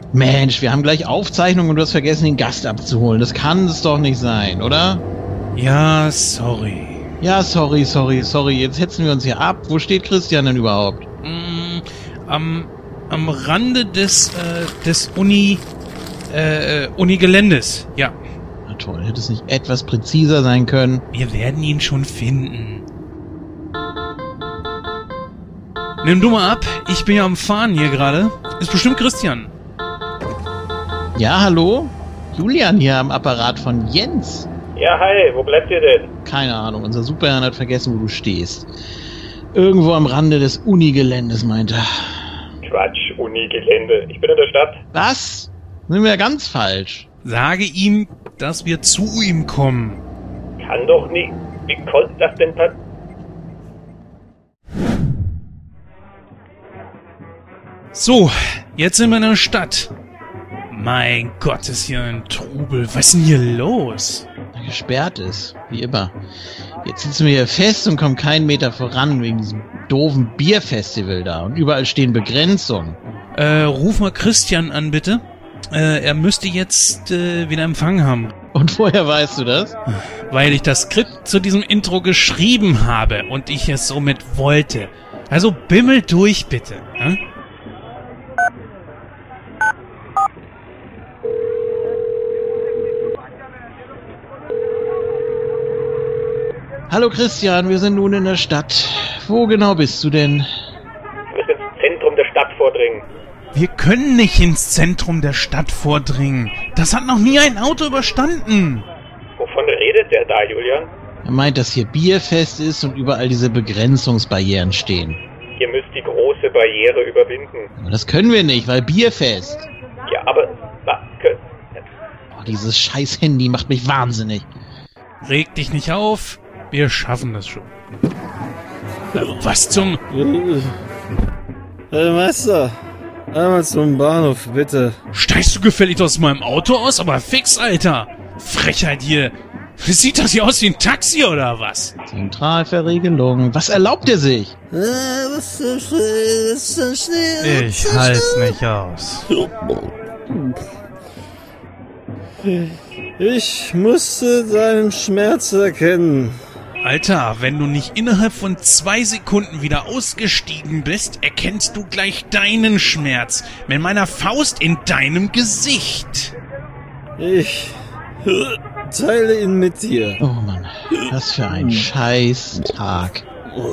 Mensch, wir haben gleich Aufzeichnung und du hast vergessen, den Gast abzuholen. Das kann es doch nicht sein, oder? Ja, sorry. Ja, sorry. Jetzt hetzen wir uns hier ab. Wo steht Christian denn überhaupt? Am Rande des Uni-Geländes, ja. Na toll, hätte es nicht etwas präziser sein können? Wir werden ihn schon finden. Nimm du mal ab, ich bin ja am Fahren hier gerade. Ist bestimmt Christian. Ja, hallo? Julian hier am Apparat von Jens. Ja, hi, wo bleibt ihr denn? Keine Ahnung, unser Superherrn hat vergessen, wo du stehst. Irgendwo am Rande des Uni-Geländes, meint er. Quatsch, Uni-Gelände. Ich bin in der Stadt. Was? Sind wir ja ganz falsch. Sage ihm, dass wir zu ihm kommen. Kann doch nicht. Wie konnte das denn passieren? So, jetzt sind wir in der Stadt. Mein Gott, ist hier ein Trubel. Was ist denn hier los? Gesperrt ist, wie immer. Jetzt sitzen wir hier fest und kommen keinen Meter voran wegen diesem doofen Bierfestival da. Und überall stehen Begrenzungen. Ruf mal Christian an, bitte. Er müsste jetzt wieder Empfang haben. Und woher weißt du das? Weil ich das Skript zu diesem Intro geschrieben habe und ich es somit wollte. Also bimmel durch, bitte. Hm? Hallo Christian, wir sind nun in der Stadt. Wo genau bist du denn? Wir müssen ins Zentrum der Stadt vordringen. Wir können nicht ins Zentrum der Stadt vordringen. Das hat noch nie ein Auto überstanden. Wovon redet der da, Julian? Er meint, dass hier Bierfest ist und überall diese Begrenzungsbarrieren stehen. Ihr müsst die große Barriere überwinden. Aber das können wir nicht, weil Bierfest. Ja, aber... Oh, dieses scheiß Handy macht mich wahnsinnig. Reg dich nicht auf. Wir schaffen das schon. Was zum... Herr Meister, einmal zum Bahnhof, bitte. Steigst du gefällig aus meinem Auto aus? Aber fix, Alter. Frechheit hier. Sieht das hier aus wie ein Taxi oder was? Zentralverriegelung. Was erlaubt er sich? Ich halt's nicht aus. Ich musste deinen Schmerz erkennen. Alter, wenn du nicht innerhalb von 2 Sekunden wieder ausgestiegen bist, erkennst du gleich deinen Schmerz mit meiner Faust in deinem Gesicht. Ich teile ihn mit dir. Oh Mann, was für ein scheiß Tag.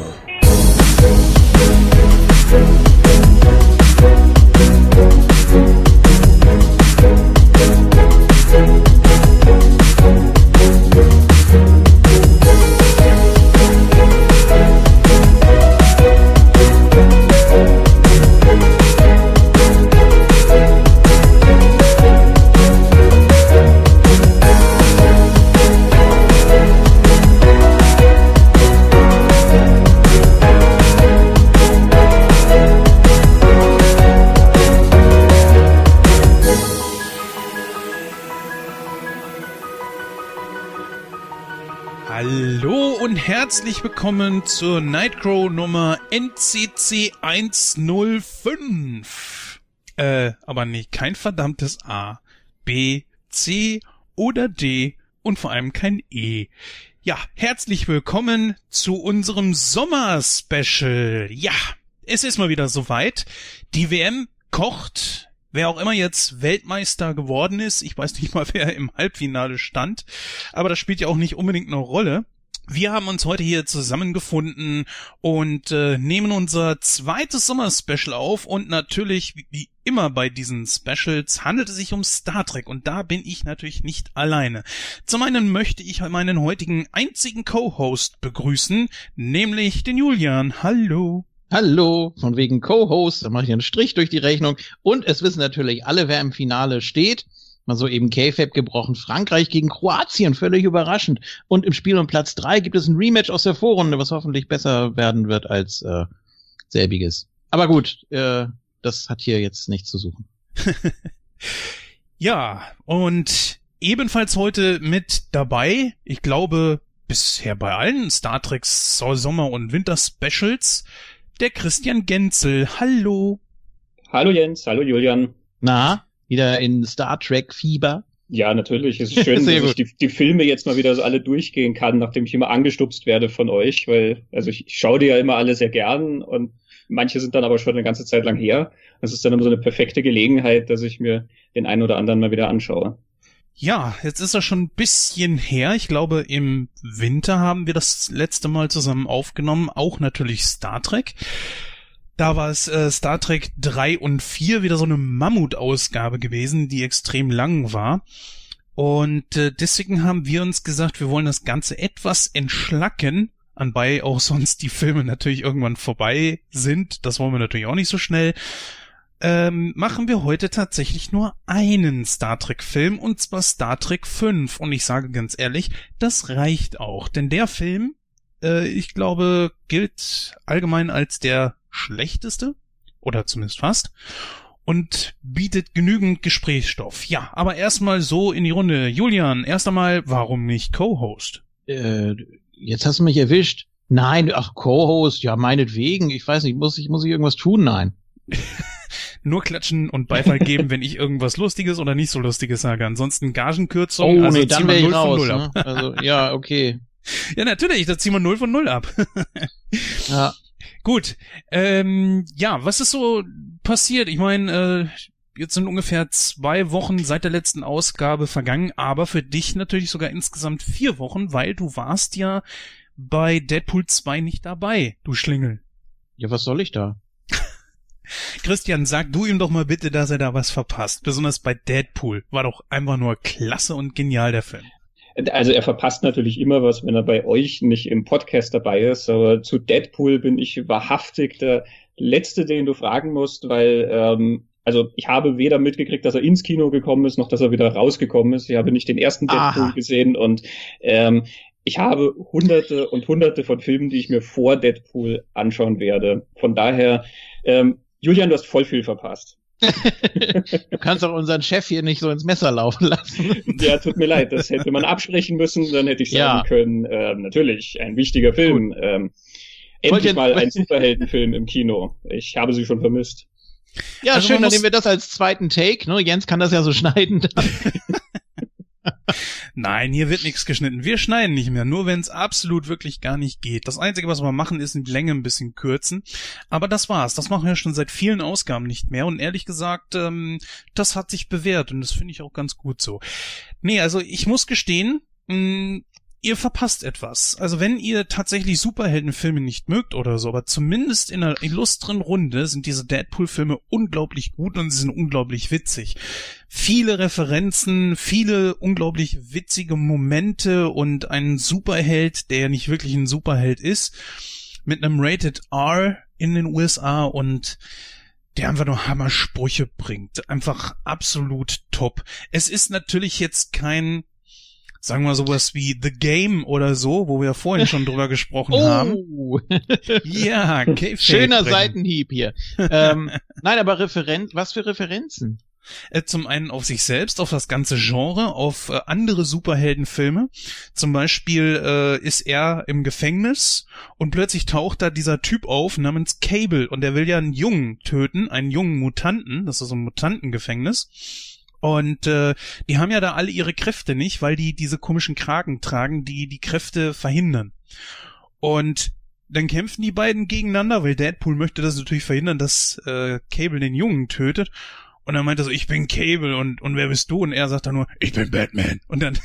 Hallo und herzlich willkommen zur Nightcrow Nummer NCC 105. Aber nicht kein verdammtes A, B, C oder D und vor allem kein E. Ja, herzlich willkommen zu unserem Sommer-Special. Ja, es ist mal wieder soweit. Die WM kocht. Wer auch immer jetzt Weltmeister geworden ist, ich weiß nicht mal, wer im Halbfinale stand, aber das spielt ja auch nicht unbedingt eine Rolle. Wir haben uns heute hier zusammengefunden und nehmen unser zweites Sommer-Special auf und natürlich, wie immer bei diesen Specials, handelt es sich um Star Trek und da bin ich natürlich nicht alleine. Zum einen möchte ich meinen heutigen einzigen Co-Host begrüßen, nämlich den Julian. Hallo. Hallo, von wegen Co-Host, da mache ich einen Strich durch die Rechnung. Und es wissen natürlich alle, wer im Finale steht. Mal so eben K-Fab gebrochen. Frankreich gegen Kroatien, völlig überraschend. Und im Spiel um Platz 3 gibt es ein Rematch aus der Vorrunde, was hoffentlich besser werden wird als selbiges. Aber gut, das hat hier jetzt nichts zu suchen. Ja, und ebenfalls heute mit dabei, ich glaube, bisher bei allen Star Trek Sommer- und Winter-Specials, der Christian Genzel. Hallo. Hallo Jens, hallo Julian. Na, wieder in Star Trek Fieber? Ja, natürlich. Es ist schön, dass ich die Filme jetzt mal wieder so alle durchgehen kann, nachdem ich immer angestupst werde von euch, weil, also ich schaue die ja immer alle sehr gern und manche sind dann aber schon eine ganze Zeit lang her. Das ist dann immer so eine perfekte Gelegenheit, dass ich mir den einen oder anderen mal wieder anschaue. Ja, jetzt ist er schon ein bisschen her. Ich glaube, im Winter haben wir das letzte Mal zusammen aufgenommen. Auch natürlich Star Trek. Da war es Star Trek 3 und 4 wieder so eine Mammutausgabe gewesen, die extrem lang war. Und deswegen haben wir uns gesagt, wir wollen das Ganze etwas entschlacken, anbei auch sonst die Filme natürlich irgendwann vorbei sind. Das wollen wir natürlich auch nicht so schnell. Machen wir heute tatsächlich nur einen Star Trek-Film, und zwar Star Trek 5. Und ich sage ganz ehrlich, das reicht auch. Denn der Film, ich glaube, gilt allgemein als der schlechteste, oder zumindest fast, und bietet genügend Gesprächsstoff. Ja, aber erstmal so in die Runde. Julian, erst einmal, warum nicht Co-Host? Jetzt hast du mich erwischt. Nein, ach, Co-Host, ja, meinetwegen. Ich weiß nicht, muss ich irgendwas tun? Nein. Nur klatschen und Beifall geben, wenn ich irgendwas Lustiges oder nicht so Lustiges sage. Ansonsten Gagenkürzung. Oh, nee, dann wäre ich raus. Ne? Also, ja, okay. Ja, natürlich, da ziehen wir 0 von 0 ab. Ja. Gut, ja, was ist so passiert? Ich meine, jetzt sind ungefähr 2 Wochen seit der letzten Ausgabe vergangen, aber für dich natürlich sogar insgesamt 4 Wochen, weil du warst ja bei Deadpool 2 nicht dabei, du Schlingel. Ja, was soll ich da? Christian, sag du ihm doch mal bitte, dass er da was verpasst. Besonders bei Deadpool. War doch einfach nur klasse und genial, der Film. Also er verpasst natürlich immer was, wenn er bei euch nicht im Podcast dabei ist, aber zu Deadpool bin ich wahrhaftig der Letzte, den du fragen musst, weil also ich habe weder mitgekriegt, dass er ins Kino gekommen ist, noch dass er wieder rausgekommen ist. Ich habe nicht den ersten Deadpool gesehen und ich habe hunderte und hunderte von Filmen, die ich mir vor Deadpool anschauen werde. Von daher, Julian, du hast voll viel verpasst. Du kannst doch unseren Chef hier nicht so ins Messer laufen lassen. Ja, tut mir leid, das hätte man absprechen müssen, dann hätte ich sagen können, natürlich, ein wichtiger Film. Endlich mal ein Superheldenfilm im Kino. Ich habe sie schon vermisst. Ja, also schön, dann nehmen wir das als zweiten Take, ne? Jens kann das ja so schneiden. Nein, hier wird nichts geschnitten. Wir schneiden nicht mehr, nur wenn es absolut wirklich gar nicht geht. Das Einzige, was wir machen, ist die Länge ein bisschen kürzen. Aber das war's. Das machen wir schon seit vielen Ausgaben nicht mehr. Und ehrlich gesagt, das hat sich bewährt. Und das finde ich auch ganz gut so. Nee, also ich muss gestehen, ihr verpasst etwas. Also wenn ihr tatsächlich Superheldenfilme nicht mögt oder so, aber zumindest in einer illustren Runde sind diese Deadpool-Filme unglaublich gut und sie sind unglaublich witzig. Viele Referenzen, viele unglaublich witzige Momente und ein Superheld, der ja nicht wirklich ein Superheld ist, mit einem Rated R in den USA und der einfach nur Hammersprüche bringt. Einfach absolut top. Es ist natürlich jetzt kein, sagen wir sowas wie The Game oder so, wo wir vorhin schon drüber gesprochen haben. Ja, schöner Seitenhieb hier. Nein, aber was für Referenzen? Zum einen auf sich selbst, auf das ganze Genre, auf andere Superheldenfilme. Zum Beispiel ist er im Gefängnis und plötzlich taucht da dieser Typ auf namens Cable und der will ja einen Jungen töten, einen jungen Mutanten, das ist so ein Mutantengefängnis. Und die haben ja da alle ihre Kräfte nicht, weil die diese komischen Kragen tragen, die die Kräfte verhindern. Und dann kämpfen die beiden gegeneinander, weil Deadpool möchte das natürlich verhindern, dass Cable den Jungen tötet. Und dann meint er so, ich bin Cable und wer bist du? Und er sagt dann nur, ich bin Batman. Und dann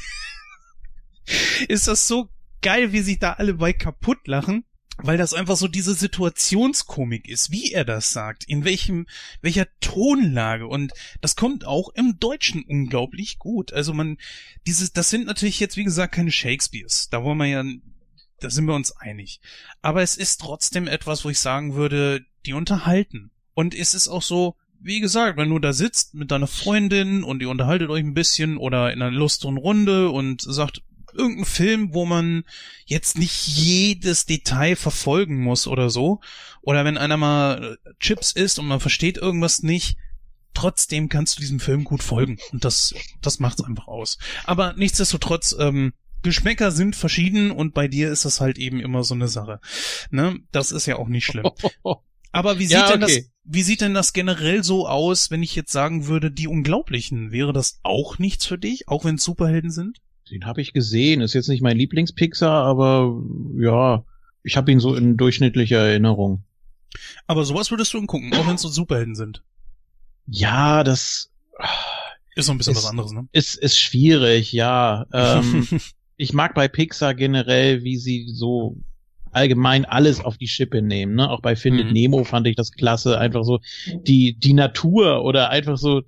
ist das so geil, wie sich da alle bei kaputt lachen, weil das einfach so diese Situationskomik ist, wie er das sagt, in welcher Tonlage, und das kommt auch im Deutschen unglaublich gut. Also das sind natürlich jetzt, wie gesagt, keine Shakespeares. Da sind wir uns einig. Aber es ist trotzdem etwas, wo ich sagen würde, die unterhalten. Und es ist auch so, wie gesagt, wenn du da sitzt mit deiner Freundin und ihr unterhaltet euch ein bisschen oder in einer illustren Runde und sagt, irgendein Film, wo man jetzt nicht jedes Detail verfolgen muss oder so, oder wenn einer mal Chips isst und man versteht irgendwas nicht, trotzdem kannst du diesem Film gut folgen und das macht's einfach aus. Aber nichtsdestotrotz, Geschmäcker sind verschieden und bei dir ist das halt eben immer so eine Sache. Ne? Das ist ja auch nicht schlimm. Aber wie Wie sieht denn das generell so aus, wenn ich jetzt sagen würde, die Unglaublichen? Wäre das auch nichts für dich, auch wenn es Superhelden sind? Den habe ich gesehen. Ist jetzt nicht mein Lieblings-Pixar, aber ja, ich habe ihn so in durchschnittlicher Erinnerung. Aber sowas würdest du gucken, auch wenn es so Superhelden sind. Ja, das ist so ein bisschen was anderes, ne? Ist schwierig, ja. Ich mag bei Pixar generell, wie sie so allgemein alles auf die Schippe nehmen, ne? Auch bei Findet Nemo fand ich das klasse, einfach so die Natur oder einfach so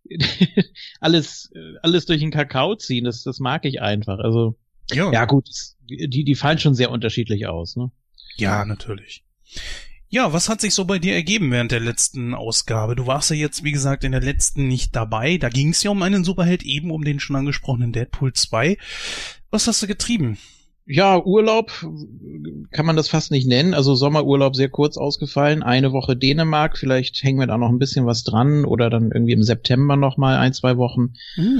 alles durch den Kakao ziehen, das mag ich einfach. Also ja gut, die fallen schon sehr unterschiedlich aus, ne? Ja, natürlich. Ja, was hat sich so bei dir ergeben während der letzten Ausgabe? Du warst ja jetzt, wie gesagt, in der letzten nicht dabei. Da ging es ja um einen Superheld, eben um den schon angesprochenen Deadpool 2. Was hast du getrieben? Ja, Urlaub kann man das fast nicht nennen. Also Sommerurlaub sehr kurz ausgefallen. Eine Woche Dänemark, vielleicht hängen wir da noch ein bisschen was dran oder dann irgendwie im September noch mal 1-2 Wochen.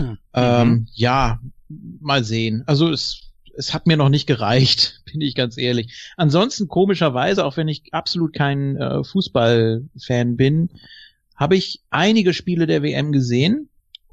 Ja, mal sehen. Also es hat mir noch nicht gereicht, bin ich ganz ehrlich. Ansonsten komischerweise, auch wenn ich absolut kein Fußballfan bin, habe ich einige Spiele der WM gesehen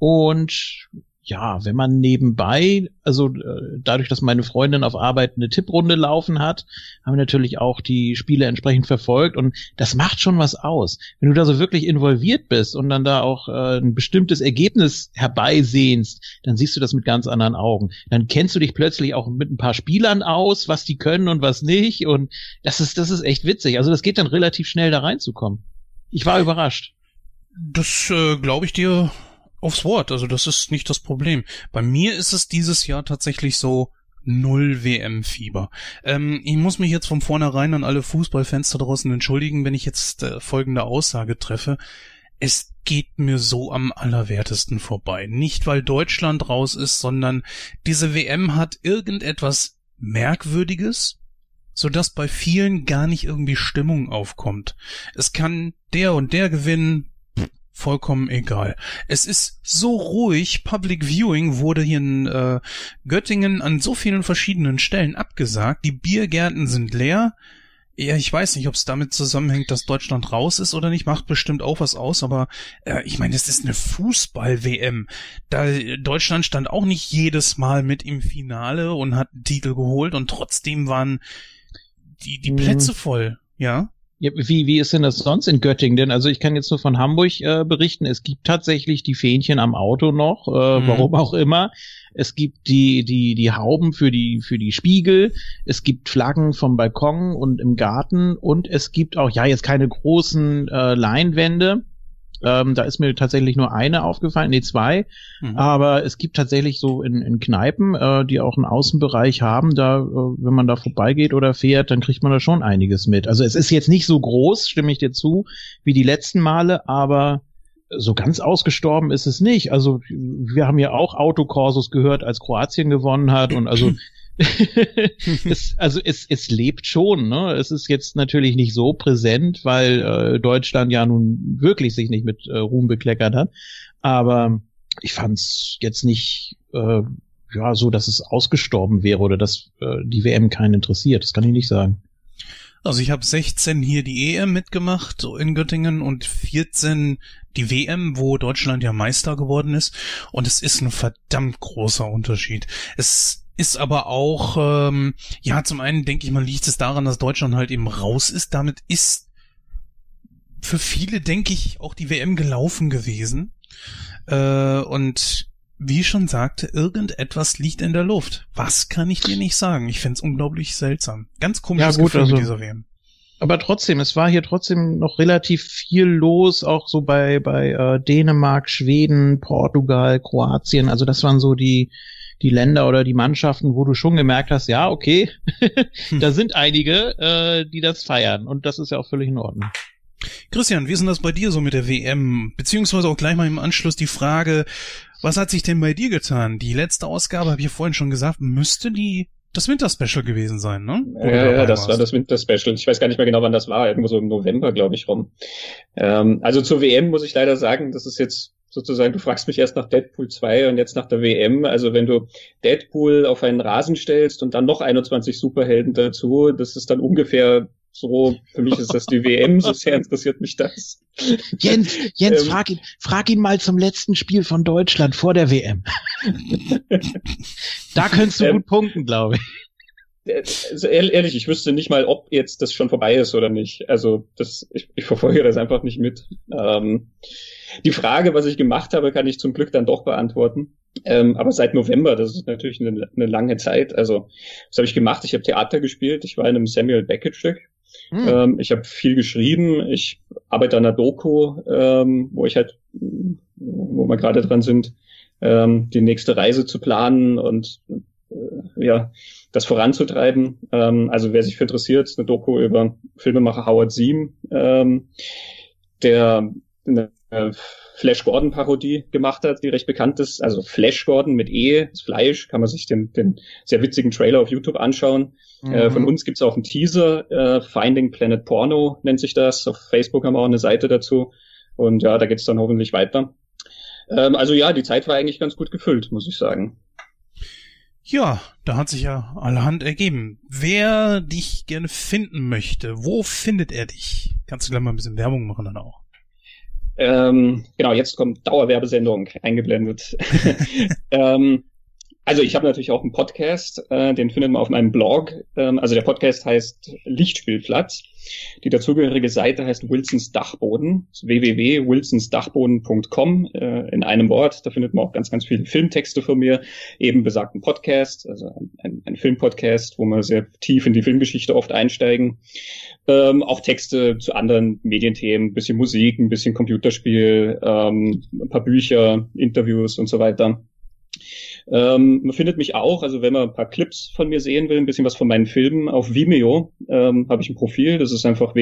und ja, wenn man nebenbei, also dadurch, dass meine Freundin auf Arbeit eine Tipprunde laufen hat, haben wir natürlich auch die Spiele entsprechend verfolgt und das macht schon was aus. Wenn du da so wirklich involviert bist und dann da auch ein bestimmtes Ergebnis herbeisehnst, dann siehst du das mit ganz anderen Augen. Dann kennst du dich plötzlich auch mit ein paar Spielern aus, was die können und was nicht und das ist echt witzig. Also das geht dann relativ schnell da reinzukommen. Ich war überrascht. Das glaube ich dir aufs Wort, also das ist nicht das Problem. Bei mir ist es dieses Jahr tatsächlich so 0 WM-Fieber. Ich muss mich jetzt von vornherein an alle Fußballfans da draußen entschuldigen, wenn ich jetzt folgende Aussage treffe. Es geht mir so am allerwertesten vorbei. Nicht, weil Deutschland raus ist, sondern diese WM hat irgendetwas Merkwürdiges, sodass bei vielen gar nicht irgendwie Stimmung aufkommt. Es kann der und der gewinnen, vollkommen egal. Es ist so ruhig, Public Viewing wurde hier in Göttingen an so vielen verschiedenen Stellen abgesagt, die Biergärten sind leer. Ja, ich weiß nicht, ob es damit zusammenhängt, dass Deutschland raus ist oder nicht, macht bestimmt auch was aus, aber ich meine, es ist eine Fußball-WM. Deutschland stand auch nicht jedes Mal mit im Finale und hat einen Titel geholt und trotzdem waren die Plätze voll, ja. Ja, wie ist denn das sonst in Göttingen denn? Also ich kann jetzt nur von Hamburg berichten, es gibt tatsächlich die Fähnchen am Auto noch, warum auch immer. Es gibt die Hauben für die Spiegel, es gibt Flaggen vom Balkon und im Garten und es gibt auch, ja jetzt keine großen Leinwände, da ist mir tatsächlich nur eine aufgefallen, 2, aber es gibt tatsächlich so in Kneipen, die auch einen Außenbereich haben, da, wenn man da vorbeigeht oder fährt, dann kriegt man da schon einiges mit. Also es ist jetzt nicht so groß, stimme ich dir zu, wie die letzten Male, aber so ganz ausgestorben ist es nicht. Also wir haben ja auch Autokorsos gehört, als Kroatien gewonnen hat und also es lebt schon, ne? Es ist jetzt natürlich nicht so präsent, weil Deutschland ja nun wirklich sich nicht mit Ruhm bekleckert hat. Aber ich fand's jetzt nicht so, dass es ausgestorben wäre oder dass die WM keinen interessiert. Das kann ich nicht sagen. Also ich habe 16 hier die EM mitgemacht in Göttingen und 14 die WM, wo Deutschland ja Meister geworden ist. Und es ist ein verdammt großer Unterschied. Es ist aber auch, zum einen denke ich mal, liegt es daran, dass Deutschland halt eben raus ist. Damit ist für viele, denke ich, auch die WM gelaufen gewesen. Und wie ich schon sagte, irgendetwas liegt in der Luft. Was kann ich dir nicht sagen? Ich find's unglaublich seltsam. Ganz komisches Gefühl mit dieser WM. Aber trotzdem, es war hier trotzdem noch relativ viel los, auch so bei Dänemark, Schweden, Portugal, Kroatien. Also das waren so die Länder oder die Mannschaften, wo du schon gemerkt hast, ja, okay, da sind einige, die das feiern. Und das ist ja auch völlig in Ordnung. Christian, wie ist denn das bei dir so mit der WM? Beziehungsweise auch gleich mal im Anschluss die Frage, was hat sich denn bei dir getan? Die letzte Ausgabe, habe ich ja vorhin schon gesagt, müsste das Winterspecial gewesen sein, ne? Ja, das war das Winterspecial. Ich weiß gar nicht mehr genau, wann das war. Irgendwo so im November, glaube ich, rum. Also zur WM muss ich leider sagen, das ist jetzt sozusagen, du fragst mich erst nach Deadpool 2 und jetzt nach der WM. Also wenn du Deadpool auf einen Rasen stellst und dann noch 21 Superhelden dazu, das ist dann ungefähr So, für mich ist das die WM, so sehr interessiert mich das. Jens, frag ihn mal zum letzten Spiel von Deutschland vor der WM. Da könntest du gut punkten, glaube ich. Also ehrlich, ich wüsste nicht mal, ob jetzt das schon vorbei ist oder nicht. Also ich verfolge das einfach nicht mit. Die Frage, was ich gemacht habe, kann ich zum Glück dann doch beantworten. Aber seit November, das ist natürlich eine lange Zeit. Also was habe ich gemacht? Ich habe Theater gespielt. Ich war in einem Samuel Beckett-Stück. Ich habe viel geschrieben. Ich arbeite an einer Doku, wo wir gerade dran sind, die nächste Reise zu planen und das voranzutreiben. Also wer sich für interessiert, ist eine Doku über Filmemacher Howard Siem, der eine Flash Gordon Parodie gemacht hat, die recht bekannt ist. Also Flash Gordon mit das Fleisch, kann man sich den sehr witzigen Trailer auf YouTube anschauen. Von uns gibt's auch einen Teaser, Finding Planet Porno nennt sich das. Auf Facebook haben wir auch eine Seite dazu. Und ja, da geht's dann hoffentlich weiter. Also ja, die Zeit war eigentlich ganz gut gefüllt, muss ich sagen. Ja, da hat sich ja allerhand ergeben. Wer dich gerne finden möchte, wo findet er dich? Kannst du gleich mal ein bisschen Werbung machen dann auch? Genau, jetzt kommt Dauerwerbesendung eingeblendet. Also ich habe natürlich auch einen Podcast, den findet man auf meinem Blog. Also der Podcast heißt Lichtspielplatz. Die dazugehörige Seite heißt Wilsons Dachboden, www.wilsonsdachboden.com in einem Wort. Da findet man auch ganz, ganz viele Filmtexte von mir, eben besagten Podcast, also ein Filmpodcast, wo wir sehr tief in die Filmgeschichte oft einsteigen. Auch Texte zu anderen Medienthemen, ein bisschen Musik, ein bisschen Computerspiel, ein paar Bücher, Interviews und so weiter. Man findet mich auch, also wenn man ein paar Clips von mir sehen will, ein bisschen was von meinen Filmen, auf Vimeo habe ich ein Profil, das ist einfach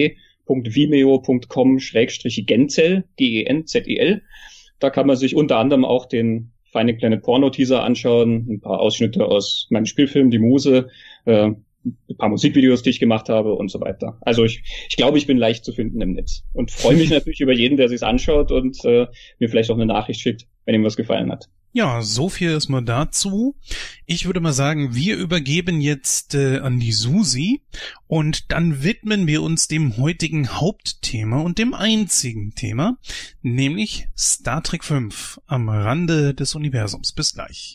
www.vimeo.com/genzel, Genzel. Da kann man sich unter anderem auch den Finding Planet Porno Teaser anschauen, ein paar Ausschnitte aus meinem Spielfilm Die Muse, ein paar Musikvideos, die ich gemacht habe und so weiter. Also ich glaube, ich bin leicht zu finden im Netz und freue mich natürlich über jeden, der sich's anschaut und mir vielleicht auch eine Nachricht schickt, wenn ihm was gefallen hat. Ja, so viel erstmal dazu. Ich würde mal sagen, wir übergeben jetzt an die Susi und dann widmen wir uns dem heutigen Hauptthema und dem einzigen Thema, nämlich Star Trek 5 am Rande des Universums. Bis gleich.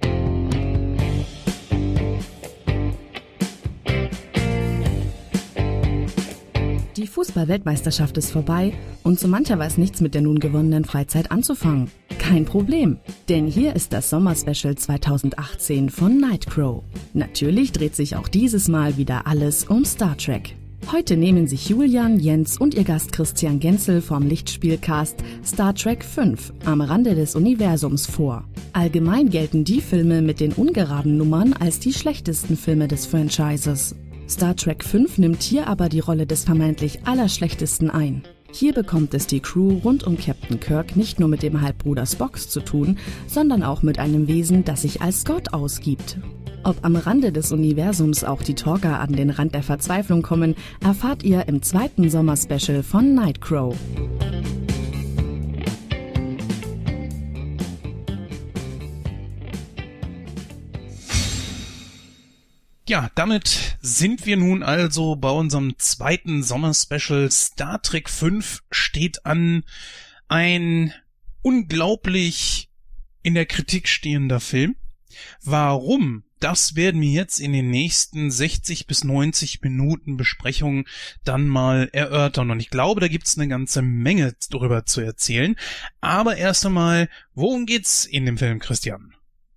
Die Fußball-Weltmeisterschaft ist vorbei und so mancher weiß nichts mit der nun gewonnenen Freizeit anzufangen. Kein Problem, denn hier ist das Sommerspecial 2018 von Nightcrow. Natürlich dreht sich auch dieses Mal wieder alles um Star Trek. Heute nehmen sich Julian, Jens und ihr Gast Christian Genzel vom Lichtspielcast Star Trek 5 am Rande des Universums vor. Allgemein gelten die Filme mit den ungeraden Nummern als die schlechtesten Filme des Franchises. Star Trek 5 nimmt hier aber die Rolle des vermeintlich Allerschlechtesten ein. Hier bekommt es die Crew rund um Captain Kirk nicht nur mit dem Halbbruder Spock zu tun, sondern auch mit einem Wesen, das sich als Gott ausgibt. Ob am Rande des Universums auch die Talker an den Rand der Verzweiflung kommen, erfahrt ihr im zweiten Sommerspecial von Nightcrow. Ja, damit sind wir nun also bei unserem zweiten Sommerspecial. Star Trek 5 steht an, ein unglaublich in der Kritik stehender Film. Warum? Das werden wir jetzt in den nächsten 60 bis 90 Minuten Besprechung dann mal erörtern. Und ich glaube, da gibt's eine ganze Menge darüber zu erzählen. Aber erst einmal, worum geht's in dem Film, Christian?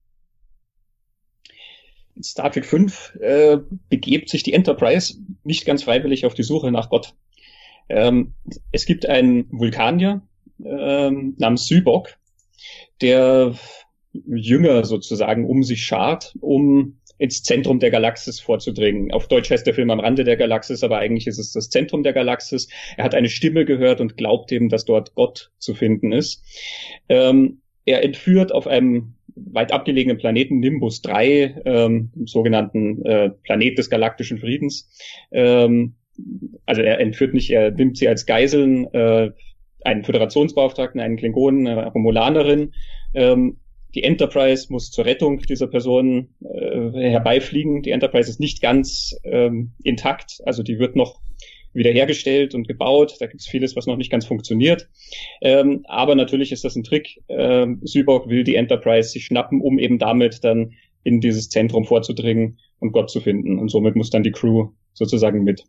In Star Trek 5 begebt sich die Enterprise nicht ganz freiwillig auf die Suche nach Gott. Es gibt einen Vulkanier namens Sybok, der Jünger sozusagen um sich schart, um ins Zentrum der Galaxis vorzudringen. Auf Deutsch heißt der Film am Rande der Galaxis, aber eigentlich ist es das Zentrum der Galaxis. Er hat eine Stimme gehört und glaubt eben, dass dort Gott zu finden ist. Er entführt auf einem weit abgelegenen Planeten Nimbus 3, sogenannten Planet des galaktischen Friedens. Also er entführt nicht, er nimmt sie als Geiseln, einen Föderationsbeauftragten, einen Klingonen, eine Romulanerin, Die Enterprise muss zur Rettung dieser Person herbeifliegen. Die Enterprise ist nicht ganz intakt, also die wird noch wiederhergestellt und gebaut. Da gibt es vieles, was noch nicht ganz funktioniert. Aber natürlich ist das ein Trick. Sybok will die Enterprise sich schnappen, um eben damit dann in dieses Zentrum vorzudringen und Gott zu finden. Und somit muss dann die Crew sozusagen mit.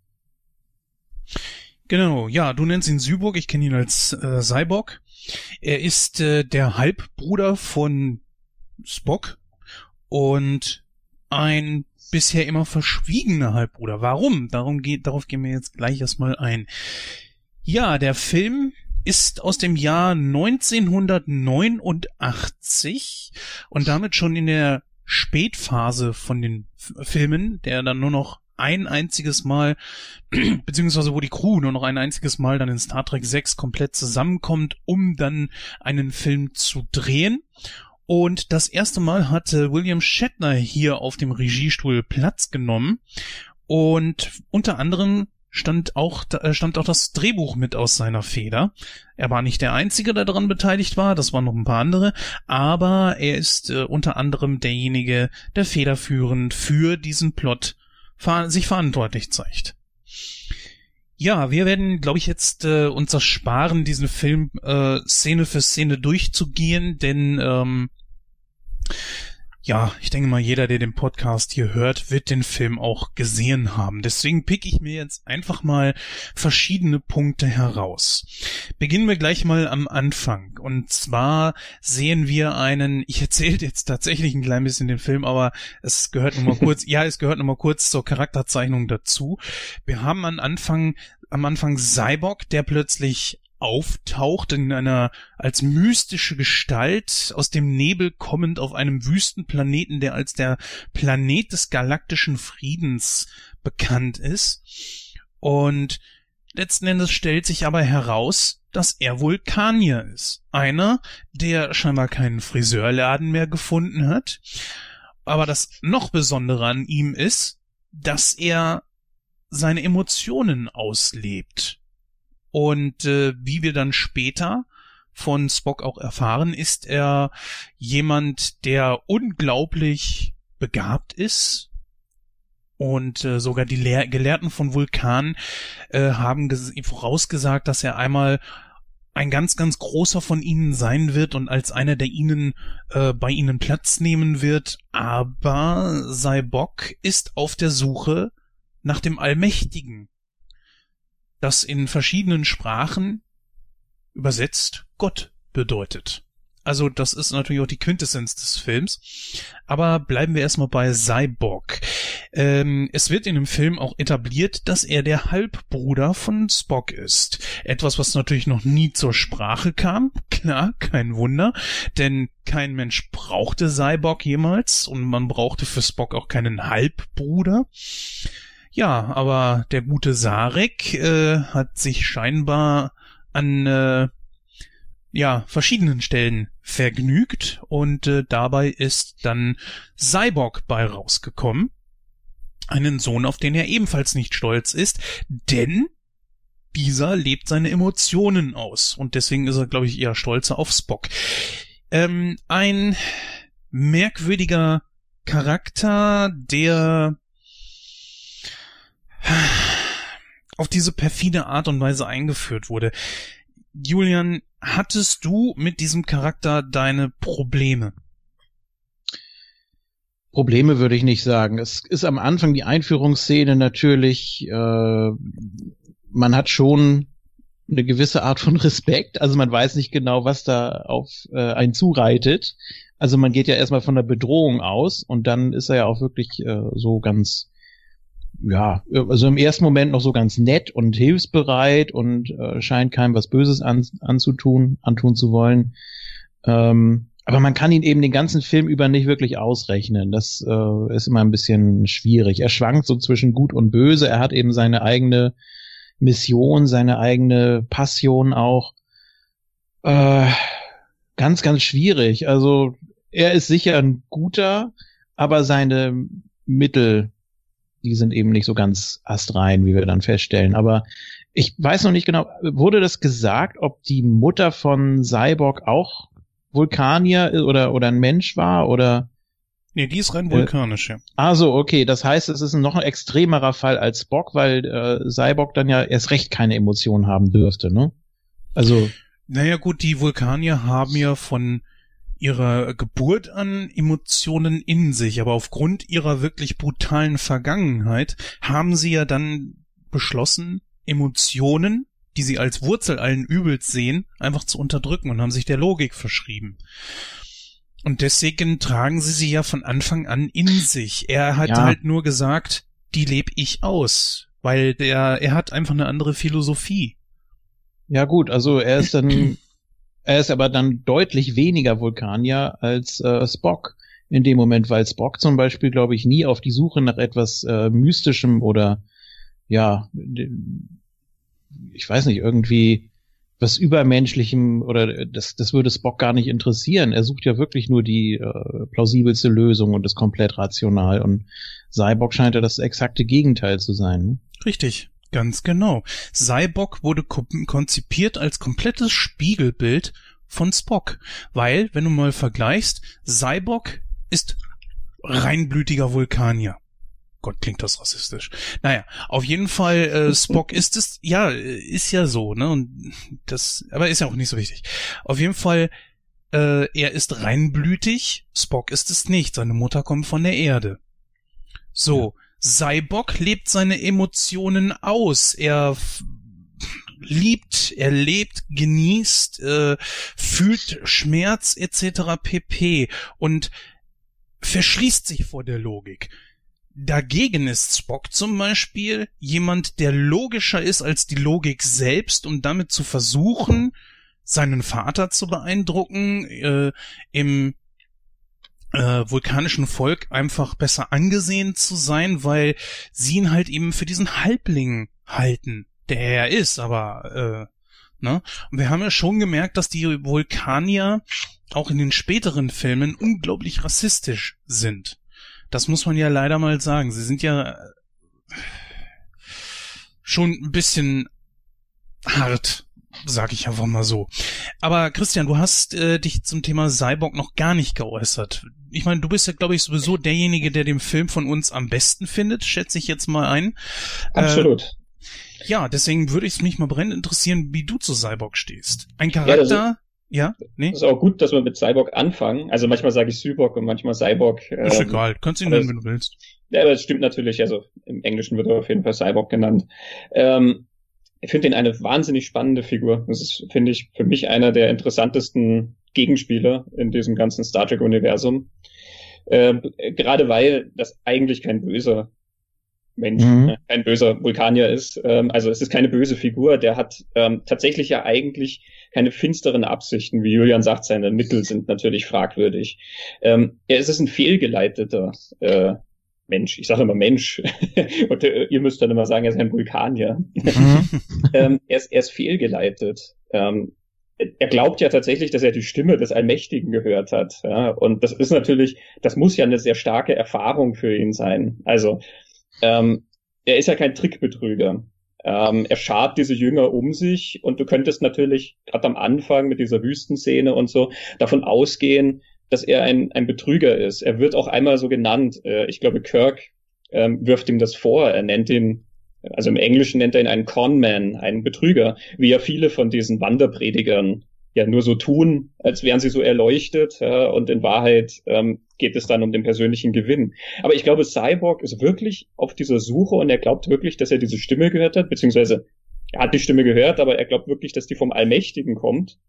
Genau, ja, du nennst ihn Sybok, ich kenne ihn als Sybok. Er ist der Halbbruder von Spock und ein bisher immer verschwiegener Halbbruder. Warum? Darauf gehen wir jetzt gleich erstmal ein. Ja, der Film ist aus dem Jahr 1989 und damit schon in der Spätphase von den Filmen, der dann nur noch ein einziges Mal, beziehungsweise wo die Crew nur noch ein einziges Mal dann in Star Trek 6 komplett zusammenkommt, um dann einen Film zu drehen. Und das erste Mal hatte William Shatner hier auf dem Regiestuhl Platz genommen und unter anderem stammt auch das Drehbuch mit aus seiner Feder. Er war nicht der Einzige, der daran beteiligt war, das waren noch ein paar andere, aber er ist unter anderem derjenige, der federführend für diesen Plot sich verantwortlich zeigt. Ja, wir werden, glaube ich, jetzt uns ersparen, diesen Film Szene für Szene durchzugehen, denn ja, ich denke mal, jeder, der den Podcast hier hört, wird den Film auch gesehen haben. Deswegen pick ich mir jetzt einfach mal verschiedene Punkte heraus. Beginnen wir gleich mal am Anfang. Und zwar sehen wir ich erzähle jetzt tatsächlich ein klein bisschen den Film, aber es gehört nur mal kurz, es gehört nur mal kurz zur Charakterzeichnung dazu. Wir haben am Anfang Sybok, der plötzlich auftaucht in einer als mystische Gestalt aus dem Nebel kommend auf einem Wüstenplaneten, der als der Planet des galaktischen Friedens bekannt ist. Und letzten Endes stellt sich aber heraus, dass er Vulkanier ist. Einer, der scheinbar keinen Friseurladen mehr gefunden hat. Aber das noch Besondere an ihm ist, dass er seine Emotionen auslebt. Und wie wir dann später von Spock auch erfahren, ist er jemand, der unglaublich begabt ist. Und sogar die Gelehrten von Vulkan haben vorausgesagt, dass er einmal ein ganz, ganz großer von ihnen sein wird und als einer, der bei ihnen Platz nehmen wird. Aber Sybok ist auf der Suche nach dem Allmächtigen, das in verschiedenen Sprachen übersetzt Gott bedeutet. Also das ist natürlich auch die Quintessenz des Films. Aber bleiben wir erstmal bei Sybok. Es wird in dem Film auch etabliert, dass er der Halbbruder von Spock ist. Etwas, was natürlich noch nie zur Sprache kam. Klar, kein Wunder, denn kein Mensch brauchte Sybok jemals und man brauchte für Spock auch keinen Halbbruder. Ja, aber der gute Sarek hat sich scheinbar an verschiedenen Stellen vergnügt und dabei ist dann Sybok bei rausgekommen. Einen Sohn, auf den er ebenfalls nicht stolz ist, denn dieser lebt seine Emotionen aus und deswegen ist er, glaube ich, eher stolzer auf Spock. Ein merkwürdiger Charakter, der auf diese perfide Art und Weise eingeführt wurde. Julian, hattest du mit diesem Charakter deine Probleme? Probleme würde ich nicht sagen. Es ist am Anfang die Einführungsszene natürlich, man hat schon eine gewisse Art von Respekt, also man weiß nicht genau, was da auf einen zureitet. Also man geht ja erstmal von der Bedrohung aus und dann ist er ja auch wirklich so ganz, ja, also im ersten Moment noch so ganz nett und hilfsbereit und scheint keinem was Böses antun zu wollen. Aber man kann ihn eben den ganzen Film über nicht wirklich ausrechnen. Das ist immer ein bisschen schwierig. Er schwankt so zwischen Gut und Böse. Er hat eben seine eigene Mission, seine eigene Passion auch. Ganz, ganz schwierig. Also er ist sicher ein guter, aber seine Mittel, die sind eben nicht so ganz astrein, wie wir dann feststellen. Aber ich weiß noch nicht genau, wurde das gesagt, ob die Mutter von Sybok auch Vulkanier oder ein Mensch war, oder? Nee, die ist rein vulkanisch, ja. Ah so, okay. Das heißt, es ist noch ein extremerer Fall als Spock, weil Cyborg dann ja erst recht keine Emotionen haben dürfte, ne? Also. Naja gut, die Vulkanier haben ja von ihrer Geburt an Emotionen in sich, aber aufgrund ihrer wirklich brutalen Vergangenheit haben sie ja dann beschlossen, Emotionen, die sie als Wurzel allen Übels sehen, einfach zu unterdrücken und haben sich der Logik verschrieben. Und deswegen tragen sie ja von Anfang an in sich. Er hat halt nur gesagt, die lebe ich aus, weil er hat einfach eine andere Philosophie. Ja gut, also er ist aber dann deutlich weniger Vulkanier als Spock in dem Moment, weil Spock zum Beispiel, glaube ich, nie auf die Suche nach etwas Mystischem oder ja, ich weiß nicht, irgendwie was Übermenschlichem oder das würde Spock gar nicht interessieren. Er sucht ja wirklich nur die plausibelste Lösung und ist komplett rational, und Cyborg scheint ja das exakte Gegenteil zu sein. Ne? Richtig, ganz genau. Cyborg wurde konzipiert als komplettes Spiegelbild von Spock, weil, wenn du mal vergleichst, Cyborg ist reinblütiger Vulkanier. Gott, klingt das rassistisch. Naja, auf jeden Fall, Spock ist ja so, ne, und das, aber ist ja auch nicht so wichtig. Auf jeden Fall, er ist reinblütig, Spock ist es nicht, seine Mutter kommt von der Erde. So, Cyborg lebt seine Emotionen aus, er liebt, er lebt, genießt, fühlt Schmerz etc. pp. Und verschließt sich vor der Logik. Dagegen ist Spock zum Beispiel jemand, der logischer ist als die Logik selbst, um damit zu versuchen, seinen Vater zu beeindrucken, im vulkanischen Volk einfach besser angesehen zu sein, weil sie ihn halt eben für diesen Halbling halten, der er ist, aber ne? Und wir haben ja schon gemerkt, dass die Vulkanier auch in den späteren Filmen unglaublich rassistisch sind. Das muss man ja leider mal sagen. Sie sind ja schon ein bisschen hart, sag ich einfach mal so. Aber Christian, du hast dich zum Thema Cyborg noch gar nicht geäußert. Ich meine, du bist ja, glaube ich, sowieso derjenige, der den Film von uns am besten findet, schätze ich jetzt mal ein. Absolut. Ja, deswegen würde es mich mal brennend interessieren, wie du zu Cyborg stehst. Ein Charakter... Ja, nee. Ist auch gut, dass wir mit Cyborg anfangen. Also manchmal sage ich Cyborg und manchmal Cyborg. Ist egal, kannst du ihn nennen, wenn du willst. Ja, aber das stimmt natürlich. Also im Englischen wird er auf jeden Fall Cyborg genannt. Ich finde ihn eine wahnsinnig spannende Figur. Das ist, finde ich, für mich einer der interessantesten Gegenspieler in diesem ganzen Star Trek-Universum. Gerade weil das eigentlich kein böser Mensch, kein böser Vulkanier ist. Also es ist keine böse Figur. Der hat tatsächlich ja eigentlich keine finsteren Absichten. Wie Julian sagt, seine Mittel sind natürlich fragwürdig. Er ist ein fehlgeleiteter Mensch. Ich sage immer Mensch. Und ihr müsst dann immer sagen, er ist ein Vulkanier. Er ist fehlgeleitet. Er glaubt ja tatsächlich, dass er die Stimme des Allmächtigen gehört hat. Ja? Und das ist natürlich, das muss ja eine sehr starke Erfahrung für ihn sein. Also er ist ja kein Trickbetrüger. Er schart diese Jünger um sich, und du könntest natürlich gerade am Anfang mit dieser Wüstenszene und so davon ausgehen, dass er ein Betrüger ist. Er wird auch einmal so genannt. Ich glaube, Kirk wirft ihm das vor. Er nennt ihn, also im Englischen nennt er ihn einen Conman, einen Betrüger, wie ja viele von diesen Wanderpredigern ja nur so tun, als wären sie so erleuchtet, und in Wahrheit geht es dann um den persönlichen Gewinn. Aber ich glaube, Cyborg ist wirklich auf dieser Suche, und er glaubt wirklich, dass er diese Stimme gehört hat, beziehungsweise er hat die Stimme gehört, aber er glaubt wirklich, dass die vom Allmächtigen kommt.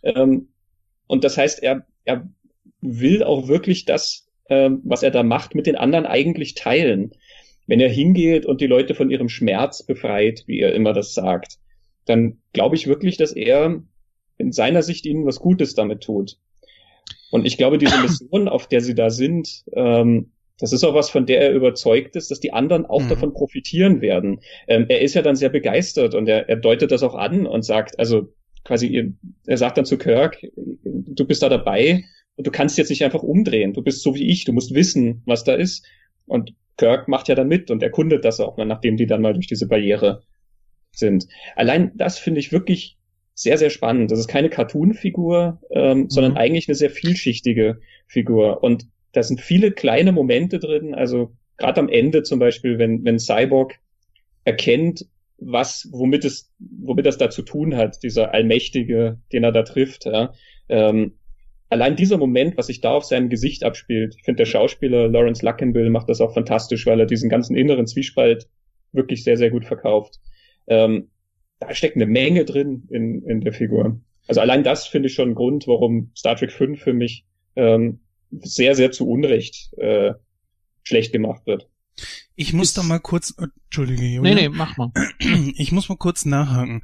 Und das heißt, er will auch wirklich das, was er da macht, mit den anderen eigentlich teilen. Wenn er hingeht und die Leute von ihrem Schmerz befreit, wie er immer das sagt, dann glaube ich wirklich, dass er in seiner Sicht ihnen was Gutes damit tut. Und ich glaube, diese Mission, auf der sie da sind, das ist auch was, von der er überzeugt ist, dass die anderen auch davon profitieren werden. Er ist ja dann sehr begeistert, und er deutet das auch an und sagt, also quasi, er sagt dann zu Kirk, du bist da dabei und du kannst jetzt nicht einfach umdrehen. Du bist so wie ich, du musst wissen, was da ist. Und Kirk macht ja dann mit und erkundet das auch, nachdem die dann mal durch diese Barriere sind. Allein das finde ich wirklich sehr, sehr spannend. Das ist keine Cartoon-Figur, sondern eigentlich eine sehr vielschichtige Figur. Und da sind viele kleine Momente drin, also gerade am Ende zum Beispiel, wenn Cyborg erkennt, womit es da zu tun hat, dieser Allmächtige, den er da trifft, ja. Allein dieser Moment, was sich da auf seinem Gesicht abspielt, ich finde, der Schauspieler Lawrence Luckinbill macht das auch fantastisch, weil er diesen ganzen inneren Zwiespalt wirklich sehr, sehr gut verkauft. Da steckt eine Menge drin in der Figur. Also allein das finde ich schon ein Grund, warum Star Trek 5 für mich sehr, sehr zu Unrecht schlecht gemacht wird. Ich muss da mal kurz, entschuldige, Julian. Nee, mach mal. Ich muss mal kurz nachhaken.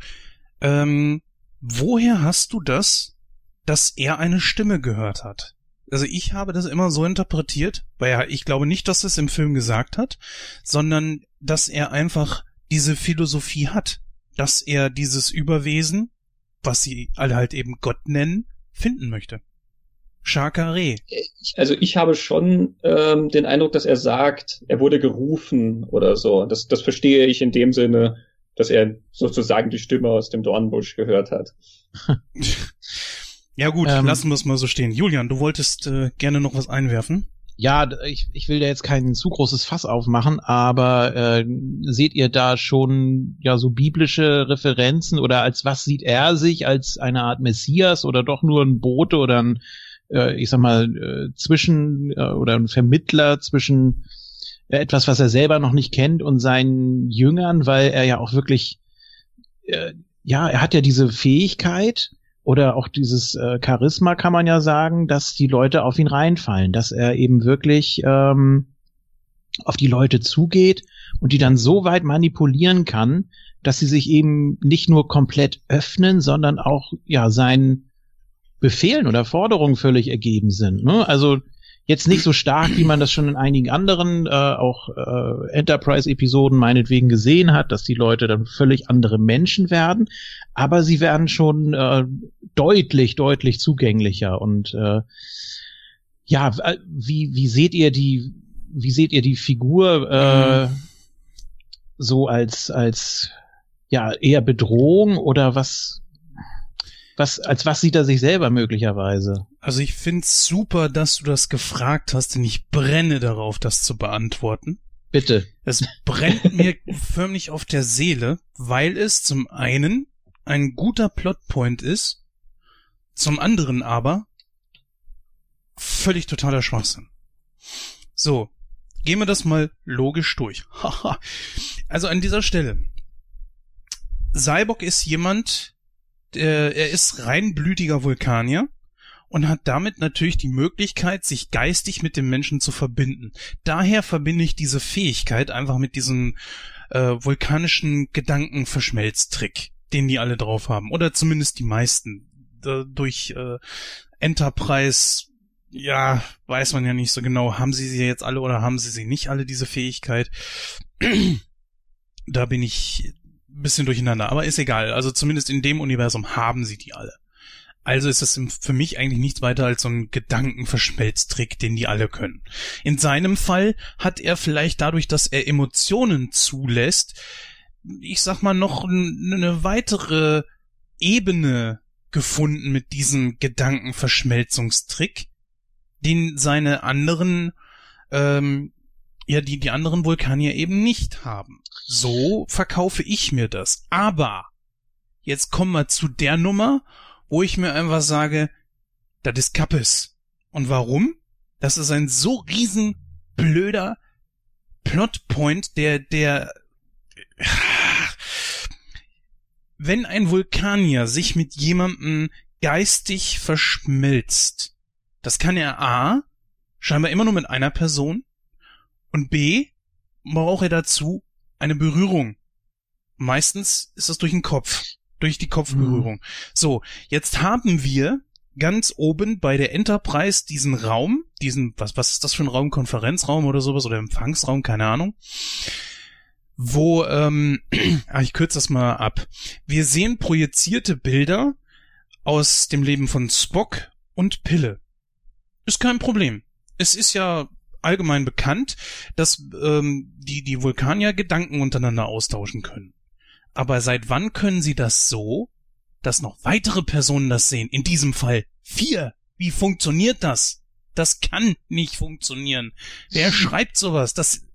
Woher hast du das, dass er eine Stimme gehört hat? Also ich habe das immer so interpretiert, weil ja, ich glaube nicht, dass er es im Film gesagt hat, sondern dass er einfach diese Philosophie hat, dass er dieses Überwesen, was sie alle halt eben Gott nennen, finden möchte. Shakare. Also ich habe schon den Eindruck, dass er sagt, er wurde gerufen oder so. Das verstehe ich in dem Sinne, dass er sozusagen die Stimme aus dem Dornbusch gehört hat. Ja gut, lassen wir es mal so stehen. Julian, du wolltest gerne noch was einwerfen? Ja, ich will da jetzt kein zu großes Fass aufmachen, aber seht ihr da schon ja so biblische Referenzen oder als was sieht er sich, als eine Art Messias oder doch nur ein Bote oder ein ich sag mal, oder ein Vermittler zwischen etwas, was er selber noch nicht kennt und seinen Jüngern, weil er ja auch wirklich, er hat ja diese Fähigkeit oder auch dieses Charisma, kann man ja sagen, dass die Leute auf ihn reinfallen, dass er eben wirklich auf die Leute zugeht und die dann so weit manipulieren kann, dass sie sich eben nicht nur komplett öffnen, sondern auch seinen Befehlen oder Forderungen völlig ergeben sind. Ne? Also jetzt nicht so stark, wie man das schon in einigen anderen auch Enterprise-Episoden meinetwegen gesehen hat, dass die Leute dann völlig andere Menschen werden, aber sie werden schon deutlich zugänglicher. Und wie seht ihr die Figur so als eher Bedrohung oder als was sieht er sich selber möglicherweise? Also ich find's super, dass du das gefragt hast, denn ich brenne darauf, das zu beantworten. Bitte. Es brennt mir förmlich auf der Seele, weil es zum einen ein guter Plotpoint ist, zum anderen aber völlig totaler Schwachsinn. So, gehen wir das mal logisch durch. Also an dieser Stelle. Cyborg ist jemand, er ist reinblütiger Vulkanier und hat damit natürlich die Möglichkeit, sich geistig mit dem Menschen zu verbinden. Daher verbinde ich diese Fähigkeit einfach mit diesem vulkanischen Gedankenverschmelztrick, den die alle drauf haben. Oder zumindest die meisten. Durch Enterprise, weiß man ja nicht so genau, haben sie jetzt alle oder haben sie nicht alle, diese Fähigkeit. Da bin ich bisschen durcheinander, aber ist egal. Also zumindest in dem Universum haben sie die alle. Also ist es für mich eigentlich nichts weiter als so ein Gedankenverschmelztrick, den die alle können. In seinem Fall hat er vielleicht dadurch, dass er Emotionen zulässt, ich sag mal noch eine weitere Ebene gefunden mit diesem Gedankenverschmelzungstrick, den seine anderen die anderen Vulkanier eben nicht haben. So verkaufe ich mir das. Aber jetzt kommen wir zu der Nummer, wo ich mir einfach sage, das ist Kappes. Und warum? Das ist ein so riesen blöder Plotpoint, der wenn ein Vulkanier sich mit jemandem geistig verschmilzt, das kann er A, scheinbar immer nur mit einer Person, und B, braucht er dazu eine Berührung. Meistens ist das durch den Kopf, durch die Kopfberührung. So, jetzt haben wir ganz oben bei der Enterprise diesen Raum, was ist das für ein Raum, Konferenzraum oder sowas, oder Empfangsraum, keine Ahnung, wo, ich kürze das mal ab. Wir sehen projizierte Bilder aus dem Leben von Spock und Pille. Ist kein Problem. Es ist ja allgemein bekannt, dass die Vulkanier Gedanken untereinander austauschen können. Aber seit wann können sie das so, dass noch weitere Personen das sehen. In diesem Fall 4. Wie funktioniert das? Das kann nicht funktionieren. Wer schreibt sowas?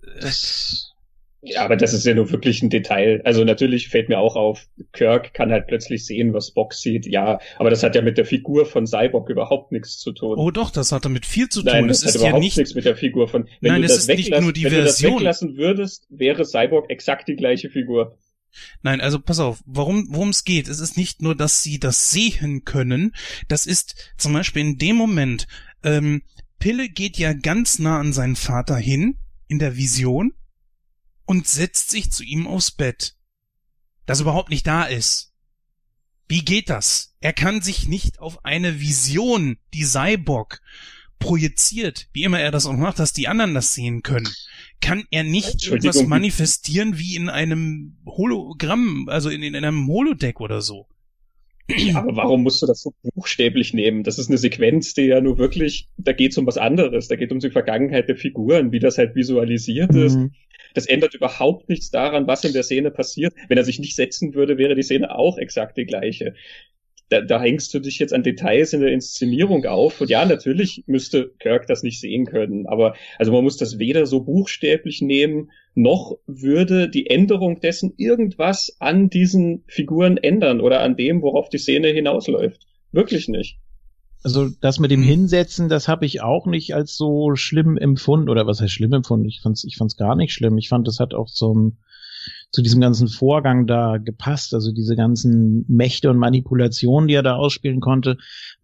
Ja, aber das ist ja nur wirklich ein Detail. Also natürlich fällt mir auch auf, Kirk kann halt plötzlich sehen, was Spock sieht. Ja, aber das hat ja mit der Figur von Cyborg überhaupt nichts zu tun. Oh doch, das hat damit viel zu tun. Nein, das hat überhaupt nichts mit der Figur von... Nein, es ist nicht nur die Version. Wenn du das weglassen würdest, wäre Cyborg exakt die gleiche Figur. Nein, also pass auf, worum es geht. Es ist nicht nur, dass sie das sehen können. Das ist zum Beispiel in dem Moment, Pille geht ja ganz nah an seinen Vater hin, in der Vision, und setzt sich zu ihm aufs Bett, das überhaupt nicht da ist. Wie geht das? Er kann sich nicht auf eine Vision, die Cyborg projiziert, wie immer er das auch macht, dass die anderen das sehen können. Kann er nicht irgendwas manifestieren wie in einem Hologramm, also in einem Holodeck oder so? Ja, aber warum musst du das so buchstäblich nehmen? Das ist eine Sequenz, die ja nur wirklich, da geht's um was anderes. Da geht um die Vergangenheit der Figuren, wie das halt visualisiert ist. Das ändert überhaupt nichts daran, was in der Szene passiert. Wenn er sich nicht setzen würde, wäre die Szene auch exakt die gleiche. Da hängst du dich jetzt an Details in der Inszenierung auf. Und ja, natürlich müsste Kirk das nicht sehen können. Aber also man muss das weder so buchstäblich nehmen, noch würde die Änderung dessen irgendwas an diesen Figuren ändern oder an dem, worauf die Szene hinausläuft. Wirklich nicht. Also das mit dem Hinsetzen, das habe ich auch nicht als so schlimm empfunden. Oder was heißt schlimm empfunden? Ich fand's gar nicht schlimm. Ich fand, das hat auch zu diesem ganzen Vorgang da gepasst. Also diese ganzen Mächte und Manipulationen, die er da ausspielen konnte.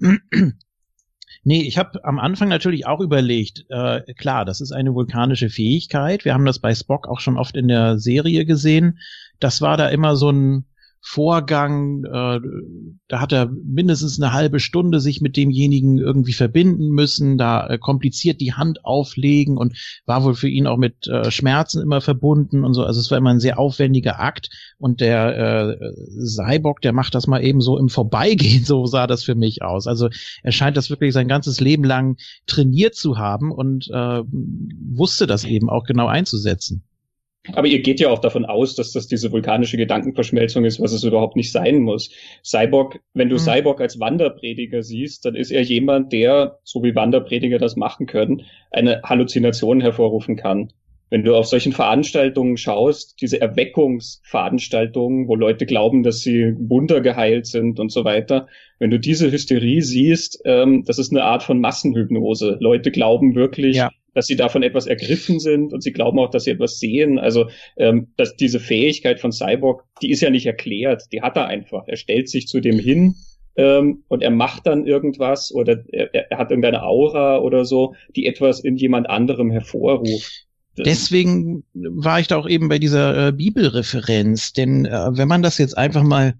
Nee, ich habe am Anfang natürlich auch überlegt, klar, das ist eine vulkanische Fähigkeit. Wir haben das bei Spock auch schon oft in der Serie gesehen. Das war da immer so ein Vorgang, da hat er mindestens eine halbe Stunde sich mit demjenigen irgendwie verbinden müssen, da kompliziert die Hand auflegen und war wohl für ihn auch mit Schmerzen immer verbunden und so. Also es war immer ein sehr aufwendiger Akt und der Cyborg, der macht das mal eben so im Vorbeigehen, so sah das für mich aus. Also er scheint das wirklich sein ganzes Leben lang trainiert zu haben und wusste das eben auch genau einzusetzen. Aber ihr geht ja auch davon aus, dass das diese vulkanische Gedankenverschmelzung ist, was es überhaupt nicht sein muss. Cyborg, wenn du Cyborg als Wanderprediger siehst, dann ist er jemand, der, so wie Wanderprediger das machen können, eine Halluzination hervorrufen kann. Wenn du auf solchen Veranstaltungen schaust, diese Erweckungsveranstaltungen, wo Leute glauben, dass sie Wunder geheilt sind und so weiter, wenn du diese Hysterie siehst, das ist eine Art von Massenhypnose. Leute glauben wirklich, dass sie davon etwas ergriffen sind und sie glauben auch, dass sie etwas sehen. Also dass diese Fähigkeit von Cyborg, die ist ja nicht erklärt, die hat er einfach. Er stellt sich zu dem hin und er macht dann irgendwas oder er hat irgendeine Aura oder so, die etwas in jemand anderem hervorruft. Deswegen war ich da auch eben bei dieser Bibelreferenz, denn wenn man das jetzt einfach mal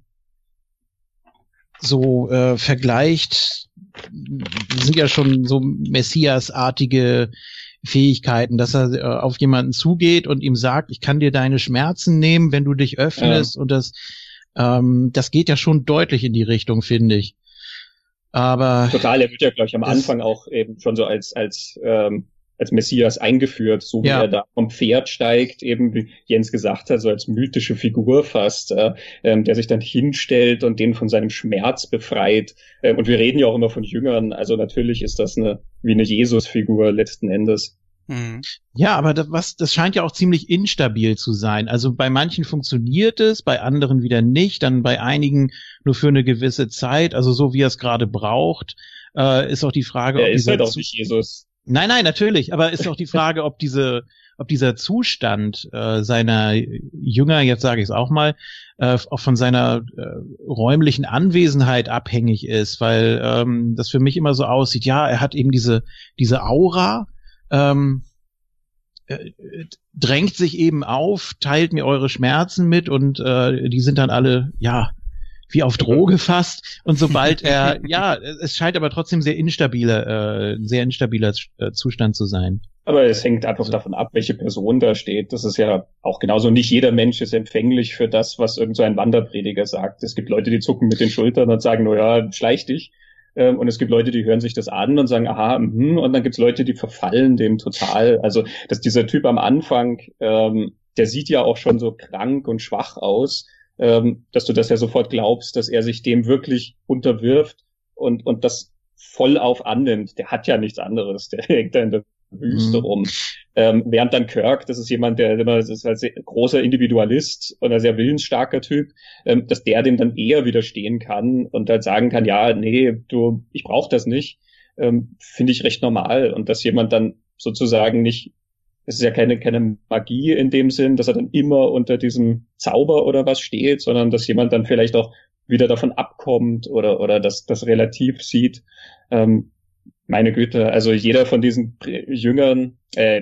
so vergleicht, sind ja schon so Messias-artige Fähigkeiten, dass er auf jemanden zugeht und ihm sagt, ich kann dir deine Schmerzen nehmen, wenn du dich öffnest, und das geht ja schon deutlich in die Richtung, finde ich. Aber total, er wird ja, glaube ich, am Anfang auch eben schon so als Messias eingeführt, so wie er da vom Pferd steigt, eben wie Jens gesagt hat, so als mythische Figur fast, der sich dann hinstellt und den von seinem Schmerz befreit. Und wir reden ja auch immer von Jüngern, also natürlich ist das wie eine Jesus-Figur letzten Endes. Ja, aber das scheint ja auch ziemlich instabil zu sein. Also bei manchen funktioniert es, bei anderen wieder nicht, dann bei einigen nur für eine gewisse Zeit, also so wie er es gerade braucht, ist auch die Frage, er ist halt auch nicht Jesus. Nein, natürlich, aber ist auch die Frage, ob dieser Zustand seiner Jünger, jetzt sage ich es auch mal, auch von seiner räumlichen Anwesenheit abhängig ist, weil das für mich immer so aussieht, ja, er hat eben diese Aura, drängt sich eben auf, teilt mir eure Schmerzen mit und die sind dann alle, wie auf Droge fast. Und sobald es scheint aber trotzdem sehr instabiler Zustand zu sein. Aber es hängt einfach davon ab, welche Person da steht. Das ist ja auch genauso, nicht jeder Mensch ist empfänglich für das, was irgend so ein Wanderprediger sagt. Es gibt Leute, die zucken mit den Schultern und sagen, schleich dich. Und es gibt Leute, die hören sich das an und sagen, aha, und dann gibt's Leute, die verfallen dem total. Also, dass dieser Typ am Anfang, der sieht ja auch schon so krank und schwach aus. dass du das ja sofort glaubst, dass er sich dem wirklich unterwirft und das voll auf annimmt. Der hat ja nichts anderes, der hängt da in der Wüste rum. Während dann Kirk, das ist jemand, das ist halt ein großer Individualist und ein sehr willensstarker Typ, dass der dem dann eher widerstehen kann und halt sagen kann, ja, nee, ich brauche das nicht, finde ich recht normal. Und dass jemand dann sozusagen nicht, es ist ja keine Magie in dem Sinn, dass er dann immer unter diesem Zauber oder was steht, sondern dass jemand dann vielleicht auch wieder davon abkommt oder das relativ sieht. Meine Güte, also jeder von diesen Predigern,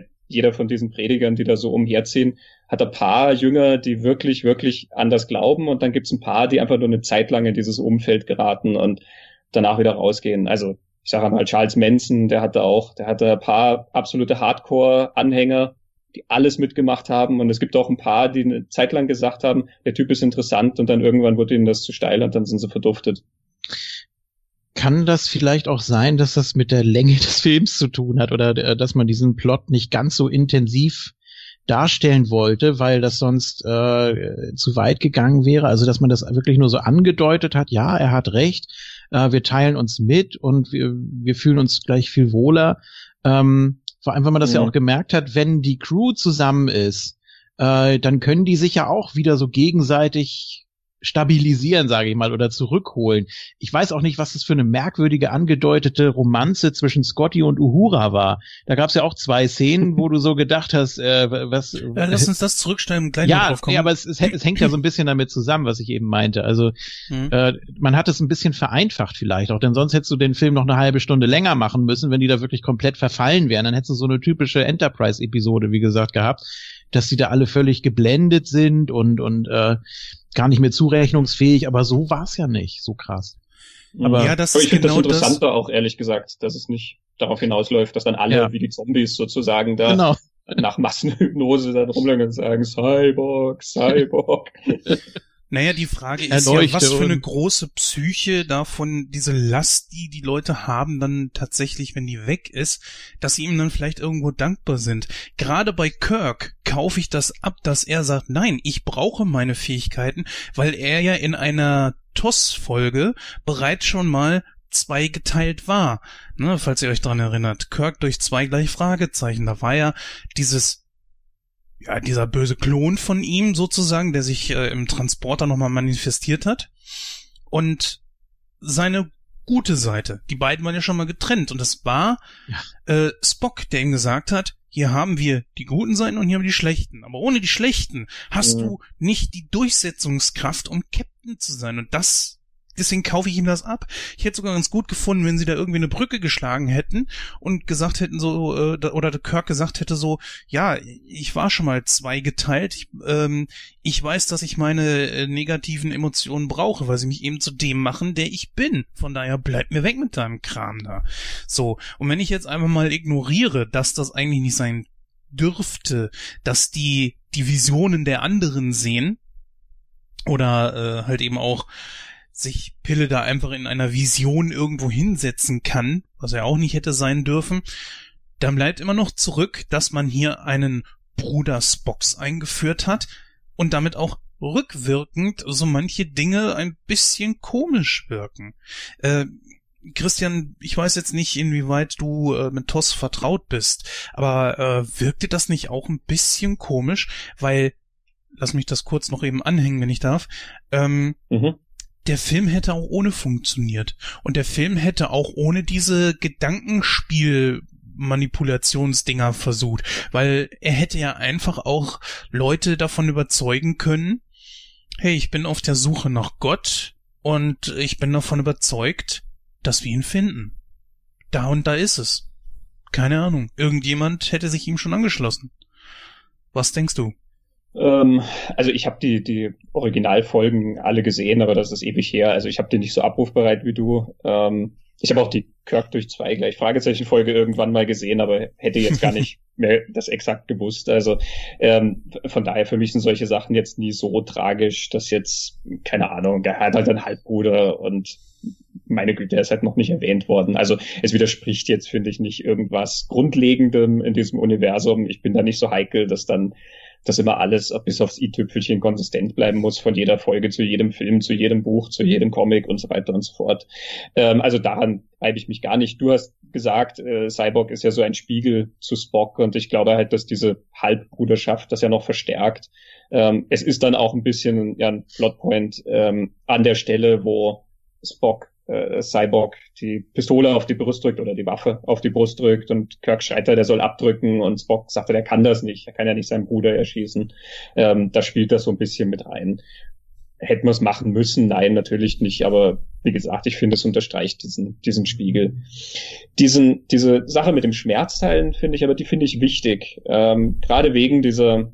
die da so umherziehen, hat ein paar Jünger, die wirklich, wirklich anders glauben, und dann gibt's ein paar, die einfach nur eine Zeit lang in dieses Umfeld geraten und danach wieder rausgehen. Also ich sage mal, Charles Manson, der hatte ein paar absolute Hardcore-Anhänger, die alles mitgemacht haben, und es gibt auch ein paar, die eine Zeit lang gesagt haben, der Typ ist interessant, und dann irgendwann wurde ihnen das zu steil und dann sind sie verduftet. Kann das vielleicht auch sein, dass das mit der Länge des Films zu tun hat oder dass man diesen Plot nicht ganz so intensiv darstellen wollte, weil das sonst zu weit gegangen wäre? Also dass man das wirklich nur so angedeutet hat, ja, er hat recht, wir teilen uns mit und wir fühlen uns gleich viel wohler. Vor allem, weil man das ja auch gemerkt hat, wenn die Crew zusammen ist, dann können die sich ja auch wieder so gegenseitig stabilisieren, sage ich mal, oder zurückholen. Ich weiß auch nicht, was das für eine merkwürdige angedeutete Romanze zwischen Scotty und Uhura war. Da gab es ja auch 2 Szenen, wo du so gedacht hast, was... Ja, lass uns das zurückstellen, gleich ja, drauf kommen. Ja, aber es hängt ja so ein bisschen damit zusammen, was ich eben meinte. Also man hat es ein bisschen vereinfacht vielleicht auch, denn sonst hättest du den Film noch eine halbe Stunde länger machen müssen, wenn die da wirklich komplett verfallen wären. Dann hättest du so eine typische Enterprise-Episode, wie gesagt, gehabt, dass die da alle völlig geblendet sind und gar nicht mehr zurechnungsfähig, aber so war's ja nicht, so krass. Aber ja, das ich ist finde genau das interessanter auch, ehrlich gesagt, dass es nicht darauf hinausläuft, dass dann alle wie die Zombies sozusagen da nach Massenhypnose dann rumlaufen und sagen, Cyborg. Naja, die Frage ist ja, was für eine große Psyche davon, diese Last, die Leute haben, dann tatsächlich, wenn die weg ist, dass sie ihm dann vielleicht irgendwo dankbar sind. Gerade bei Kirk kaufe ich das ab, dass er sagt, nein, ich brauche meine Fähigkeiten, weil er ja in einer TOS-Folge bereits schon mal 2 geteilt war. Ne, falls ihr euch daran erinnert. Kirk durch 2 gleich Fragezeichen. Da war ja dieser böse Klon von ihm sozusagen, der sich im Transporter nochmal manifestiert hat. Und seine gute Seite. Die beiden waren ja schon mal getrennt. Und das war Spock, der ihm gesagt hat, hier haben wir die guten Seiten und hier haben wir die schlechten. Aber ohne die schlechten hast du nicht die Durchsetzungskraft, um Captain zu sein. Und deswegen kaufe ich ihm das ab. Ich hätte sogar ganz gut gefunden, wenn sie da irgendwie eine Brücke geschlagen hätten und gesagt hätten so, oder der Kirk gesagt hätte so, ja, ich war schon mal 2 geteilt. Ich weiß, dass ich meine negativen Emotionen brauche, weil sie mich eben zu dem machen, der ich bin. Von daher bleib mir weg mit deinem Kram da. So, und wenn ich jetzt einfach mal ignoriere, dass das eigentlich nicht sein dürfte, dass die Visionen der anderen sehen oder halt eben auch sich Pille da einfach in einer Vision irgendwo hinsetzen kann, was er auch nicht hätte sein dürfen, dann bleibt immer noch zurück, dass man hier einen Bruder Spocks eingeführt hat und damit auch rückwirkend so manche Dinge ein bisschen komisch wirken. Christian, ich weiß jetzt nicht, inwieweit du mit TOS vertraut bist, aber wirkte das nicht auch ein bisschen komisch, weil, lass mich das kurz noch eben anhängen, wenn ich darf, der Film hätte auch ohne funktioniert. Und der Film hätte auch ohne diese Gedankenspiel-Manipulationsdinger versucht. Weil er hätte ja einfach auch Leute davon überzeugen können, hey, ich bin auf der Suche nach Gott und ich bin davon überzeugt, dass wir ihn finden. Da und da ist es. Keine Ahnung. Irgendjemand hätte sich ihm schon angeschlossen. Was denkst du? Also ich habe die Originalfolgen alle gesehen, aber das ist ewig her. Also ich habe die nicht so abrufbereit wie du. Ich habe auch die Kirk durch 2 gleich Fragezeichen-Folge irgendwann mal gesehen, aber hätte jetzt gar nicht mehr das exakt gewusst. Also von daher für mich sind solche Sachen jetzt nie so tragisch, dass jetzt, keine Ahnung, er hat halt einen Halbbruder und meine Güte, er ist halt noch nicht erwähnt worden. Also es widerspricht jetzt, finde ich, nicht irgendwas Grundlegendem in diesem Universum. Ich bin da nicht so heikel, dass dann dass immer alles bis aufs i-Tüpfelchen konsistent bleiben muss, von jeder Folge zu jedem Film, zu jedem Buch, zu jedem Comic und so weiter und so fort. Also daran reibe ich mich gar nicht. Du hast gesagt, Cyborg ist ja so ein Spiegel zu Spock und ich glaube halt, dass diese Halbbruderschaft das ja noch verstärkt. Es ist dann auch ein bisschen ein Plotpoint an der Stelle, wo Spock Cyborg die Pistole auf die Brust drückt oder die Waffe auf die Brust drückt und Kirk schreit, der soll abdrücken und Spock sagt, er kann das nicht, er kann ja nicht seinen Bruder erschießen. Da spielt das so ein bisschen mit rein. Hätten wir es machen müssen? Nein, natürlich nicht, aber wie gesagt, ich finde, es unterstreicht diesen Spiegel. Diese Sache mit dem Schmerzteilen finde ich, aber die finde ich wichtig. Gerade wegen dieser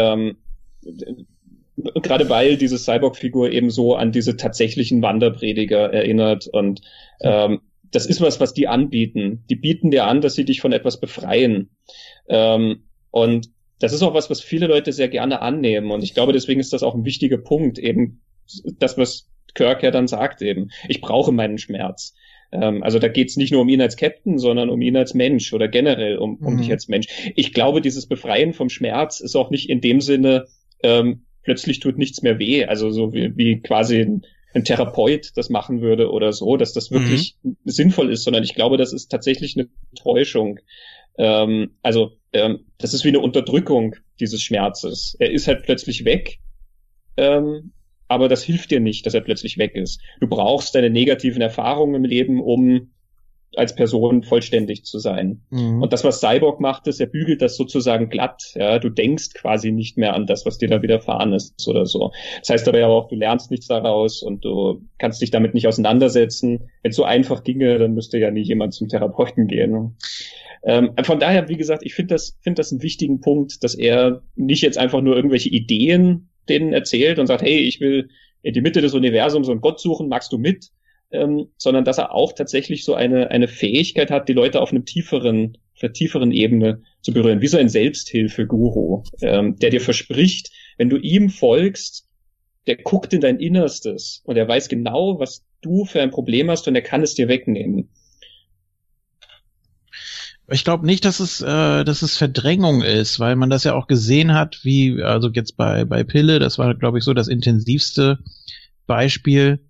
gerade weil diese Cyborg-Figur eben so an diese tatsächlichen Wanderprediger erinnert und das ist was die anbieten. Die bieten dir an, dass sie dich von etwas befreien. Und das ist auch was viele Leute sehr gerne annehmen. Und ich glaube, deswegen ist das auch ein wichtiger Punkt, eben das, was Kirk ja dann sagt eben. Ich brauche meinen Schmerz. Also da geht's nicht nur um ihn als Captain, sondern um ihn als Mensch oder generell um dich als Mensch. Ich glaube, dieses Befreien vom Schmerz ist auch nicht in dem Sinne, plötzlich tut nichts mehr weh, also so wie quasi ein Therapeut das machen würde oder so, dass das wirklich sinnvoll ist, sondern ich glaube, das ist tatsächlich eine Täuschung. Das ist wie eine Unterdrückung dieses Schmerzes. Er ist halt plötzlich weg, aber das hilft dir nicht, dass er plötzlich weg ist. Du brauchst deine negativen Erfahrungen im Leben, um als Person vollständig zu sein. Und das, was Cyborg macht, ist, er bügelt das sozusagen glatt. Ja, du denkst quasi nicht mehr an das, was dir da widerfahren ist oder so. Das heißt aber ja auch, du lernst nichts daraus und du kannst dich damit nicht auseinandersetzen. Wenn es so einfach ginge, dann müsste ja nie jemand zum Therapeuten gehen. Von daher, wie gesagt, ich finde das einen wichtigen Punkt, dass er nicht jetzt einfach nur irgendwelche Ideen denen erzählt und sagt, hey, ich will in die Mitte des Universums so einen Gott suchen, magst du mit? Sondern dass er auch tatsächlich so eine Fähigkeit hat, die Leute auf einer tieferen Ebene zu berühren, wie so ein Selbsthilfeguru, der dir verspricht, wenn du ihm folgst, der guckt in dein Innerstes und er weiß genau, was du für ein Problem hast und er kann es dir wegnehmen. Ich glaube nicht, dass es Verdrängung ist, weil man das ja auch gesehen hat, wie, also jetzt bei Pille, das war, glaube ich, so das intensivste Beispiel.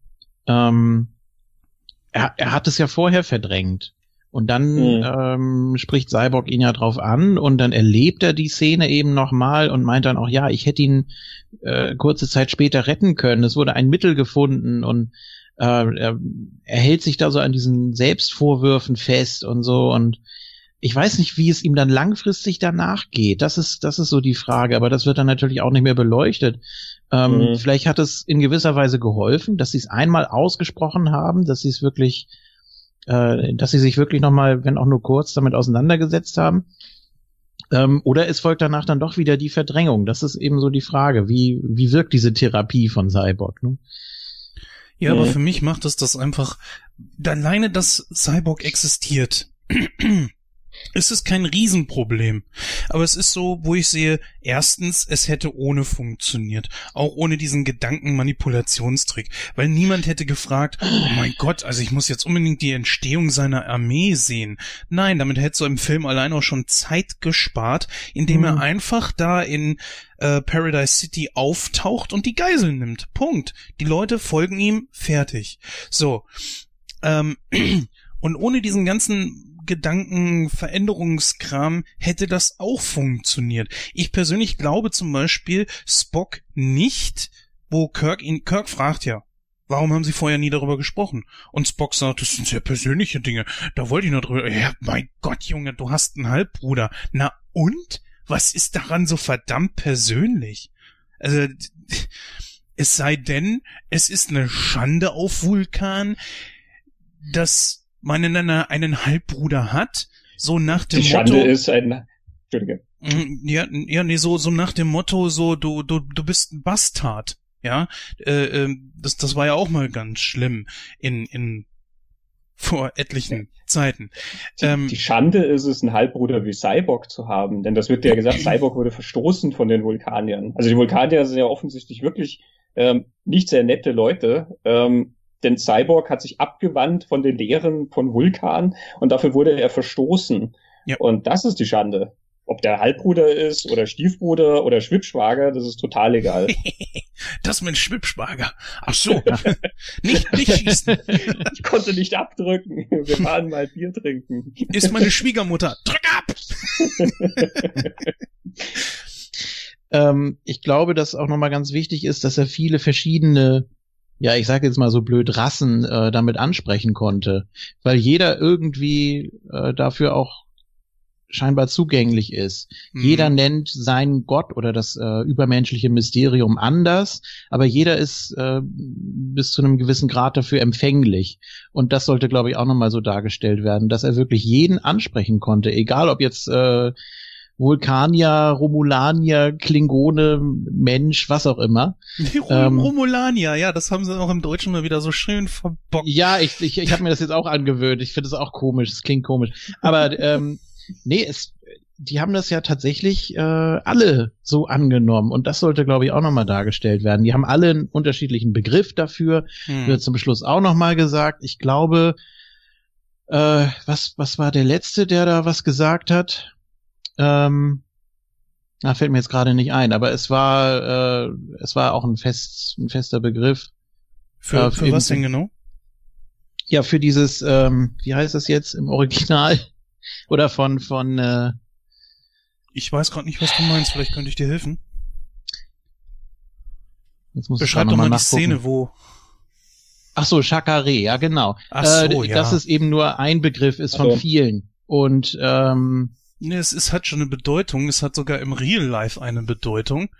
Er hat es ja vorher verdrängt. Und dann spricht Cyborg ihn ja drauf an und dann erlebt er die Szene eben nochmal und meint dann auch, ja, ich hätte ihn kurze Zeit später retten können. Es wurde ein Mittel gefunden und er hält sich da so an diesen Selbstvorwürfen fest und so und ich weiß nicht, wie es ihm dann langfristig danach geht. Das ist so die Frage, aber das wird dann natürlich auch nicht mehr beleuchtet. Vielleicht hat es in gewisser Weise geholfen, dass sie es einmal ausgesprochen haben, dass sie es wirklich, dass sie sich wirklich nochmal, wenn auch nur kurz, damit auseinandergesetzt haben. Oder es folgt danach dann doch wieder die Verdrängung. Das ist eben so die Frage. Wie wirkt diese Therapie von Cyborg, ne? Ja, aber für mich macht es das einfach, alleine, dass Cyborg existiert. Es ist kein Riesenproblem, aber es ist so, wo ich sehe, erstens, es hätte ohne funktioniert, auch ohne diesen Gedankenmanipulationstrick, weil niemand hätte gefragt, oh mein Gott, also ich muss jetzt unbedingt die Entstehung seiner Armee sehen. Nein, damit hätte so im Film allein auch schon Zeit gespart, indem er einfach da in Paradise City auftaucht und die Geiseln nimmt. Punkt. Die Leute folgen ihm, fertig. So. Und ohne diesen ganzen Gedankenveränderungskram hätte das auch funktioniert. Ich persönlich glaube zum Beispiel Spock nicht, wo Kirk fragt ja, warum haben Sie vorher nie darüber gesprochen? Und Spock sagt, das sind sehr persönliche Dinge, da wollte ich noch drüber. Ja, mein Gott, Junge, du hast einen Halbbruder. Na und? Was ist daran so verdammt persönlich? Also, es sei denn, es ist eine Schande auf Vulkan, dass man einen Halbbruder hat, so nach dem Motto. Die Schande ist Entschuldige. Ja, nee, so nach dem Motto, so, du bist ein Bastard, ja. Das war ja auch mal ganz schlimm vor etlichen Zeiten. Die Schande ist es, einen Halbbruder wie Cyborg zu haben, denn das wird ja gesagt, Cyborg wurde verstoßen von den Vulkaniern. Also die Vulkanier sind ja offensichtlich wirklich nicht sehr nette Leute, denn Cyborg hat sich abgewandt von den Lehren von Vulkan und dafür wurde er verstoßen. Ja. Und das ist die Schande. Ob der Halbbruder ist oder Stiefbruder oder Schwippschwager, das ist total egal. Das ist mein Schwippschwager. Ach so. nicht schießen. Ich konnte nicht abdrücken. Wir waren mal Bier trinken. Ist meine Schwiegermutter. Drück ab! Ich glaube, dass auch nochmal ganz wichtig ist, dass er viele verschiedene, ja, ich sage jetzt mal so blöd, Rassen damit ansprechen konnte. Weil jeder irgendwie dafür auch scheinbar zugänglich ist. Jeder nennt seinen Gott oder das übermenschliche Mysterium anders, aber jeder ist bis zu einem gewissen Grad dafür empfänglich. Und das sollte, glaube ich, auch nochmal so dargestellt werden, dass er wirklich jeden ansprechen konnte, egal ob jetzt Vulkanier, Romulanier, Klingone, Mensch, was auch immer. Romulanier, ja, das haben sie auch im Deutschen mal wieder so schön verbockt. Ja, ich habe mir das jetzt auch angewöhnt. Ich finde es auch komisch, es klingt komisch. Aber nee, die haben das ja tatsächlich alle so angenommen und das sollte, glaube ich, auch nochmal dargestellt werden. Die haben alle einen unterschiedlichen Begriff dafür, wird zum Schluss auch nochmal gesagt. Ich glaube, was war der Letzte, der da was gesagt hat? Fällt mir jetzt gerade nicht ein, aber es war auch ein fester Begriff. Für was denn genau? Ja, für dieses, wie heißt das jetzt im Original? Oder von ich weiß gerade nicht, was du meinst, vielleicht könnte ich dir helfen. Jetzt muss Beschreib doch mal die Szene, wo... Ach so, Chakare, ja genau. Ach so, ja. Dass es eben nur ein Begriff ist von vielen. Und nee, es hat schon eine Bedeutung, es hat sogar im Real Life eine Bedeutung.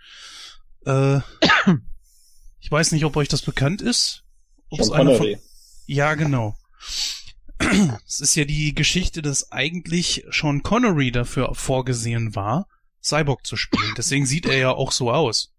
Ich weiß nicht, ob euch das bekannt ist. Sean Connery. Ja, genau. Es ist ja die Geschichte, dass eigentlich Sean Connery dafür vorgesehen war, Cyborg zu spielen. Deswegen sieht er ja auch so aus.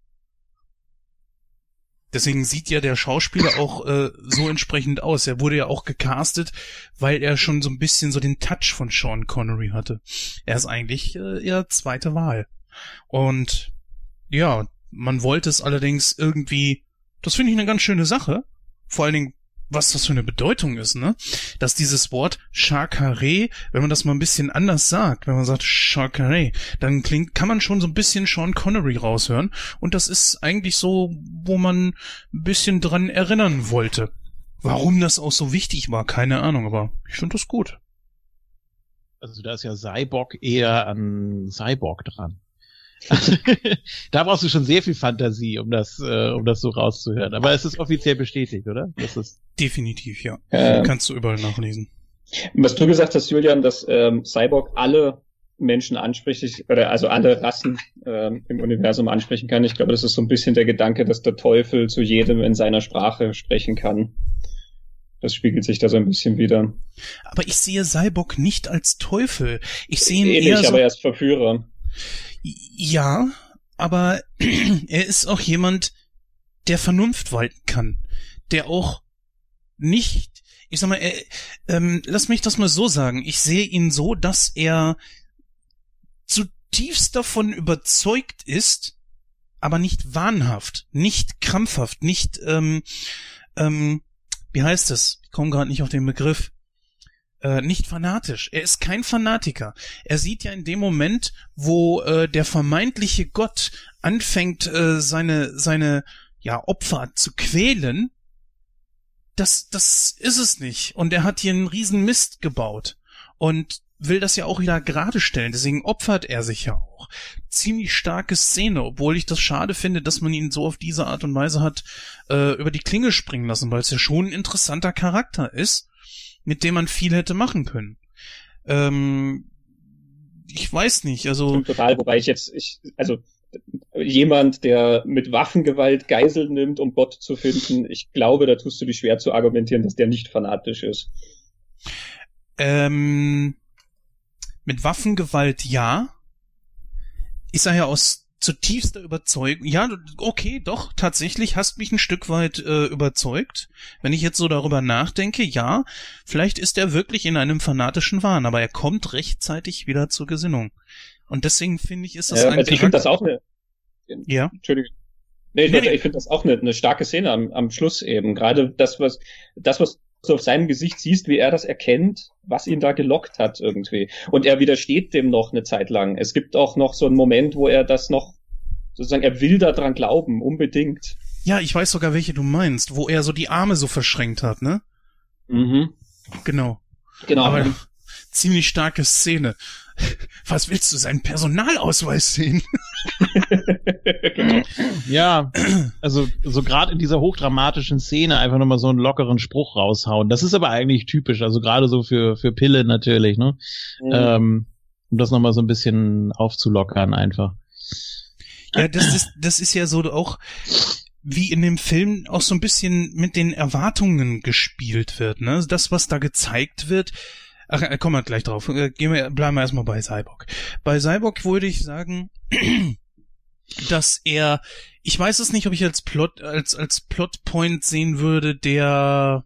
Deswegen sieht ja der Schauspieler auch so entsprechend aus. Er wurde ja auch gecastet, weil er schon so ein bisschen so den Touch von Sean Connery hatte. Er ist eigentlich eher zweite Wahl. Und ja, man wollte es allerdings irgendwie, das finde ich eine ganz schöne Sache. Vor allen Dingen, was das für eine Bedeutung ist, ne? Dass dieses Wort Chakare, wenn man das mal ein bisschen anders sagt, wenn man sagt Chakare, dann kann man schon so ein bisschen Sean Connery raushören. Und das ist eigentlich so, wo man ein bisschen dran erinnern wollte. Warum das auch so wichtig war, keine Ahnung, aber ich finde das gut. Also da ist ja Cyborg eher an Cyborg dran. Da brauchst du schon sehr viel Fantasie, um das so rauszuhören. Aber es ist offiziell bestätigt, oder? Das ist definitiv, ja. Kannst du überall nachlesen. Was du gesagt hast, Julian, dass Cyborg alle Menschen anspricht, oder also alle Rassen im Universum ansprechen kann. Ich glaube, das ist so ein bisschen der Gedanke, dass der Teufel zu jedem in seiner Sprache sprechen kann. Das spiegelt sich da so ein bisschen wider. Aber ich sehe Cyborg nicht als Teufel. Ich sehe ihn ähnlich, eher so, aber er ist Verführer. Ja, aber er ist auch jemand, der Vernunft walten kann, der auch nicht, ich sag mal, lass mich das mal so sagen, ich sehe ihn so, dass er zutiefst davon überzeugt ist, aber nicht wahnhaft, nicht krampfhaft, nicht, wie heißt das? Ich komme gerade nicht auf den Begriff. Nicht fanatisch. Er ist kein Fanatiker. Er sieht ja in dem Moment, wo der vermeintliche Gott anfängt, seine Opfer zu quälen, das ist es nicht. Und er hat hier einen riesen Mist gebaut und will das ja auch wieder gerade stellen. Deswegen opfert er sich ja auch. Ziemlich starke Szene, obwohl ich das schade finde, dass man ihn so auf diese Art und Weise hat über die Klinge springen lassen, weil es ja schon ein interessanter Charakter ist, mit dem man viel hätte machen können. Ich weiß nicht, also... Total, wobei also jemand, der mit Waffengewalt Geiseln nimmt, um Gott zu finden, ich glaube, da tust du dich schwer zu argumentieren, dass der nicht fanatisch ist. Mit Waffengewalt ja. Ich sage ja aus zutiefster Überzeugung, ja, okay, doch, tatsächlich hast mich ein Stück weit überzeugt. Wenn ich jetzt so darüber nachdenke, ja, vielleicht ist er wirklich in einem fanatischen Wahn, aber er kommt rechtzeitig wieder zur Gesinnung. Und deswegen finde ich, ist das ein also ich finde das auch ja. Entschuldigung. Ich finde das auch eine starke Szene am Schluss eben. Gerade das, was du auf seinem Gesicht siehst, wie er das erkennt, was ihn da gelockt hat irgendwie. Und er widersteht dem noch eine Zeit lang. Es gibt auch noch so einen Moment, wo er das noch, sozusagen, er will da dran glauben, unbedingt. Ja, ich weiß sogar, welche du meinst, wo er so die Arme so verschränkt hat, ne? Mhm. Genau. Aber ziemlich starke Szene. Was willst du, seinen Personalausweis sehen? Ja, also so gerade in dieser hochdramatischen Szene einfach nochmal so einen lockeren Spruch raushauen. Das ist aber eigentlich typisch, also gerade so für Pille natürlich, ne? Um das nochmal so ein bisschen aufzulockern einfach. Ja, das ist ja so auch, wie in dem Film auch so ein bisschen mit den Erwartungen gespielt wird, ne? Das, was da gezeigt wird. Ach, kommen wir gleich drauf. Bleiben wir erstmal bei Cyborg. Bei Cyborg würde ich sagen, dass er, ich weiß es nicht, ob ich als Plotpoint sehen würde, der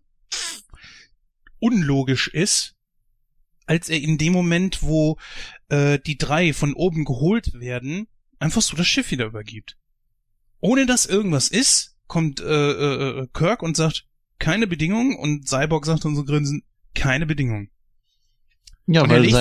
unlogisch ist, als er in dem Moment, wo die 3 von oben geholt werden, einfach so das Schiff wieder übergibt. Ohne dass irgendwas ist, kommt Kirk und sagt, keine Bedingung, und Cyborg sagt dann so grinsend, keine Bedingung. Ja, und weil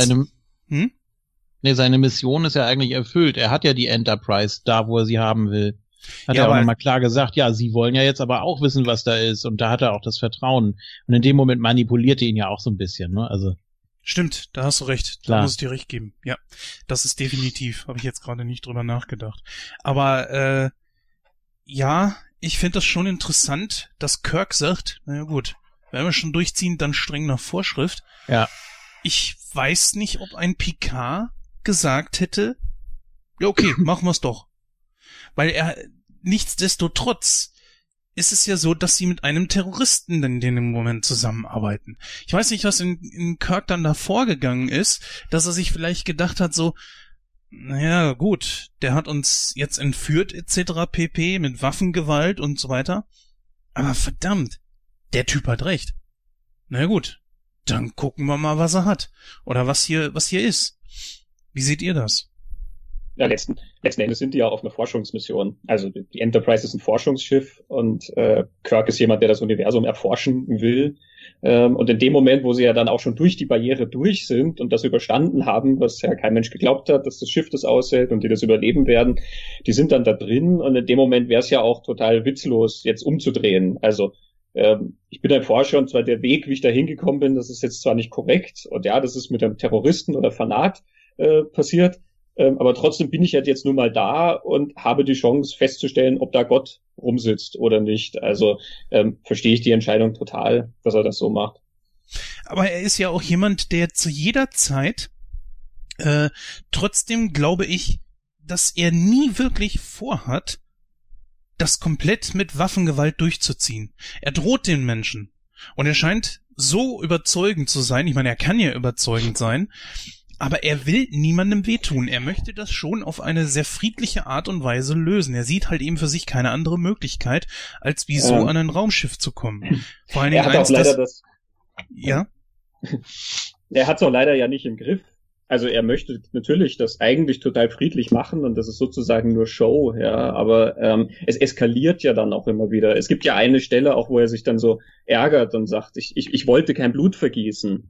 seine Mission ist ja eigentlich erfüllt. Er hat ja die Enterprise da, wo er sie haben will. Hat er auch nochmal klar gesagt, ja, sie wollen ja jetzt aber auch wissen, was da ist, und da hat er auch das Vertrauen. Und in dem Moment manipuliert er ihn ja auch so ein bisschen, ne? Also. Stimmt, da hast du recht. Klar. Da muss ich dir recht geben. Ja, das ist definitiv. Habe ich jetzt gerade nicht drüber nachgedacht. Aber ja, ich finde das schon interessant, dass Kirk sagt, naja gut, wenn wir schon durchziehen, dann streng nach Vorschrift. Ja. Ich weiß nicht, ob ein Picard gesagt hätte, ja okay, machen wir's doch. Weil nichtsdestotrotz ist es ja so, dass sie mit einem Terroristen in dem Moment zusammenarbeiten. Ich weiß nicht, was in Kirk dann da vorgegangen ist, dass er sich vielleicht gedacht hat, so, naja, gut, der hat uns jetzt entführt etc. pp. Mit Waffengewalt und so weiter. Aber verdammt, der Typ hat recht. Na gut, dann gucken wir mal, was er hat. Oder was hier ist. Wie seht ihr das? Ja, letzten Endes sind die ja auf einer Forschungsmission. Also die Enterprise ist ein Forschungsschiff und Kirk ist jemand, der das Universum erforschen will. Und in dem Moment, wo sie ja dann auch schon durch die Barriere durch sind und das überstanden haben, was ja kein Mensch geglaubt hat, dass das Schiff das aushält und die das überleben werden, die sind dann da drin, und in dem Moment wäre es ja auch total witzlos, jetzt umzudrehen. Also ich bin ein Forscher, und zwar der Weg, wie ich da hingekommen bin, das ist jetzt zwar nicht korrekt, und ja, das ist mit einem Terroristen oder Fanat passiert, aber trotzdem bin ich halt jetzt nur mal da und habe die Chance festzustellen, ob da Gott rumsitzt oder nicht. Also verstehe ich die Entscheidung total, dass er das so macht. Aber er ist ja auch jemand, der zu jeder Zeit trotzdem, glaube ich, dass er nie wirklich vorhat, das komplett mit Waffengewalt durchzuziehen. Er droht den Menschen. Und er scheint so überzeugend zu sein. Ich meine, er kann ja überzeugend sein. Aber er will niemandem wehtun. Er möchte das schon auf eine sehr friedliche Art und Weise lösen. Er sieht halt eben für sich keine andere Möglichkeit, als wie so an ein Raumschiff zu kommen. Vor allen Dingen er hat auch leider Ja? Er hat es auch leider ja nicht im Griff. Also er möchte natürlich das eigentlich total friedlich machen, und das ist sozusagen nur Show, ja, aber es eskaliert ja dann auch immer wieder. Es gibt ja eine Stelle auch, wo er sich dann so ärgert und sagt, ich wollte kein Blut vergießen.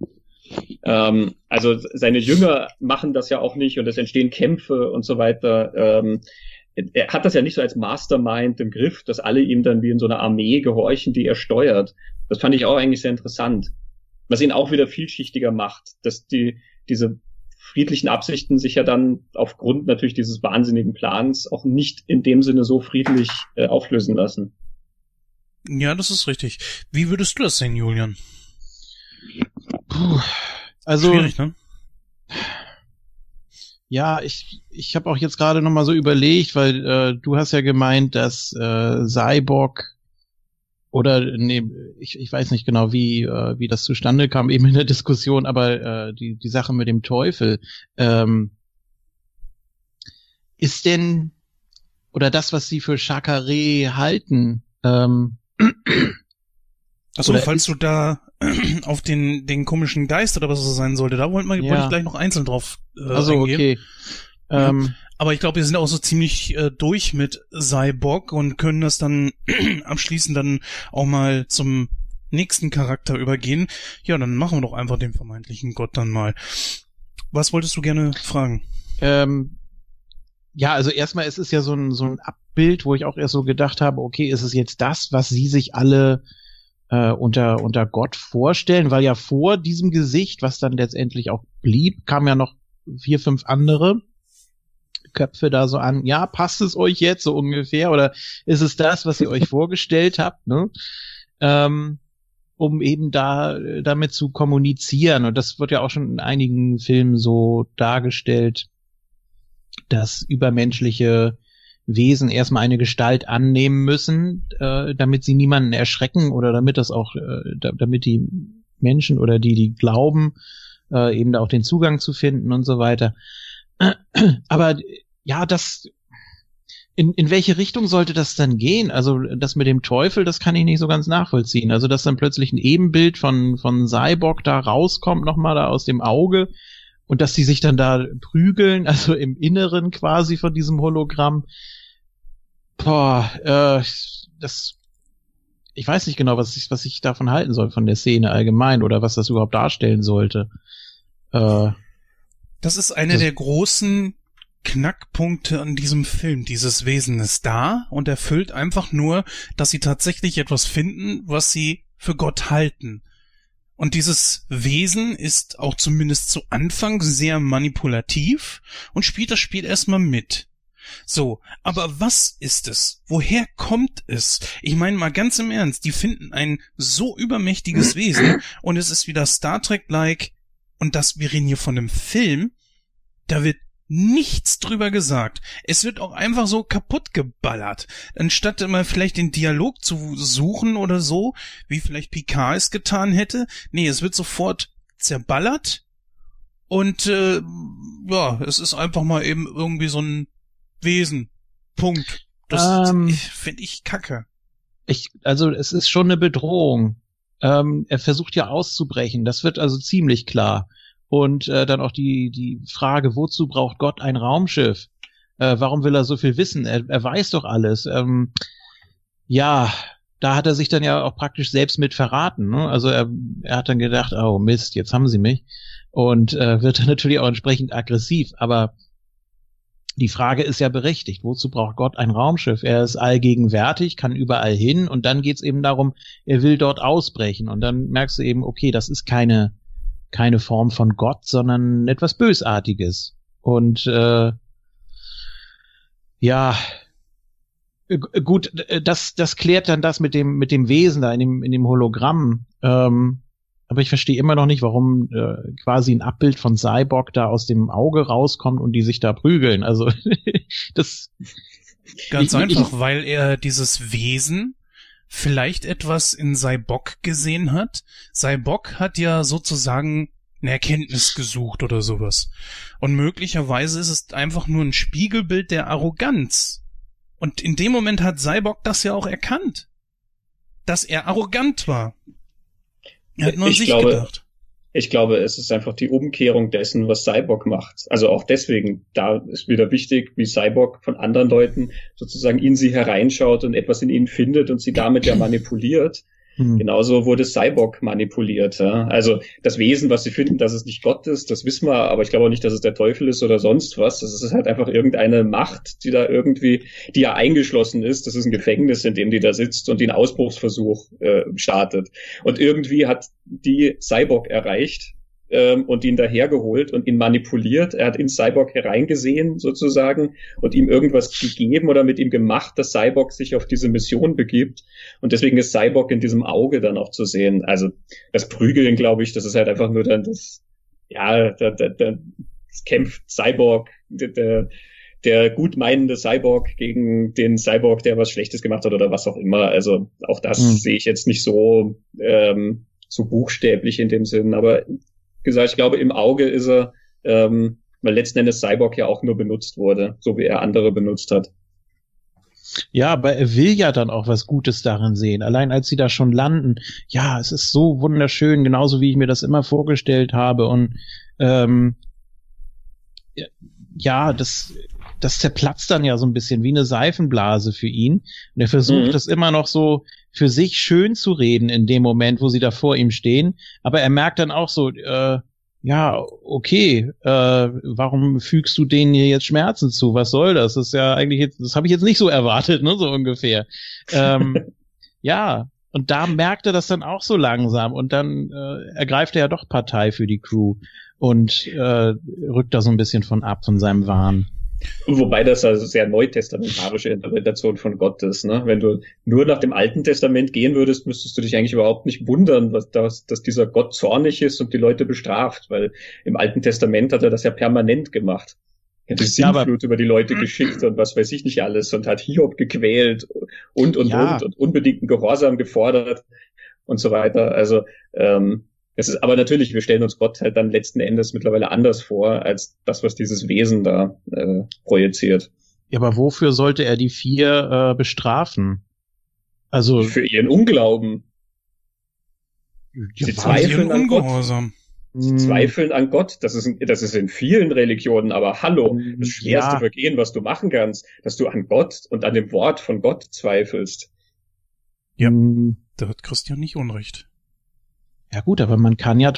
Also seine Jünger machen das ja auch nicht, und es entstehen Kämpfe und so weiter. Er hat das ja nicht so als Mastermind im Griff, dass alle ihm dann wie in so einer Armee gehorchen, die er steuert. Das fand ich auch eigentlich sehr interessant. Was ihn auch wieder vielschichtiger macht, dass diese friedlichen Absichten sich ja dann aufgrund natürlich dieses wahnsinnigen Plans auch nicht in dem Sinne so friedlich auflösen lassen. Ja, das ist richtig. Wie würdest du das sehen, Julian? Puh, also schwierig, ne? Ja, ich habe auch jetzt gerade noch mal so überlegt, weil du hast ja gemeint, dass Cyborg oder nee, ich weiß nicht genau, wie das zustande kam eben in der Diskussion, aber die Sache mit dem Teufel ist denn, oder das, was sie für Chakare halten, Achso, falls du da auf den komischen Geist oder was es sein sollte, da wollte ich gleich noch einzeln drauf eingehen. Okay. Aber ich glaube, wir sind auch so ziemlich durch mit Cyborg und können das dann abschließend dann auch mal zum nächsten Charakter übergehen. Ja, dann machen wir doch einfach den vermeintlichen Gott dann mal. Was wolltest du gerne fragen? Ja, also erstmal, es ist ja so ein Abbild, wo ich auch erst so gedacht habe, okay, ist es jetzt das, was sie sich alle unter Gott vorstellen? Weil ja vor diesem Gesicht, was dann letztendlich auch blieb, kamen ja noch 4, 5 andere Köpfe da so an. Ja, passt es euch jetzt so ungefähr? Oder ist es das, was ihr euch vorgestellt habt, ne? Um eben damit zu kommunizieren. Und das wird ja auch schon in einigen Filmen so dargestellt, dass übermenschliche Wesen erstmal eine Gestalt annehmen müssen, damit sie niemanden erschrecken oder damit das auch, damit die Menschen oder die glauben, eben da auch den Zugang zu finden und so weiter. Aber ja, in welche Richtung sollte das dann gehen? Also das mit dem Teufel, das kann ich nicht so ganz nachvollziehen. Also dass dann plötzlich ein Ebenbild von Cyborg da rauskommt, nochmal da aus dem Auge, und dass die sich dann da prügeln, also im Inneren quasi von diesem Hologramm. Ich weiß nicht genau, was ich davon halten soll, von der Szene allgemein, oder was das überhaupt darstellen sollte. Das ist einer der großen Knackpunkte an diesem Film. Dieses Wesen ist da und erfüllt einfach nur, dass sie tatsächlich etwas finden, was sie für Gott halten. Und dieses Wesen ist auch zumindest zu Anfang sehr manipulativ und spielt das Spiel erstmal mit. So, aber was ist es? Woher kommt es? Ich meine mal ganz im Ernst, die finden ein so übermächtiges Wesen und es ist wieder Star Trek-like, und das, wir reden hier von einem Film, da wird nichts drüber gesagt. Es wird auch einfach so kaputt geballert. Anstatt immer vielleicht den Dialog zu suchen oder so, wie vielleicht Picard es getan hätte. Nee, es wird sofort zerballert und ja, es ist einfach mal eben irgendwie so ein Wesen. Punkt. Das finde ich kacke. Also es ist schon eine Bedrohung. Er versucht ja auszubrechen. Das wird also ziemlich klar. Und dann auch die Frage, wozu braucht Gott ein Raumschiff? Warum will er so viel wissen? Er weiß doch alles. Ja, da hat er sich dann ja auch praktisch selbst mit verraten. Ne? Also er hat dann gedacht, oh Mist, jetzt haben sie mich. Und wird dann natürlich auch entsprechend aggressiv. Aber die Frage ist ja berechtigt. Wozu braucht Gott ein Raumschiff? Er ist allgegenwärtig, kann überall hin. Und dann geht's eben darum, er will dort ausbrechen. Und dann merkst du eben, okay, das ist keine Form von Gott, sondern etwas Bösartiges. Und ja, gut, das klärt dann das mit dem Wesen da in dem Hologramm. Aber ich verstehe immer noch nicht, warum quasi ein Abbild von Cyborg da aus dem Auge rauskommt und die sich da prügeln. Also das ganz einfach, weil er dieses Wesen vielleicht etwas in Cyborg gesehen hat. Cyborg hat ja sozusagen eine Erkenntnis gesucht oder sowas. Und möglicherweise ist es einfach nur ein Spiegelbild der Arroganz. Und in dem Moment hat Cyborg das ja auch erkannt, dass er arrogant war. Er hat nur an sich gedacht. Ich glaube, es ist einfach die Umkehrung dessen, was Cyborg macht. Also auch deswegen, da ist wieder wichtig, wie Cyborg von anderen Leuten sozusagen in sie hereinschaut und etwas in ihnen findet und sie damit ja manipuliert. Genauso wurde Cyborg manipuliert. Ja? Also das Wesen, was sie finden, dass es nicht Gott ist, das wissen wir, aber ich glaube auch nicht, dass es der Teufel ist oder sonst was. Das ist halt einfach irgendeine Macht, die da irgendwie, die ja eingeschlossen ist. Das ist ein Gefängnis, in dem die da sitzt und den Ausbruchsversuch startet. Und irgendwie hat die Cyborg erreicht und ihn dahergeholt und ihn manipuliert. Er hat in Cyborg hereingesehen sozusagen und ihm irgendwas gegeben oder mit ihm gemacht, dass Cyborg sich auf diese Mission begibt. Und deswegen ist Cyborg in diesem Auge dann auch zu sehen. Also das Prügeln, glaube ich, das ist halt einfach nur dann das, ja, das kämpft Cyborg, der gutmeinende Cyborg gegen den Cyborg, der was Schlechtes gemacht hat oder was auch immer. Also auch das sehe ich jetzt nicht so buchstäblich in dem Sinn, aber gesagt, ich glaube, im Auge ist er, weil letzten Endes Cyborg ja auch nur benutzt wurde, so wie er andere benutzt hat. Ja, aber er will ja dann auch was Gutes darin sehen. Allein als sie da schon landen, ja, es ist so wunderschön, genauso wie ich mir das immer vorgestellt habe. Und ja, das zerplatzt dann ja so ein bisschen wie eine Seifenblase für ihn. Und er versucht das immer noch so für sich schön zu reden in dem Moment, wo sie da vor ihm stehen. Aber er merkt dann auch so, ja, okay, warum fügst du denen hier jetzt Schmerzen zu? Was soll das? Das ist ja eigentlich jetzt, das habe ich jetzt nicht so erwartet, ne, so ungefähr. Ja, und da merkt er das dann auch so langsam und dann ergreift er ja doch Partei für die Crew und rückt da so ein bisschen von seinem Wahn. Wobei das also sehr neutestamentarische Interpretation von Gott ist, ne? Wenn du nur nach dem Alten Testament gehen würdest, müsstest du dich eigentlich überhaupt nicht wundern, dass dieser Gott zornig ist und die Leute bestraft, weil im Alten Testament hat er das ja permanent gemacht. Er hat die Sintflut über die Leute geschickt und was weiß ich nicht alles und hat Hiob gequält und unbedingten Gehorsam gefordert und so weiter. Also es ist aber natürlich, wir stellen uns Gott halt dann letzten Endes mittlerweile anders vor, als das, was dieses Wesen da projiziert. Ja, aber wofür sollte er die 4 bestrafen? Also für ihren Unglauben. Sie zweifeln an Ungehorsam. Sie zweifeln an Gott. Das ist in vielen Religionen, aber hallo, das schwerste Vergehen, was du machen kannst, dass du an Gott und an dem Wort von Gott zweifelst. Ja, da hat Christian nicht Unrecht. Ja gut, aber man kann ja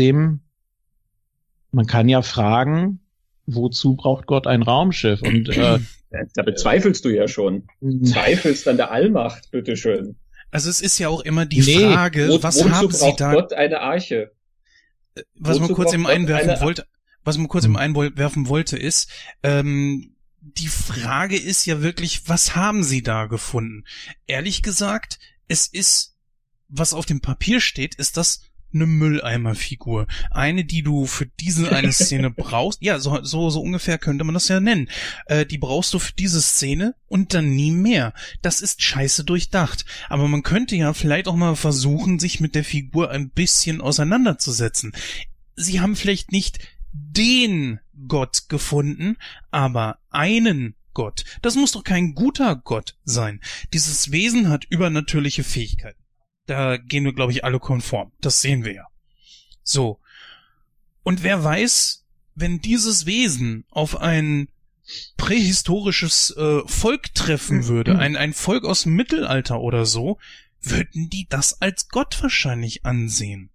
fragen, wozu braucht Gott ein Raumschiff? Und da bezweifelst du ja schon. Zweifelst an der Allmacht, bitteschön. Also es ist ja auch immer die Frage, was haben Sie da? Gott eine Arche? Was man kurz im einwerfen wollte, ist, die Frage ist ja wirklich, was haben Sie da gefunden? Ehrlich gesagt, es ist, was auf dem Papier steht, ist das eine Mülleimerfigur. Eine, die du für diese eine Szene brauchst. Ja, so ungefähr könnte man das ja nennen. Die brauchst du für diese Szene und dann nie mehr. Das ist scheiße durchdacht. Aber man könnte ja vielleicht auch mal versuchen, sich mit der Figur ein bisschen auseinanderzusetzen. Sie haben vielleicht nicht den Gott gefunden, aber einen Gott. Das muss doch kein guter Gott sein. Dieses Wesen hat übernatürliche Fähigkeiten. Da gehen wir, glaube ich, alle konform. Das sehen wir ja. So. Und wer weiß, wenn dieses Wesen auf ein prähistorisches Volk treffen würde, ein Volk aus dem Mittelalter oder so, würden die das als Gott wahrscheinlich ansehen.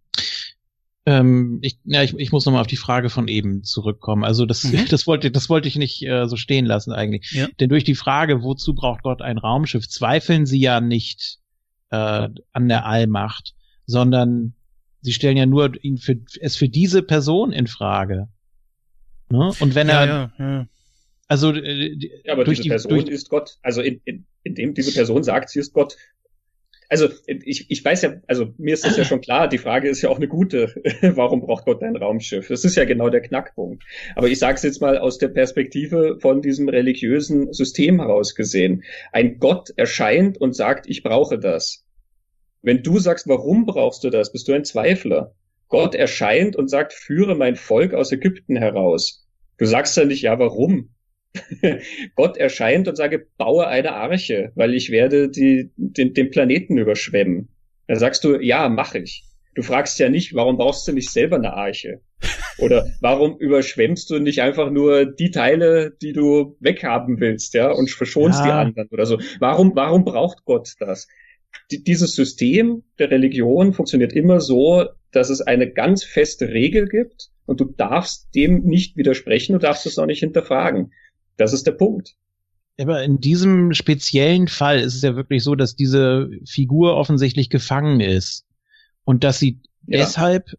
Ich muss nochmal auf die Frage von eben zurückkommen. Also das wollte ich nicht so stehen lassen eigentlich. Ja. Denn durch die Frage, wozu braucht Gott ein Raumschiff, zweifeln sie ja nicht an der Allmacht, sondern sie stellen ja nur es für diese Person in Frage. Ne? Und wenn also aber diese Person ist Gott. Also indem diese Person sagt, sie ist Gott. Also ich weiß ja, also mir ist das ja schon klar, die Frage ist ja auch eine gute. Warum braucht Gott ein Raumschiff? Das ist ja genau der Knackpunkt. Aber ich sage es jetzt mal aus der Perspektive von diesem religiösen System heraus gesehen. Ein Gott erscheint und sagt, ich brauche das. Wenn du sagst, warum brauchst du das, bist du ein Zweifler. Gott erscheint und sagt, führe mein Volk aus Ägypten heraus. Du sagst ja nicht, ja, warum? Gott erscheint und sage, baue eine Arche, weil ich werde den Planeten überschwemmen. Dann sagst du, ja, mach ich. Du fragst ja nicht, warum brauchst du nicht selber eine Arche? Oder warum überschwemmst du nicht einfach nur die Teile, die du weghaben willst, ja, und verschonst die anderen oder so? Warum braucht Gott das? Dieses System der Religion funktioniert immer so, dass es eine ganz feste Regel gibt und du darfst dem nicht widersprechen, du darfst es auch nicht hinterfragen. Das ist der Punkt. Aber in diesem speziellen Fall ist es ja wirklich so, dass diese Figur offensichtlich gefangen ist und dass sie deshalb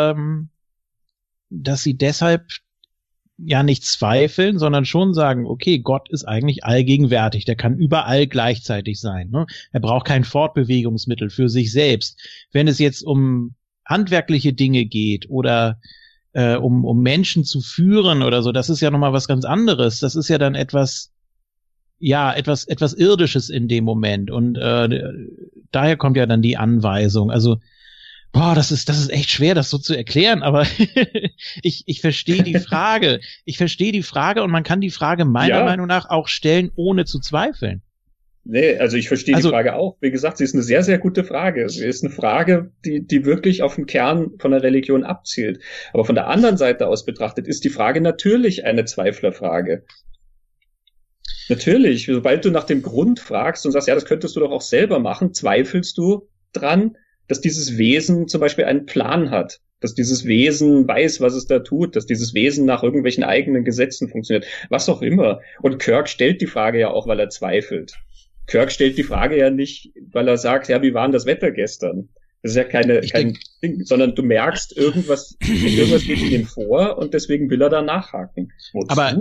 ja nicht zweifeln, sondern schon sagen, okay, Gott ist eigentlich allgegenwärtig, der kann überall gleichzeitig sein. Ne? Er braucht kein Fortbewegungsmittel für sich selbst. Wenn es jetzt um handwerkliche Dinge geht oder um Menschen zu führen oder so, das ist ja nochmal was ganz anderes. Das ist ja dann etwas Irdisches in dem Moment. Und daher kommt ja dann die Anweisung. Also, das ist echt schwer, das so zu erklären, aber ich verstehe die Frage. Ich verstehe die Frage und man kann die Frage meiner Meinung nach auch stellen, ohne zu zweifeln. Nee, also ich verstehe die Frage auch. Wie gesagt, sie ist eine sehr, sehr gute Frage. Sie ist eine Frage, die wirklich auf den Kern von der Religion abzielt. Aber von der anderen Seite aus betrachtet ist die Frage natürlich eine Zweiflerfrage. Natürlich, sobald du nach dem Grund fragst und sagst, ja, das könntest du doch auch selber machen, zweifelst du dran, dass dieses Wesen zum Beispiel einen Plan hat, dass dieses Wesen weiß, was es da tut, dass dieses Wesen nach irgendwelchen eigenen Gesetzen funktioniert, was auch immer. Und Kirk stellt die Frage ja auch, weil er zweifelt. Kirk stellt die Frage ja nicht, weil er sagt, ja, wie war denn das Wetter gestern? Das ist ja kein Ding, sondern du merkst, irgendwas geht ihm vor und deswegen will er da nachhaken. Aber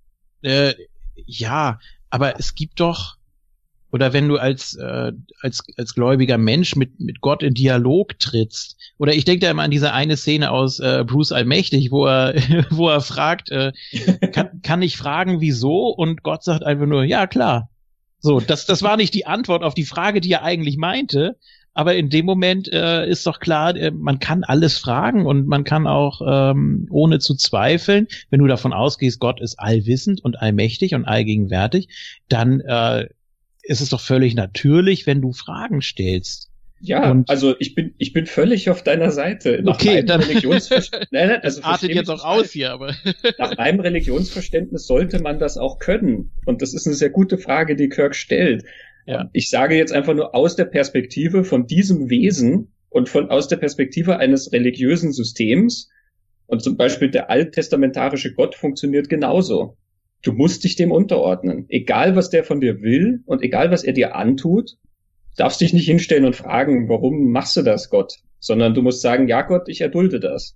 ja, aber es gibt doch, oder wenn du als gläubiger Mensch mit Gott in Dialog trittst, oder ich denke da immer an diese eine Szene aus Bruce Allmächtig, wo er fragt, kann ich fragen, wieso? Und Gott sagt einfach nur, ja, klar. So, das war nicht die Antwort auf die Frage, die er eigentlich meinte, aber in dem Moment ist doch klar, man kann alles fragen und man kann auch, ohne zu zweifeln, wenn du davon ausgehst, Gott ist allwissend und allmächtig und allgegenwärtig, dann ist es doch völlig natürlich, wenn du Fragen stellst. Ja, und also ich bin völlig auf deiner Seite. Okay, dann also artet jetzt auch aus hier, aber nach meinem Religionsverständnis sollte man das auch können. Und das ist eine sehr gute Frage, die Kirk stellt. Ja. Ich sage jetzt einfach nur aus der Perspektive von diesem Wesen und aus der Perspektive eines religiösen Systems. Und zum Beispiel der alttestamentarische Gott funktioniert genauso. Du musst dich dem unterordnen. Egal, was der von dir will und egal, was er dir antut, darfst dich nicht hinstellen und fragen, warum machst du das, Gott? Sondern du musst sagen, ja Gott, ich erdulde das.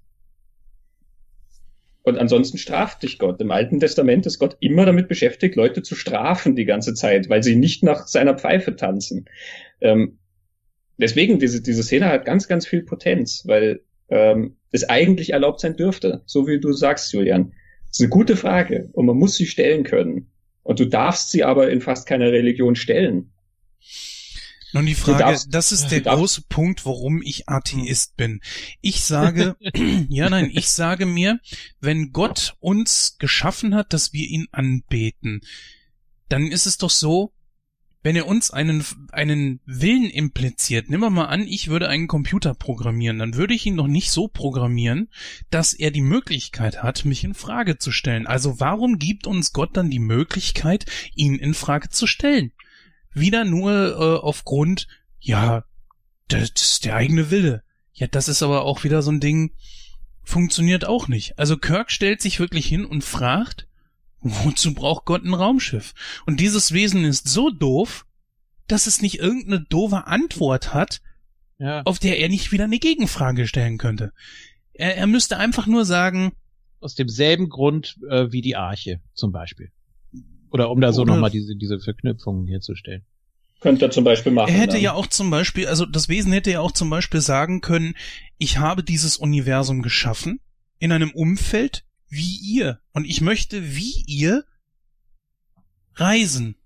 Und ansonsten straft dich Gott. Im Alten Testament ist Gott immer damit beschäftigt, Leute zu strafen die ganze Zeit, weil sie nicht nach seiner Pfeife tanzen. Deswegen, diese Szene hat ganz, ganz viel Potenz, weil es eigentlich erlaubt sein dürfte, so wie du sagst, Julian. Das ist eine gute Frage und man muss sie stellen können. Und du darfst sie aber in fast keiner Religion stellen. Nun die Frage, das ist der große Punkt, warum ich Atheist bin. Ich sage, ich sage mir, wenn Gott uns geschaffen hat, dass wir ihn anbeten, dann ist es doch so, wenn er uns einen Willen impliziert, nehmen wir mal an, ich würde einen Computer programmieren, dann würde ich ihn noch nicht so programmieren, dass er die Möglichkeit hat, mich in Frage zu stellen. Also warum gibt uns Gott dann die Möglichkeit, ihn in Frage zu stellen? Wieder nur aufgrund, ja, das ist der eigene Wille. Ja, das ist aber auch wieder so ein Ding, funktioniert auch nicht. Also Kirk stellt sich wirklich hin und fragt, wozu braucht Gott ein Raumschiff? Und dieses Wesen ist so doof, dass es nicht irgendeine doofe Antwort hat, ja, auf der er nicht wieder eine Gegenfrage stellen könnte. Er müsste einfach nur sagen, aus demselben Grund wie die Arche zum Beispiel. Oder um da so nochmal diese Verknüpfungen herzustellen. Könnte er zum Beispiel machen. Er hätte ja auch zum Beispiel, also das Wesen hätte ja auch zum Beispiel sagen können, ich habe dieses Universum geschaffen in einem Umfeld wie ihr. Und ich möchte wie ihr reisen.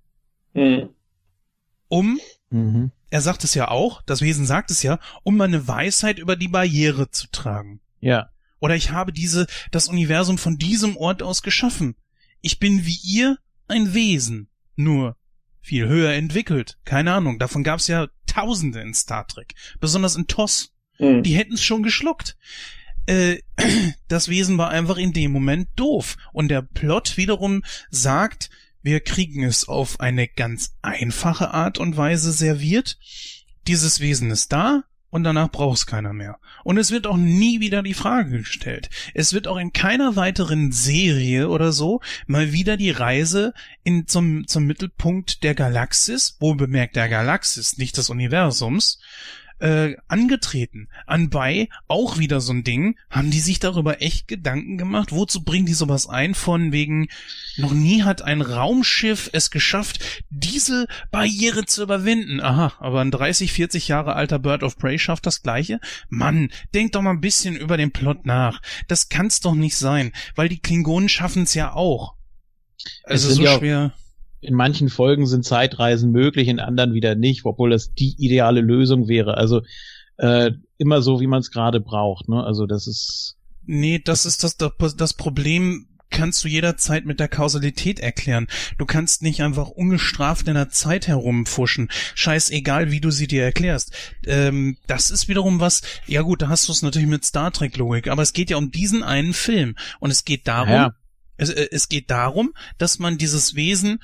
Er sagt es ja auch, das Wesen sagt es ja, um meine Weisheit über die Barriere zu tragen. Ja. Oder ich habe das Universum von diesem Ort aus geschaffen. Ich bin wie ihr ein Wesen, nur viel höher entwickelt. Keine Ahnung, davon gab es ja Tausende in Star Trek, besonders in TOS. Die hätten es schon geschluckt. Das Wesen war einfach in dem Moment doof. Und der Plot wiederum sagt, wir kriegen es auf eine ganz einfache Art und Weise serviert. Dieses Wesen ist da. Und danach braucht es keiner mehr. Und es wird auch nie wieder die Frage gestellt. Es wird auch in keiner weiteren Serie oder so mal wieder die Reise zum Mittelpunkt der Galaxis, wohlbemerkt der Galaxis, nicht des Universums, angetreten. Anbei auch wieder so ein Ding, haben die sich darüber echt Gedanken gemacht? Wozu bringen die sowas ein von wegen, noch nie hat ein Raumschiff es geschafft, diese Barriere zu überwinden. Aha, aber ein 30, 40 Jahre alter Bird of Prey schafft das Gleiche? Mann, denk doch mal ein bisschen über den Plot nach. Das kann's doch nicht sein, weil die Klingonen schaffen's ja auch. Also so schwer. In manchen Folgen sind Zeitreisen möglich, in anderen wieder nicht, obwohl das die ideale Lösung wäre. Also immer so, wie man es gerade braucht. Ne? Also das ist... Nee, das ist das Problem, kannst du jederzeit mit der Kausalität erklären. Du kannst nicht einfach ungestraft in der Zeit herumfuschen. Scheißegal, wie du sie dir erklärst. Das ist wiederum was... Ja gut, da hast du es natürlich mit Star Trek-Logik, aber es geht ja um diesen einen Film. Und es geht darum... Ja. Es geht darum, dass man dieses Wesen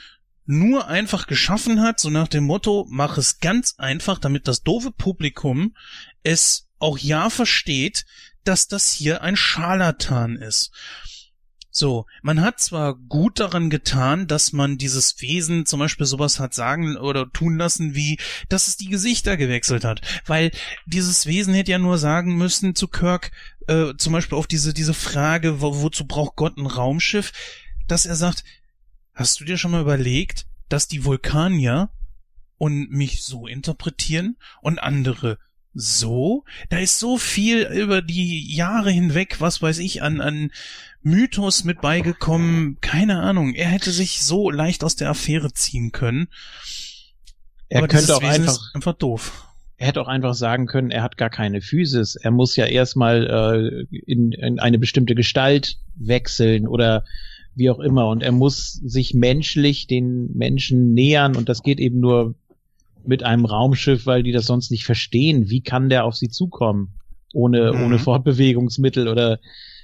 nur einfach geschaffen hat, so nach dem Motto, mach es ganz einfach, damit das doofe Publikum es auch ja versteht, dass das hier ein Scharlatan ist. So, man hat zwar gut daran getan, dass man dieses Wesen zum Beispiel sowas hat sagen oder tun lassen, wie, dass es die Gesichter gewechselt hat, weil dieses Wesen hätte ja nur sagen müssen zu Kirk, zum Beispiel auf diese Frage, wozu braucht Gott ein Raumschiff, dass er sagt, hast du dir schon mal überlegt, dass die Vulkanier und mich so interpretieren und andere so? Da ist so viel über die Jahre hinweg, was weiß ich, an Mythos mit beigekommen. Keine Ahnung. Er hätte sich so leicht aus der Affäre ziehen können. Er könnte auch einfach doof. Er hätte auch einfach sagen können, er hat gar keine Physis. Er muss ja erstmal in eine bestimmte Gestalt wechseln oder wie auch immer. Und er muss sich menschlich den Menschen nähern. Und das geht eben nur mit einem Raumschiff, weil die das sonst nicht verstehen. Wie kann der auf sie zukommen? Ohne Fortbewegungsmittel oder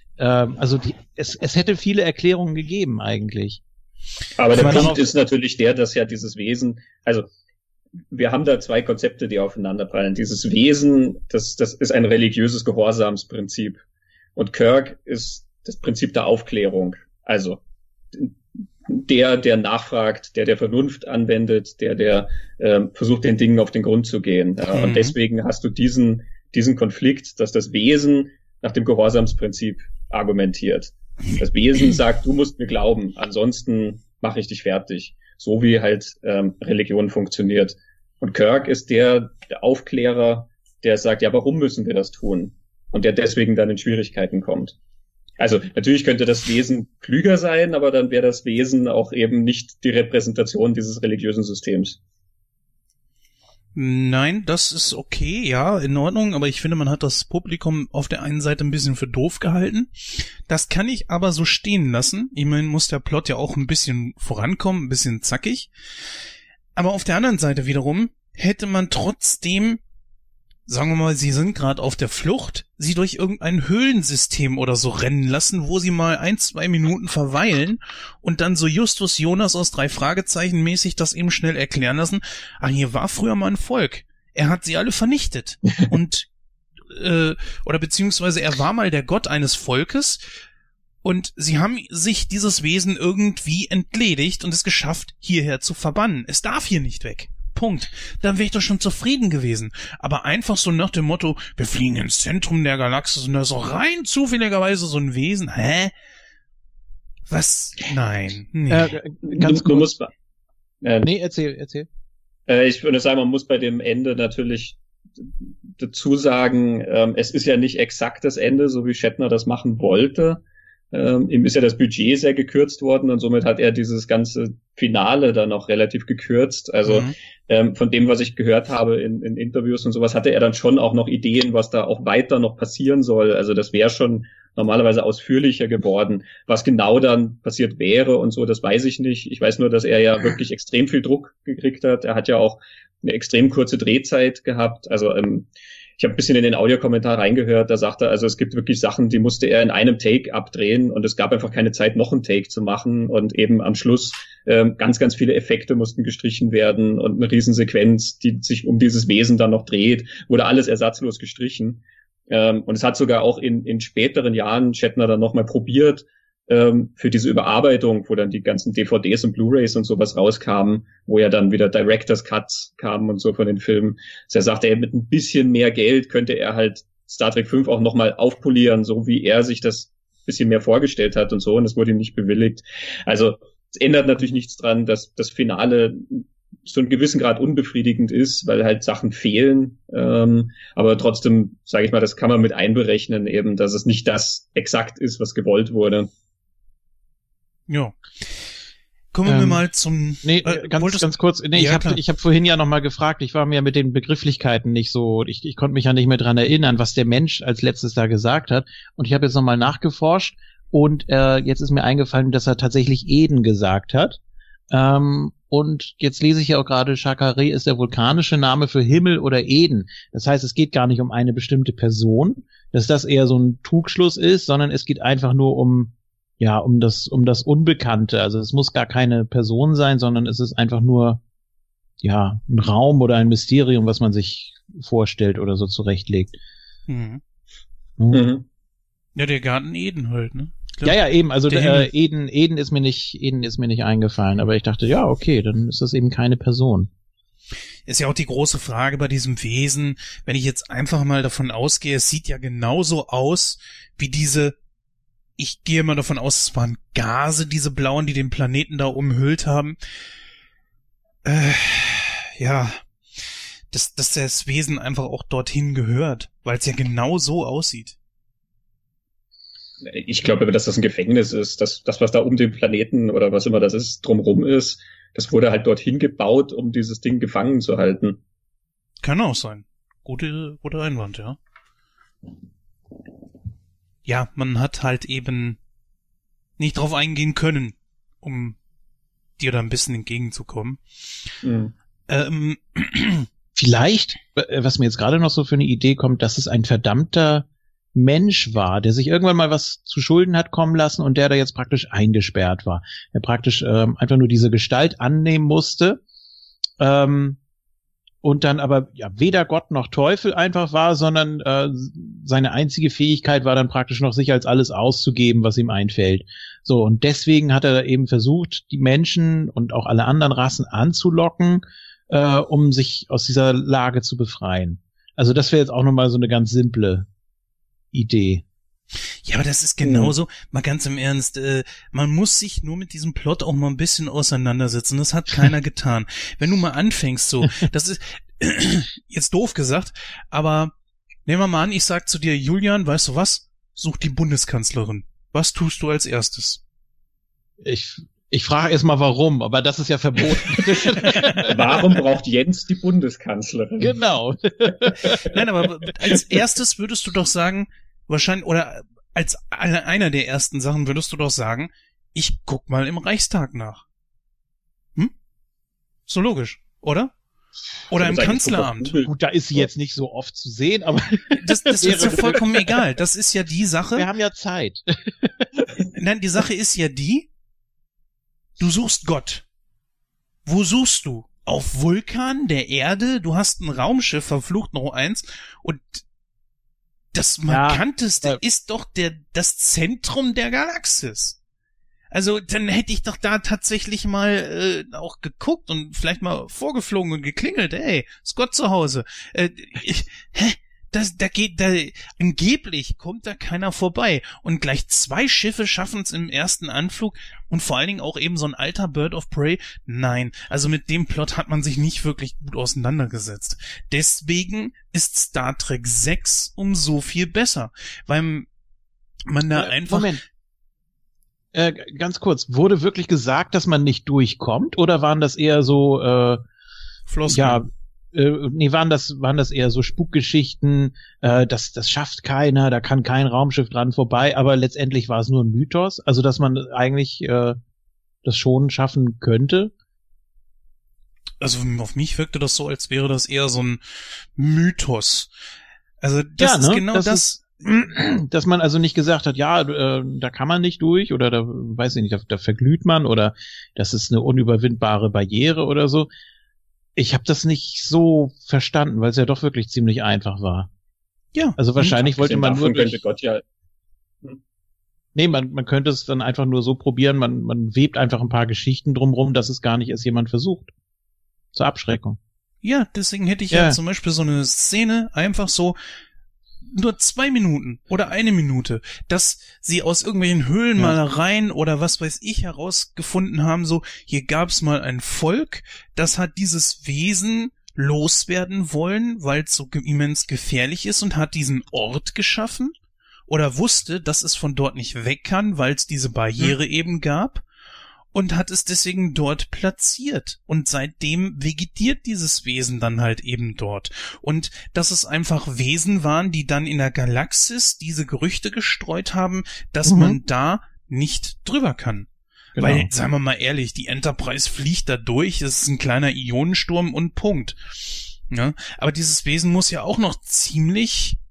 es hätte viele Erklärungen gegeben eigentlich. Aber der Punkt ist natürlich der, dass ja dieses Wesen, also wir haben da zwei Konzepte, die aufeinanderprallen. Dieses Wesen, das ist ein religiöses Gehorsamsprinzip. Und Kirk ist das Prinzip der Aufklärung. Also der nachfragt, der Vernunft anwendet, der versucht, den Dingen auf den Grund zu gehen. Ja, und deswegen hast du diesen Konflikt, dass das Wesen nach dem Gehorsamsprinzip argumentiert. Das Wesen sagt, du musst mir glauben, ansonsten mache ich dich fertig. So wie halt Religion funktioniert. Und Kirk ist der Aufklärer, der sagt, ja, warum müssen wir das tun? Und der deswegen dann in Schwierigkeiten kommt. Also natürlich könnte das Wesen klüger sein, aber dann wäre das Wesen auch eben nicht die Repräsentation dieses religiösen Systems. Nein, das ist okay, ja, in Ordnung, aber ich finde, man hat das Publikum auf der einen Seite ein bisschen für doof gehalten. Das kann ich aber so stehen lassen. Immerhin muss der Plot ja auch ein bisschen vorankommen, ein bisschen zackig. Aber auf der anderen Seite wiederum hätte man trotzdem, sagen wir mal, sie sind gerade auf der Flucht, sie durch irgendein Höhlensystem oder so rennen lassen, wo sie mal 1-2 Minuten verweilen und dann so Justus Jonas aus 3 Fragezeichen mäßig das eben schnell erklären lassen. Ah, hier war früher mal ein Volk. Er hat sie alle vernichtet. Und, oder beziehungsweise er war mal der Gott eines Volkes und sie haben sich dieses Wesen irgendwie entledigt und es geschafft, hierher zu verbannen. Es darf hier nicht weg. Punkt. Dann wäre ich doch schon zufrieden gewesen. Aber einfach so nach dem Motto, wir fliegen ins Zentrum der Galaxis und da ist auch rein zufälligerweise so ein Wesen. Hä? Was? Nein. Nee. Ganz kurz. Nee, erzähl. Ich würde sagen, man muss bei dem Ende natürlich dazu sagen, es ist ja nicht exakt das Ende, so wie Shatner das machen wollte. Ihm ist ja das Budget sehr gekürzt worden und somit hat er dieses ganze Finale dann auch relativ gekürzt. Also von dem, was ich gehört habe in Interviews und sowas, hatte er dann schon auch noch Ideen, was da auch weiter noch passieren soll. Also das wäre schon normalerweise ausführlicher geworden. Was genau dann passiert wäre und so, das weiß ich nicht. Ich weiß nur, dass er ja wirklich extrem viel Druck gekriegt hat. Er hat ja auch eine extrem kurze Drehzeit gehabt. Also ich habe ein bisschen in den Audiokommentar reingehört, da sagt er, also es gibt wirklich Sachen, die musste er in einem Take abdrehen und es gab einfach keine Zeit, noch einen Take zu machen und eben am Schluss ganz, ganz viele Effekte mussten gestrichen werden und eine Riesensequenz, die sich um dieses Wesen dann noch dreht, wurde alles ersatzlos gestrichen. Und es hat sogar auch in späteren Jahren Shatner dann nochmal probiert, für diese Überarbeitung, wo dann die ganzen DVDs und Blu-rays und sowas rauskamen, wo ja dann wieder Director's Cuts kamen und so von den Filmen. Also er sagte, mit ein bisschen mehr Geld könnte er halt Star Trek 5 auch nochmal aufpolieren, so wie er sich das bisschen mehr vorgestellt hat und so, und das wurde ihm nicht bewilligt. Also es ändert natürlich nichts dran, dass das Finale so einen gewissen Grad unbefriedigend ist, weil halt Sachen fehlen. Aber trotzdem, sage ich mal, das kann man mit einberechnen, eben, dass es nicht das exakt ist, was gewollt wurde. Ja. Kommen wir mal zum... ganz kurz. Nee, ja, ich hab vorhin ja nochmal gefragt, ich war mir mit den Begrifflichkeiten nicht so, ich konnte mich ja nicht mehr dran erinnern, was der Mensch als letztes da gesagt hat. Und ich habe jetzt nochmal nachgeforscht und jetzt ist mir eingefallen, dass er tatsächlich Eden gesagt hat. Und jetzt lese ich ja auch gerade, Shakare ist der vulkanische Name für Himmel oder Eden. Das heißt, es geht gar nicht um eine bestimmte Person, dass das eher so ein Trugschluss ist, sondern es geht einfach nur um um das Unbekannte. Also es muss gar keine Person sein, sondern es ist einfach nur ein Raum oder ein Mysterium, was man sich vorstellt oder so zurechtlegt. Mhm. Mhm. Ja, der Garten Eden halt, ne? Ja, eben, also Eden ist mir nicht eingefallen, aber ich dachte, ja, okay, dann ist das eben keine Person. Ist ja auch die große Frage bei diesem Wesen, wenn ich jetzt einfach mal davon ausgehe, es sieht ja genauso aus wie ich gehe mal davon aus, es waren Gase, diese blauen, die den Planeten da umhüllt haben. Dass das Wesen einfach auch dorthin gehört, weil es ja genau so aussieht. Ich glaube, dass das ein Gefängnis ist, das, was da um den Planeten oder was immer das ist, drumrum ist, das wurde halt dorthin gebaut, um dieses Ding gefangen zu halten. Kann auch sein. Guter Einwand, ja. Ja, man hat halt eben nicht drauf eingehen können, um dir da ein bisschen entgegenzukommen. Mhm. Vielleicht, was mir jetzt gerade noch so für eine Idee kommt, dass es ein verdammter Mensch war, der sich irgendwann mal was zu Schulden hat kommen lassen und der da jetzt praktisch eingesperrt war. Der praktisch einfach nur diese Gestalt annehmen musste und dann aber weder Gott noch Teufel einfach war, sondern seine einzige Fähigkeit war dann praktisch noch, sich als alles auszugeben, was ihm einfällt. So, und deswegen hat er eben versucht, die Menschen und auch alle anderen Rassen anzulocken, um sich aus dieser Lage zu befreien. Also das wäre jetzt auch nochmal so eine ganz simple Idee. Ja, aber das ist genauso, mal ganz im Ernst, man muss sich nur mit diesem Plot auch mal ein bisschen auseinandersetzen, das hat keiner getan. Wenn du mal anfängst so, das ist jetzt doof gesagt, aber nehmen wir mal an, ich sag zu dir, Julian, weißt du was? Such die Bundeskanzlerin. Was tust du als erstes? Ich frage erst mal warum, aber das ist ja verboten. Warum braucht Jens die Bundeskanzlerin? Genau. Nein, aber als erstes würdest du doch sagen, wahrscheinlich, oder als einer der ersten Sachen würdest du doch sagen, ich guck mal im Reichstag nach. So logisch, oder? Oder im Kanzleramt. Gut, da ist sie jetzt nicht so oft zu sehen, aber das ist ja vollkommen egal. Das ist ja die Sache. Wir haben ja Zeit. Nein, die Sache ist ja die, du suchst Gott. Wo suchst du? Auf Vulkan, der Erde? Du hast ein Raumschiff, verflucht noch eins, und das Markanteste ist doch das Zentrum der Galaxis. Also, dann hätte ich doch da tatsächlich mal auch geguckt und vielleicht mal vorgeflogen und geklingelt. Ey, ist Gott zu Hause? Angeblich kommt da keiner vorbei. Und gleich 2 Schiffe schaffen es im ersten Anflug und vor allen Dingen auch eben so ein alter Bird of Prey. Nein, also mit dem Plot hat man sich nicht wirklich gut auseinandergesetzt. Deswegen ist Star Trek 6 umso viel besser, weil man da einfach... Moment. Ganz kurz, wurde wirklich gesagt, dass man nicht durchkommt, oder waren das eher so Floskeln? Waren das eher so Spukgeschichten, das schafft keiner, da kann kein Raumschiff dran vorbei, aber letztendlich war es nur ein Mythos, also dass man eigentlich das schon schaffen könnte? Also auf mich wirkte das so, als wäre das eher so ein Mythos. Also das ist genau das. Dass man also nicht gesagt hat, da kann man nicht durch, oder da, weiß ich nicht, da verglüht man, oder das ist eine unüberwindbare Barriere oder so. Ich habe das nicht so verstanden, weil es ja doch wirklich ziemlich einfach war. Ja. Also wahrscheinlich wollte man nur könnte Gott Nee, man könnte es dann einfach nur so probieren, man webt einfach ein paar Geschichten drumrum, dass es gar nicht erst jemand versucht. Zur Abschreckung. Ja, deswegen hätte ich ja zum Beispiel so eine Szene einfach so nur 2 Minuten oder 1 Minute, dass sie aus irgendwelchen Höhlenmalereien oder was weiß ich herausgefunden haben, so, hier gab's mal ein Volk, das hat dieses Wesen loswerden wollen, weil es so immens gefährlich ist, und hat diesen Ort geschaffen oder wusste, dass es von dort nicht weg kann, weil es diese Barriere eben gab, und hat es deswegen dort platziert. Und seitdem vegetiert dieses Wesen dann halt eben dort. Und dass es einfach Wesen waren, die dann in der Galaxis diese Gerüchte gestreut haben, dass man da nicht drüber kann. Genau. Weil, sagen wir mal ehrlich, die Enterprise fliegt da durch, es ist ein kleiner Ionensturm und Punkt. Ja? Aber dieses Wesen muss ja auch noch ziemlich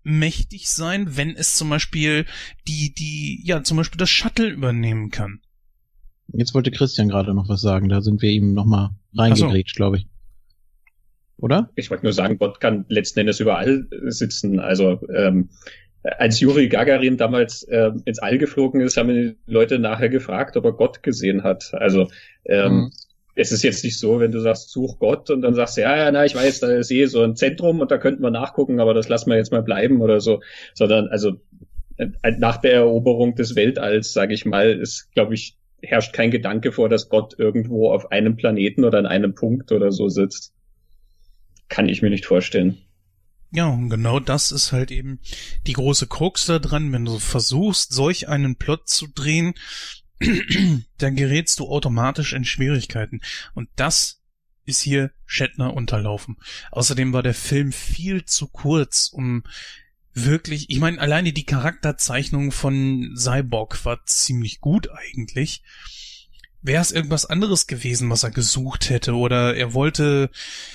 mächtig sein, wenn es zum Beispiel zum Beispiel das Shuttle übernehmen kann. Jetzt wollte Christian gerade noch was sagen, da sind wir ihm nochmal reingegrätscht, glaube ich. Oder? Ich wollte nur sagen, Gott kann letzten Endes überall sitzen. Also als Juri Gagarin damals ins All geflogen ist, haben die Leute nachher gefragt, ob er Gott gesehen hat. Also es ist jetzt nicht so, wenn du sagst, such Gott und dann sagst du, ich weiß, da ist so ein Zentrum und da könnten wir nachgucken, aber das lassen wir jetzt mal bleiben oder so. Sondern also nach der Eroberung des Weltalls, sage ich mal, ist, glaube ich, herrscht kein Gedanke vor, dass Gott irgendwo auf einem Planeten oder an einem Punkt oder so sitzt. Kann ich mir nicht vorstellen. Ja, und genau das ist halt eben die große Krux da dran, wenn du versuchst, solch einen Plot zu drehen, dann gerätst du automatisch in Schwierigkeiten. Und das ist hier Shatner unterlaufen. Außerdem war der Film viel zu kurz, um wirklich, ich meine, alleine die Charakterzeichnung von Cyborg war ziemlich gut eigentlich. Wäre es irgendwas anderes gewesen, was er gesucht hätte, oder er wollte,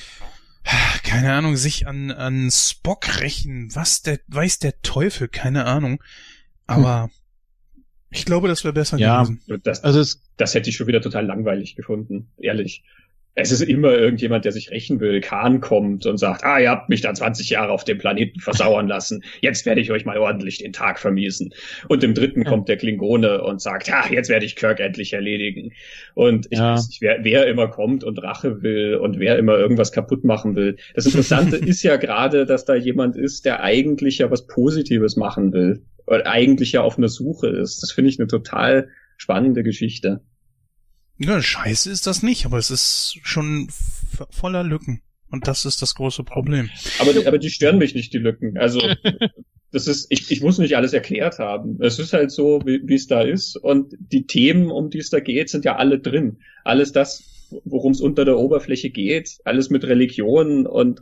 keine Ahnung, sich an Spock rächen, weiß der Teufel, keine Ahnung. Aber ich glaube, das wäre besser gewesen. Das hätte ich schon wieder total langweilig gefunden, ehrlich. Es ist immer irgendjemand, der sich rächen will. Khan kommt und sagt, ihr habt mich da 20 Jahre auf dem Planeten versauern lassen. Jetzt werde ich euch mal ordentlich den Tag vermiesen. Und im dritten kommt der Klingone und sagt, jetzt werde ich Kirk endlich erledigen. Und ich weiß nicht, wer immer kommt und Rache will und wer immer irgendwas kaputt machen will. Das Interessante ist ja gerade, dass da jemand ist, der eigentlich ja was Positives machen will. Oder eigentlich ja auf einer Suche ist. Das finde ich eine total spannende Geschichte. Ja, scheiße ist das nicht, aber es ist schon voller Lücken. Und das ist das große Problem. Aber die stören mich nicht, die Lücken. Also, das ist, ich muss nicht alles erklärt haben. Es ist halt so, wie es da ist. Und die Themen, um die es da geht, sind ja alle drin. Alles das, worum es unter der Oberfläche geht. Alles mit Religion und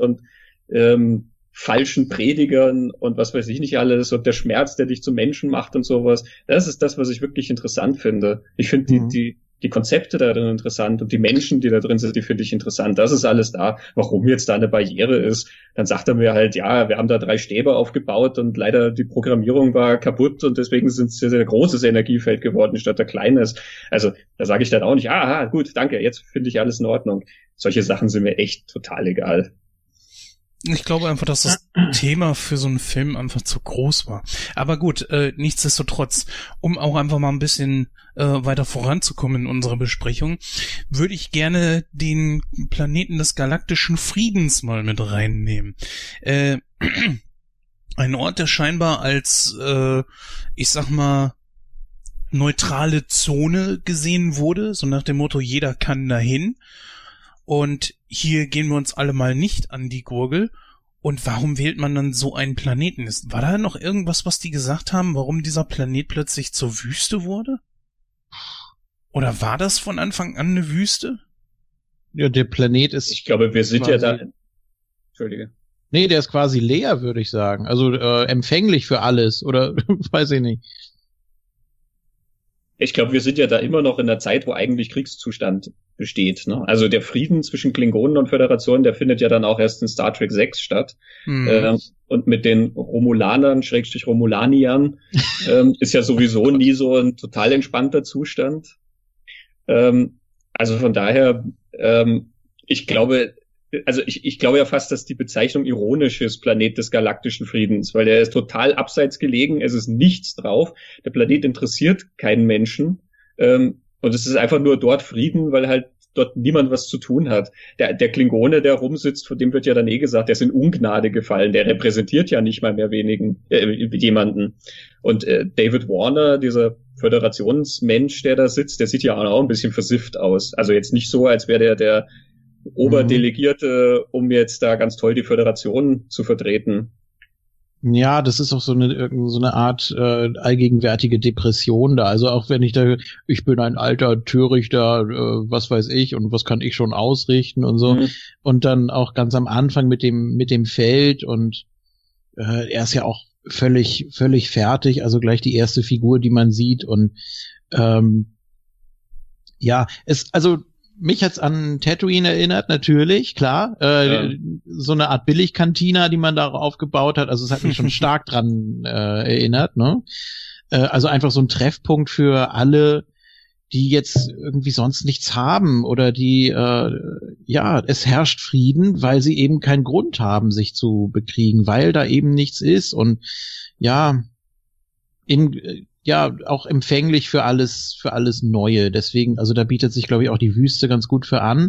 falschen Predigern und was weiß ich nicht alles. Und der Schmerz, der dich zum Menschen macht und sowas. Das ist das, was ich wirklich interessant finde. Ich finde die Konzepte da drin interessant und die Menschen, die da drin sind, die finde ich interessant. Das ist alles da. Warum jetzt da eine Barriere ist, dann sagt er mir halt, wir haben da 3 Stäbe aufgebaut und leider die Programmierung war kaputt und deswegen sind es sehr großes Energiefeld geworden, statt ein kleines. Also da sage ich dann auch nicht, gut, danke, jetzt finde ich alles in Ordnung. Solche Sachen sind mir echt total egal. Ich glaube einfach, dass das Thema für so einen Film einfach zu groß war. Aber gut, nichtsdestotrotz, um auch einfach mal ein bisschen weiter voranzukommen in unserer Besprechung, würde ich gerne den Planeten des galaktischen Friedens mal mit reinnehmen. Ein Ort, der scheinbar als, ich sag mal, neutrale Zone gesehen wurde, so nach dem Motto, jeder kann dahin. Und hier gehen wir uns alle mal nicht an die Gurgel. Und warum wählt man dann so einen Planeten? War da noch irgendwas, was die gesagt haben, warum dieser Planet plötzlich zur Wüste wurde? Oder war das von Anfang an eine Wüste? Ja, der Planet ist... Ich glaube, wir sind ja da... Entschuldige. Nee, der ist quasi leer, würde ich sagen. Also empfänglich für alles. Oder weiß ich nicht. Ich glaube, wir sind ja da immer noch in der Zeit, wo eigentlich Kriegszustand besteht. Ne? Also der Frieden zwischen Klingonen und Föderation, der findet ja dann auch erst in Star Trek 6 statt. Und mit den Romulanern, Romulaniern, ist ja sowieso nie so ein total entspannter Zustand. Also von daher, ich glaube ja fast, dass die Bezeichnung ironisch ist, Planet des galaktischen Friedens, weil der ist total abseits gelegen, es ist nichts drauf, der Planet interessiert keinen Menschen, und es ist einfach nur dort Frieden, weil halt dort niemand was zu tun hat. Der Klingone, der rumsitzt, von dem wird ja dann gesagt, der ist in Ungnade gefallen, der repräsentiert ja nicht mal mehr jemanden. Und David Warner, dieser Föderationsmensch, der da sitzt, der sieht ja auch ein bisschen versifft aus. Also jetzt nicht so, als wäre der Oberdelegierte, um jetzt da ganz toll die Föderation zu vertreten. Ja, das ist auch so eine Art allgegenwärtige Depression da. Also auch wenn ich bin ein alter Törichter, was weiß ich und was kann ich schon ausrichten und so. Und dann auch ganz am Anfang mit dem Feld und er ist ja auch völlig fertig. Also gleich die erste Figur, die man sieht und mich hat's an Tatooine erinnert, natürlich, klar. So eine Art Billigkantina, die man da aufgebaut hat. Also es hat mich schon stark dran erinnert, ne? Also einfach so ein Treffpunkt für alle, die jetzt irgendwie sonst nichts haben oder die, es herrscht Frieden, weil sie eben keinen Grund haben, sich zu bekriegen, weil da eben nichts ist und auch empfänglich für alles Neue. Deswegen, also da bietet sich, glaube ich, auch die Wüste ganz gut für an.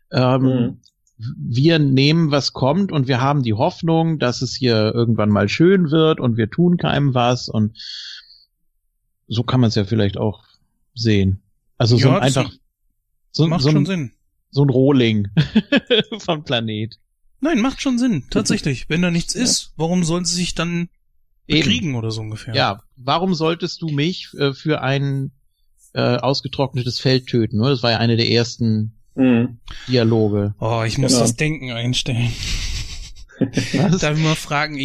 Wir nehmen, was kommt und wir haben die Hoffnung, dass es hier irgendwann mal schön wird und wir tun keinem was und so kann man es ja vielleicht auch sehen. Also so macht schon Sinn. So ein Rohling vom Planet. Nein, macht schon Sinn, tatsächlich. Wenn da nichts ist, warum sollen sie sich dann bekriegen oder so ungefähr? Ja, warum solltest du mich für ein ausgetrocknetes Feld töten? Ne? Das war ja eine der ersten Dialoge. Oh, ich muss das Denken einstellen. Was? Darf ich mal fragen,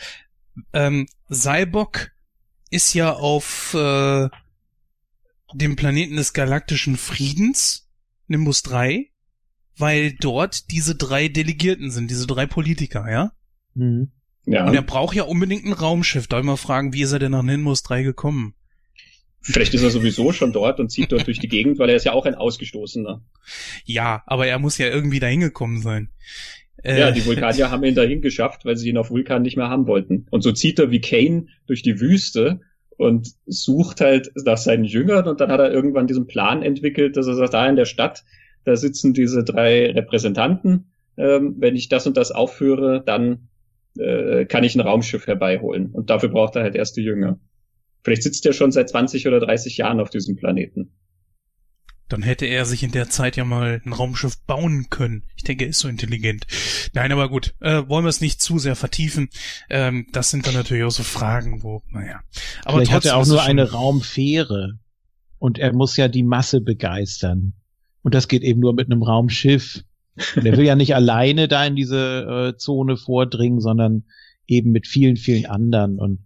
Sybok ist ja auf dem Planeten des galaktischen Friedens, Nimbus 3, weil dort diese 3 Delegierten sind, diese 3 Politiker, ja? Mhm. Ja. Und er braucht ja unbedingt ein Raumschiff. Darf ich mal fragen, wie ist er denn nach Nimbus 3 gekommen? Vielleicht ist er sowieso schon dort und zieht dort durch die Gegend, weil er ist ja auch ein Ausgestoßener. Ja, aber er muss ja irgendwie dahin gekommen sein. Ja, die Vulkanier haben ihn dahin geschafft, weil sie ihn auf Vulkan nicht mehr haben wollten. Und so zieht er wie Kane durch die Wüste und sucht halt nach seinen Jüngern und dann hat er irgendwann diesen Plan entwickelt, dass er sagt, da in der Stadt, da sitzen diese 3 Repräsentanten, wenn ich das und das aufführe, dann kann ich ein Raumschiff herbeiholen. Und dafür braucht er halt erst die Jünger. Vielleicht sitzt er schon seit 20 oder 30 Jahren auf diesem Planeten. Dann hätte er sich in der Zeit ja mal ein Raumschiff bauen können. Ich denke, er ist so intelligent. Nein, aber gut, wollen wir es nicht zu sehr vertiefen. Das sind dann natürlich auch so Fragen, wo, naja. Aber vielleicht hat er auch nur schon eine Raumfähre. Und er muss ja die Masse begeistern. Und das geht eben nur mit einem Raumschiff. Und er will ja nicht alleine da in diese Zone vordringen, sondern eben mit vielen, vielen anderen. Und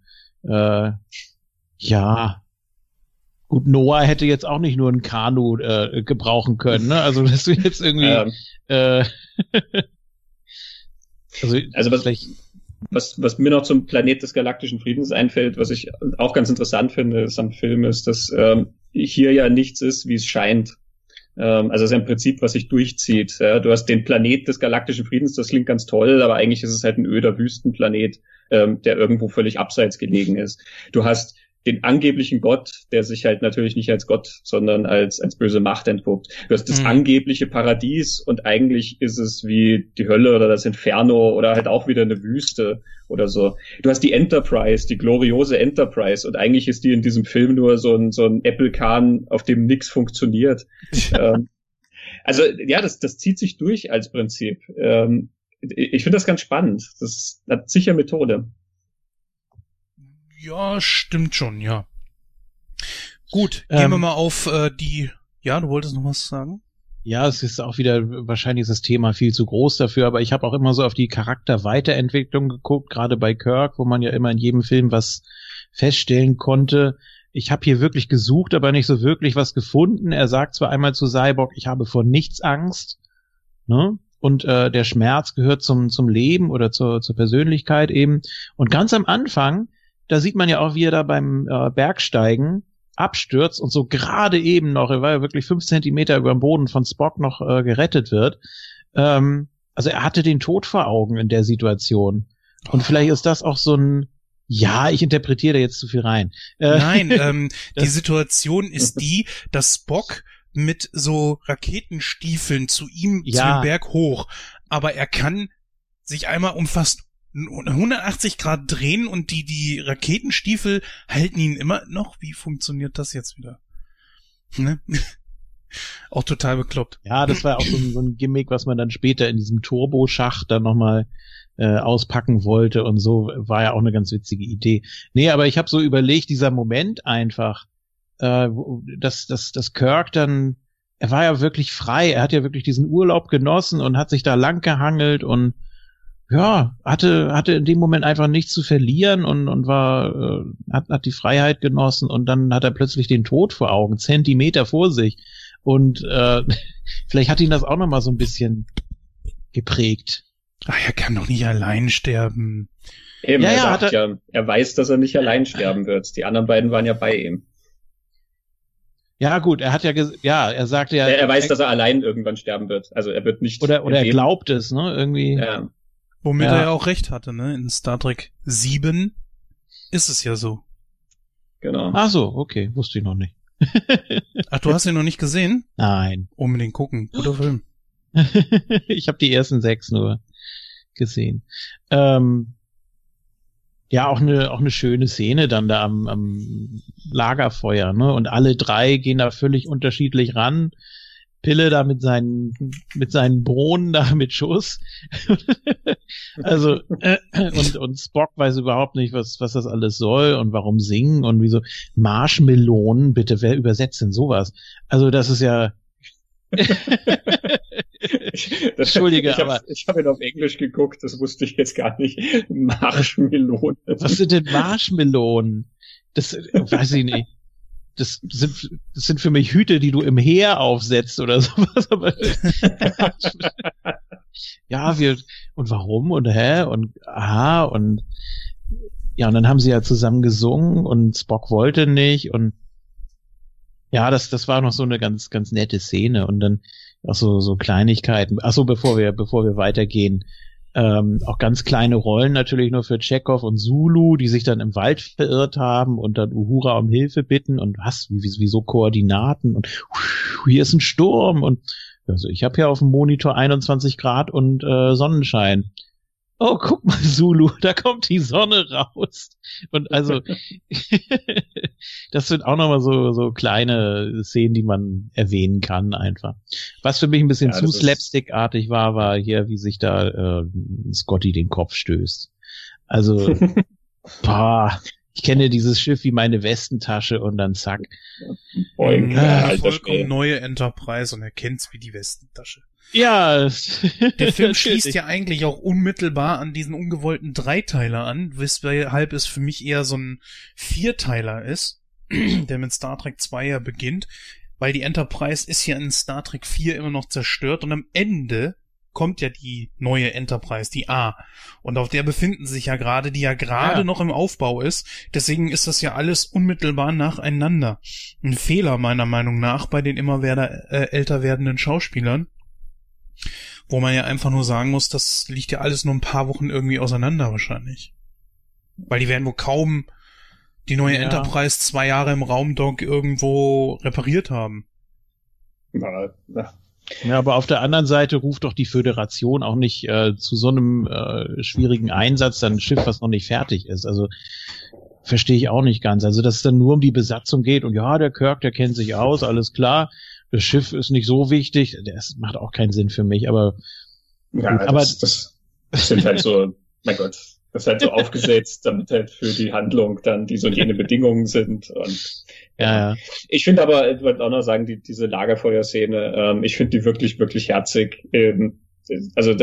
gut, Noah hätte jetzt auch nicht nur ein Kanu gebrauchen können, ne? Also dass du jetzt irgendwie was mir noch zum Planet des galaktischen Friedens einfällt, was ich auch ganz interessant finde, ist am Film, ist, dass hier ja nichts ist, wie es scheint. Also es ist ein Prinzip, was sich durchzieht. Ja? Du hast den Planet des galaktischen Friedens, das klingt ganz toll, aber eigentlich ist es halt ein öder Wüstenplanet, der irgendwo völlig abseits gelegen ist. Du hast den angeblichen Gott, der sich halt natürlich nicht als Gott, sondern als böse Macht entpuppt. Du hast das angebliche Paradies und eigentlich ist es wie die Hölle oder das Inferno oder halt auch wieder eine Wüste oder so. Du hast die Enterprise, die gloriose Enterprise und eigentlich ist die in diesem Film nur so ein Apple-Kahn, auf dem nichts funktioniert. Also ja, das zieht sich durch als Prinzip. Ich finde das ganz spannend. Das hat sicher Methode. Ja, stimmt schon, ja. Gut, gehen wir mal auf ja, du wolltest noch was sagen? Ja, es ist auch wieder, wahrscheinlich ist das Thema viel zu groß dafür, aber ich habe auch immer so auf die Charakterweiterentwicklung geguckt, gerade bei Kirk, wo man ja immer in jedem Film was feststellen konnte. Ich habe hier wirklich gesucht, aber nicht so wirklich was gefunden. Er sagt zwar einmal zu Sybok, ich habe vor nichts Angst, ne? Und der Schmerz gehört zum Leben oder zur Persönlichkeit eben. Und ganz am Anfang, da sieht man ja auch, wie er da beim Bergsteigen abstürzt und so gerade eben noch, er war ja wirklich 5 Zentimeter über dem Boden von Spock noch gerettet wird. Also er hatte den Tod vor Augen in der Situation. Und vielleicht ist das auch so ein, ja, ich interpretiere da jetzt zu viel rein. Nein, die Situation ist die, dass Spock mit so Raketenstiefeln zu ihm, zu dem Berg hoch, aber er kann sich einmal um fast 180 Grad drehen und die Raketenstiefel halten ihn immer noch. Wie funktioniert das jetzt wieder? Ne? Auch total bekloppt. Ja, das war auch so ein Gimmick, was man dann später in diesem Turboschacht dann nochmal auspacken wollte und so, war ja auch eine ganz witzige Idee. Nee, aber ich habe so überlegt, dieser Moment einfach, dass Kirk dann, er war ja wirklich frei, er hat ja wirklich diesen Urlaub genossen und hat sich da lang gehangelt und ja, hatte in dem Moment einfach nichts zu verlieren und hat die Freiheit genossen und dann hat er plötzlich den Tod vor Augen, Zentimeter vor sich. Und vielleicht hat ihn das auch nochmal so ein bisschen geprägt. Ach, er kann doch nicht allein sterben. Eben, Ja, er ja, sagt hat ja, er weiß, dass er nicht allein sterben wird. Die anderen beiden waren ja bei ihm. Ja gut, er hat ja, er sagte ja... Er weiß, dass er allein irgendwann sterben wird. Also er wird nicht... Oder er glaubt es, ne? Irgendwie. Ja. Womit Ja. er ja auch recht hatte, ne? In Star Trek 7 ist es ja so. Genau. Ach so, okay, wusste ich noch nicht. Ach, du hast ihn noch nicht gesehen? Nein. Unbedingt gucken. Guter Film. Ich habe die ersten 6 nur gesehen. Ja, auch eine schöne Szene dann da am Lagerfeuer, ne? Und alle 3 gehen da völlig unterschiedlich ran. Pille da mit seinen Bohnen da mit Schuss. Also und Spock weiß überhaupt nicht, was das alles soll und warum singen und wieso Marshmelonen, bitte, wer übersetzt denn sowas? Also das ist ja Entschuldige, aber ich habe ihn auf Englisch geguckt, das wusste ich jetzt gar nicht. Marshmelonen. was sind denn Marshmelonen? Das weiß ich nicht. Das sind für mich Hüte, die du im Heer aufsetzt oder sowas. Aber ja, und warum und und aha und ja, und dann haben sie ja zusammen gesungen und Spock wollte nicht und ja, das war noch so eine ganz, ganz nette Szene und dann auch so Kleinigkeiten. Ach so, bevor wir weitergehen, auch ganz kleine Rollen natürlich nur für Chekhov und Sulu, die sich dann im Wald verirrt haben und dann Uhura um Hilfe bitten und wieso Koordinaten und hier ist ein Sturm und also ich habe ja auf dem Monitor 21 Grad und Sonnenschein. Oh, guck mal, Sulu, da kommt die Sonne raus. Und also, das sind auch nochmal so kleine Szenen, die man erwähnen kann einfach. Was für mich ein bisschen zu slapstickartig war hier, wie sich da Scotty den Kopf stößt. Also, ich kenne dieses Schiff wie meine Westentasche und dann zack. Boing, vollkommen neue Enterprise und er kennt's wie die Westentasche. Ja. Der Film schließt ja eigentlich auch unmittelbar an diesen ungewollten Dreiteiler an, weshalb es für mich eher so ein Vierteiler ist, der mit Star Trek 2 ja beginnt, weil die Enterprise ist ja in Star Trek 4 immer noch zerstört und am Ende kommt ja die neue Enterprise, die A. Und auf der befinden sich ja gerade, die ja gerade noch im Aufbau ist. Deswegen ist das ja alles unmittelbar nacheinander. Ein Fehler meiner Meinung nach bei den immer älter werdenden Schauspielern. Wo man ja einfach nur sagen muss, das liegt ja alles nur ein paar Wochen irgendwie auseinander wahrscheinlich. Weil die werden wohl kaum die neue Enterprise 2 Jahre im Raumdock irgendwo repariert haben. Ja, aber auf der anderen Seite ruft doch die Föderation auch nicht zu so einem schwierigen Einsatz dann ein Schiff, was noch nicht fertig ist. Also verstehe ich auch nicht ganz. Also dass es dann nur um die Besatzung geht und ja, der Kirk, der kennt sich aus, alles klar. Das Schiff ist nicht so wichtig. Das macht auch keinen Sinn für mich, aber ja, gut, aber das sind halt so, mein Gott, das ist halt so aufgesetzt, damit halt für die Handlung dann die so jene Bedingungen sind. Und ja. Ich finde aber, ich wollte auch noch sagen, diese Lagerfeuerszene, ich finde die wirklich, wirklich herzig. Also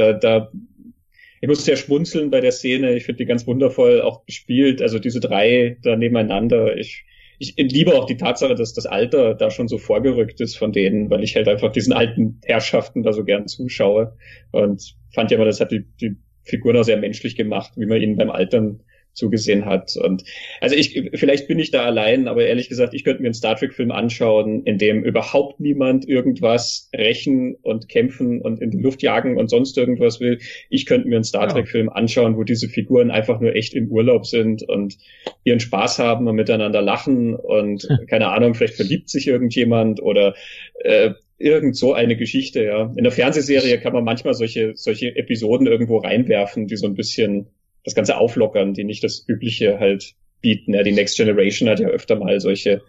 ich muss sehr schmunzeln bei der Szene. Ich finde die ganz wundervoll auch gespielt. Also diese 3 da nebeneinander. Ich liebe auch die Tatsache, dass das Alter da schon so vorgerückt ist von denen, weil ich halt einfach diesen alten Herrschaften da so gern zuschaue und fand ja immer, das hat die Figuren auch sehr menschlich gemacht, wie man ihnen beim Altern zugesehen hat. Und also vielleicht bin ich da allein, aber ehrlich gesagt, ich könnte mir einen Star Trek-Film anschauen, in dem überhaupt niemand irgendwas rächen und kämpfen und in die Luft jagen und sonst irgendwas will. Ich könnte mir einen Star Trek-Film anschauen, wo diese Figuren einfach nur echt im Urlaub sind und ihren Spaß haben und miteinander lachen und keine Ahnung, vielleicht verliebt sich irgendjemand oder irgend so eine Geschichte, ja. In der Fernsehserie kann man manchmal solche Episoden irgendwo reinwerfen, die so ein bisschen das Ganze auflockern, die nicht das Übliche halt bieten. Ja, die Next Generation hat ja öfter mal solche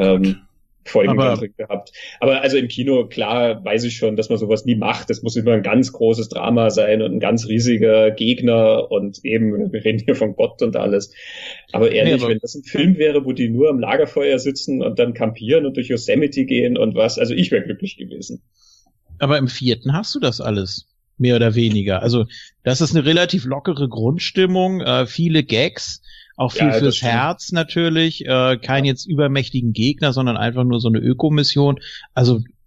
Folgen drin gehabt. Aber also im Kino, klar, weiß ich schon, dass man sowas nie macht. Das muss immer ein ganz großes Drama sein und ein ganz riesiger Gegner und eben, wir reden hier von Gott und alles. Aber ehrlich, wenn das ein Film wäre, wo die nur am Lagerfeuer sitzen und dann campieren und durch Yosemite gehen und was, also ich wäre glücklich gewesen. Aber im 4. hast du das alles. Mehr oder weniger. Also das ist eine relativ lockere Grundstimmung, viele Gags, auch viel fürs Herz natürlich, kein jetzt übermächtigen Gegner, sondern einfach nur so eine Ökomission. Also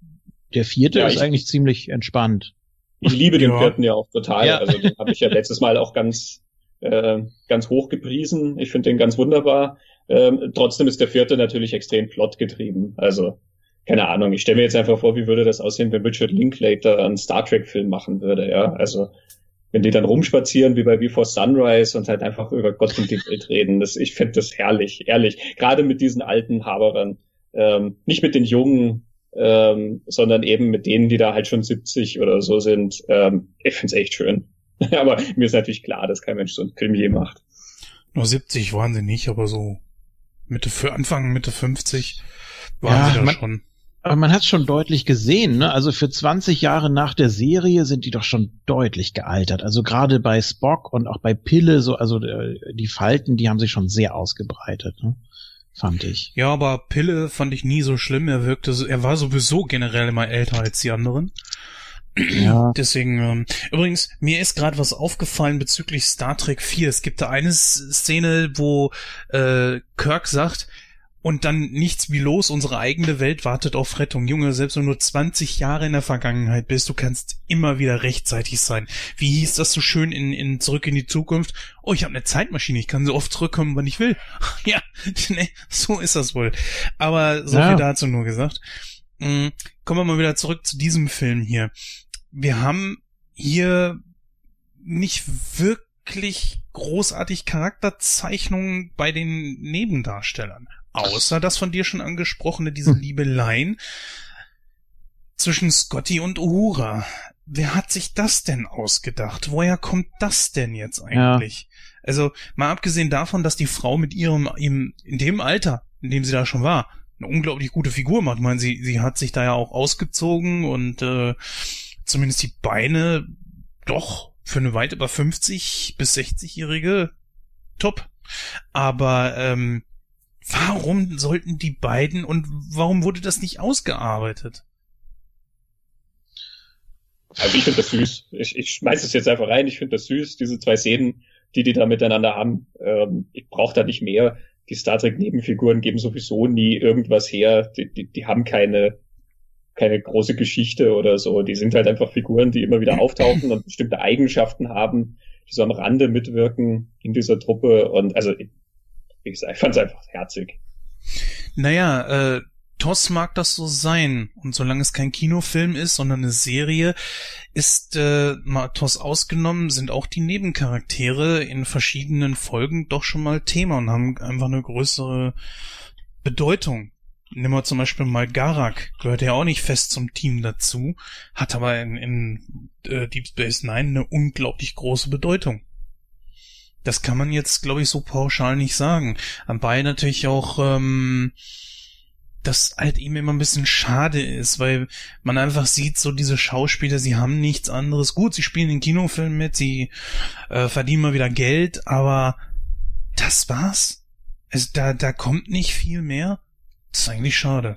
Der 4. Ja, ist eigentlich ziemlich entspannt. Ich liebe den 4. ja auch total. Ja. Also den habe ich ja letztes Mal auch ganz hoch gepriesen. Ich finde den ganz wunderbar. Trotzdem ist der 4. natürlich extrem plotgetrieben. Also, keine Ahnung, ich stelle mir jetzt einfach vor, wie würde das aussehen, wenn Richard Linklater einen Star Trek-Film machen würde, ja. Also, wenn die dann rumspazieren wie bei Before Sunrise und halt einfach über Gott und die Welt reden. Ich finde das herrlich, ehrlich. Gerade mit diesen alten Haberern. Nicht mit den Jungen, sondern eben mit denen, die da halt schon 70 oder so sind. Ich finde es echt schön. Aber mir ist natürlich klar, dass kein Mensch so einen Film je macht. Nur 70 waren sie nicht, aber so Anfang Mitte 50 waren sie da schon. Aber man hat es schon deutlich gesehen, ne? Also für 20 Jahre nach der Serie sind die doch schon deutlich gealtert. Also gerade bei Spock und auch bei Pille, so, also die Falten, die haben sich schon sehr ausgebreitet, ne? Fand ich. Ja, aber Pille fand ich nie so schlimm. Er war sowieso generell immer älter als die anderen. Ja. Deswegen, übrigens, mir ist gerade was aufgefallen bezüglich Star Trek 4. Es gibt da eine Szene, wo Kirk sagt, und dann nichts wie los, unsere eigene Welt wartet auf Rettung. Junge, selbst wenn du nur 20 Jahre in der Vergangenheit bist, du kannst immer wieder rechtzeitig sein. Wie hieß das so schön in Zurück in die Zukunft? Oh, ich habe eine Zeitmaschine, ich kann so oft zurückkommen, wann ich will. Ja, ne, so ist das wohl. Aber so viel dazu nur gesagt. Kommen wir mal wieder zurück zu diesem Film hier. Wir haben hier nicht wirklich großartig Charakterzeichnungen bei den Nebendarstellern. Außer das von dir schon angesprochene, diese Liebeleien zwischen Scotty und Uhura. Wer hat sich das denn ausgedacht? Woher kommt das denn jetzt eigentlich? Ja. Also, mal abgesehen davon, dass die Frau mit in dem Alter, in dem sie da schon war, eine unglaublich gute Figur macht. Ich meine, sie hat sich da ja auch ausgezogen und zumindest die Beine doch für eine weit über 50 bis 60-Jährige top. Aber warum sollten die beiden und warum wurde das nicht ausgearbeitet? Also ich finde das süß. Ich schmeiß es jetzt einfach rein. Ich finde das süß, diese 2 Szenen, die da miteinander haben. Ich brauche da nicht mehr. Die Star Trek-Nebenfiguren geben sowieso nie irgendwas her. Die haben keine große Geschichte oder so. Die sind halt einfach Figuren, die immer wieder auftauchen und bestimmte Eigenschaften haben, die so am Rande mitwirken in dieser Truppe. Und also, wie gesagt, ich fand es einfach herzig. Naja, TOS mag das so sein. Und solange es kein Kinofilm ist, sondern eine Serie, ist mal TOS ausgenommen, sind auch die Nebencharaktere in verschiedenen Folgen doch schon mal Thema und haben einfach eine größere Bedeutung. Nehmen wir zum Beispiel mal Garak, gehört ja auch nicht fest zum Team dazu, hat aber in Deep Space Nine eine unglaublich große Bedeutung. Das kann man jetzt, glaube ich, so pauschal nicht sagen. Dabei natürlich auch, das halt eben immer ein bisschen schade ist, weil man einfach sieht, so diese Schauspieler, sie haben nichts anderes. Gut, sie spielen in Kinofilmen mit, sie verdienen mal wieder Geld, aber das war's. Also da kommt nicht viel mehr. Das ist eigentlich schade.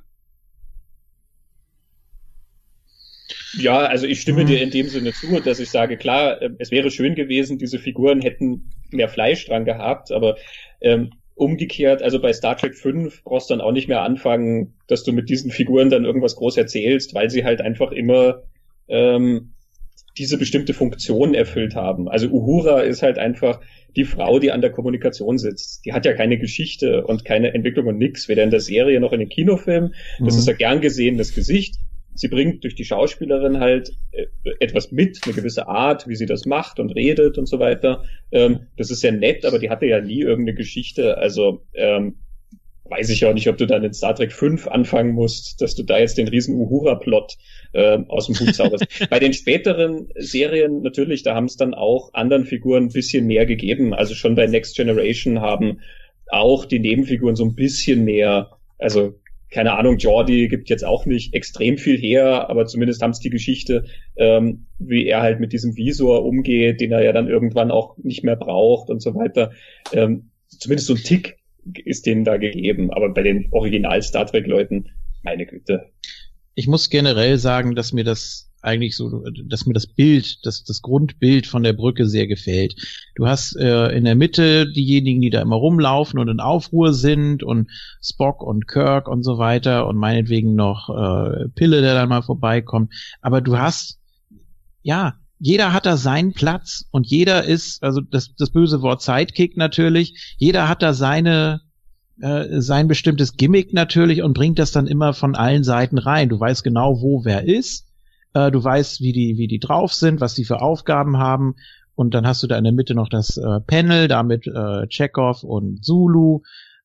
Ja, also ich stimme dir in dem Sinne zu, dass ich sage, klar, es wäre schön gewesen, diese Figuren hätten mehr Fleisch dran gehabt, aber umgekehrt, also bei Star Trek 5 brauchst du dann auch nicht mehr anfangen, dass du mit diesen Figuren dann irgendwas groß erzählst, weil sie halt einfach immer diese bestimmte Funktion erfüllt haben. Also Uhura ist halt einfach die Frau, die an der Kommunikation sitzt. Die hat ja keine Geschichte und keine Entwicklung und nix, weder in der Serie noch in den Kinofilmen. Das ist ein gern gesehenes Gesicht. Sie bringt durch die Schauspielerin halt etwas mit, eine gewisse Art, wie sie das macht und redet und so weiter. Das ist sehr nett, aber die hatte ja nie irgendeine Geschichte. Also weiß ich auch nicht, ob du dann in Star Trek 5 anfangen musst, dass du da jetzt den riesen Uhura-Plot aus dem Hut zauberst. Bei den späteren Serien natürlich, da haben es dann auch anderen Figuren ein bisschen mehr gegeben. Also schon bei Next Generation haben auch die Nebenfiguren so ein bisschen mehr, also keine Ahnung, Geordi gibt jetzt auch nicht extrem viel her, aber zumindest haben es die Geschichte, wie er halt mit diesem Visor umgeht, den er ja dann irgendwann auch nicht mehr braucht und so weiter. Zumindest so ein Tick ist denen da gegeben, aber bei den Original-Star Trek-Leuten, meine Güte. Ich muss generell sagen, dass mir das eigentlich so, dass mir das Grundbild von der Brücke sehr gefällt. Du hast in der Mitte diejenigen, die da immer rumlaufen und in Aufruhr sind und Spock und Kirk und so weiter und meinetwegen noch Pille, der dann mal vorbeikommt. Aber du hast, ja, jeder hat da seinen Platz und jeder ist, also das böse Wort Sidekick natürlich, jeder hat da sein bestimmtes Gimmick natürlich und bringt das dann immer von allen Seiten rein. Du weißt genau, wo wer ist. Du weißt, wie die drauf sind, was die für Aufgaben haben. Und dann hast du da in der Mitte noch das Panel, da mit Chekhov und Zulu.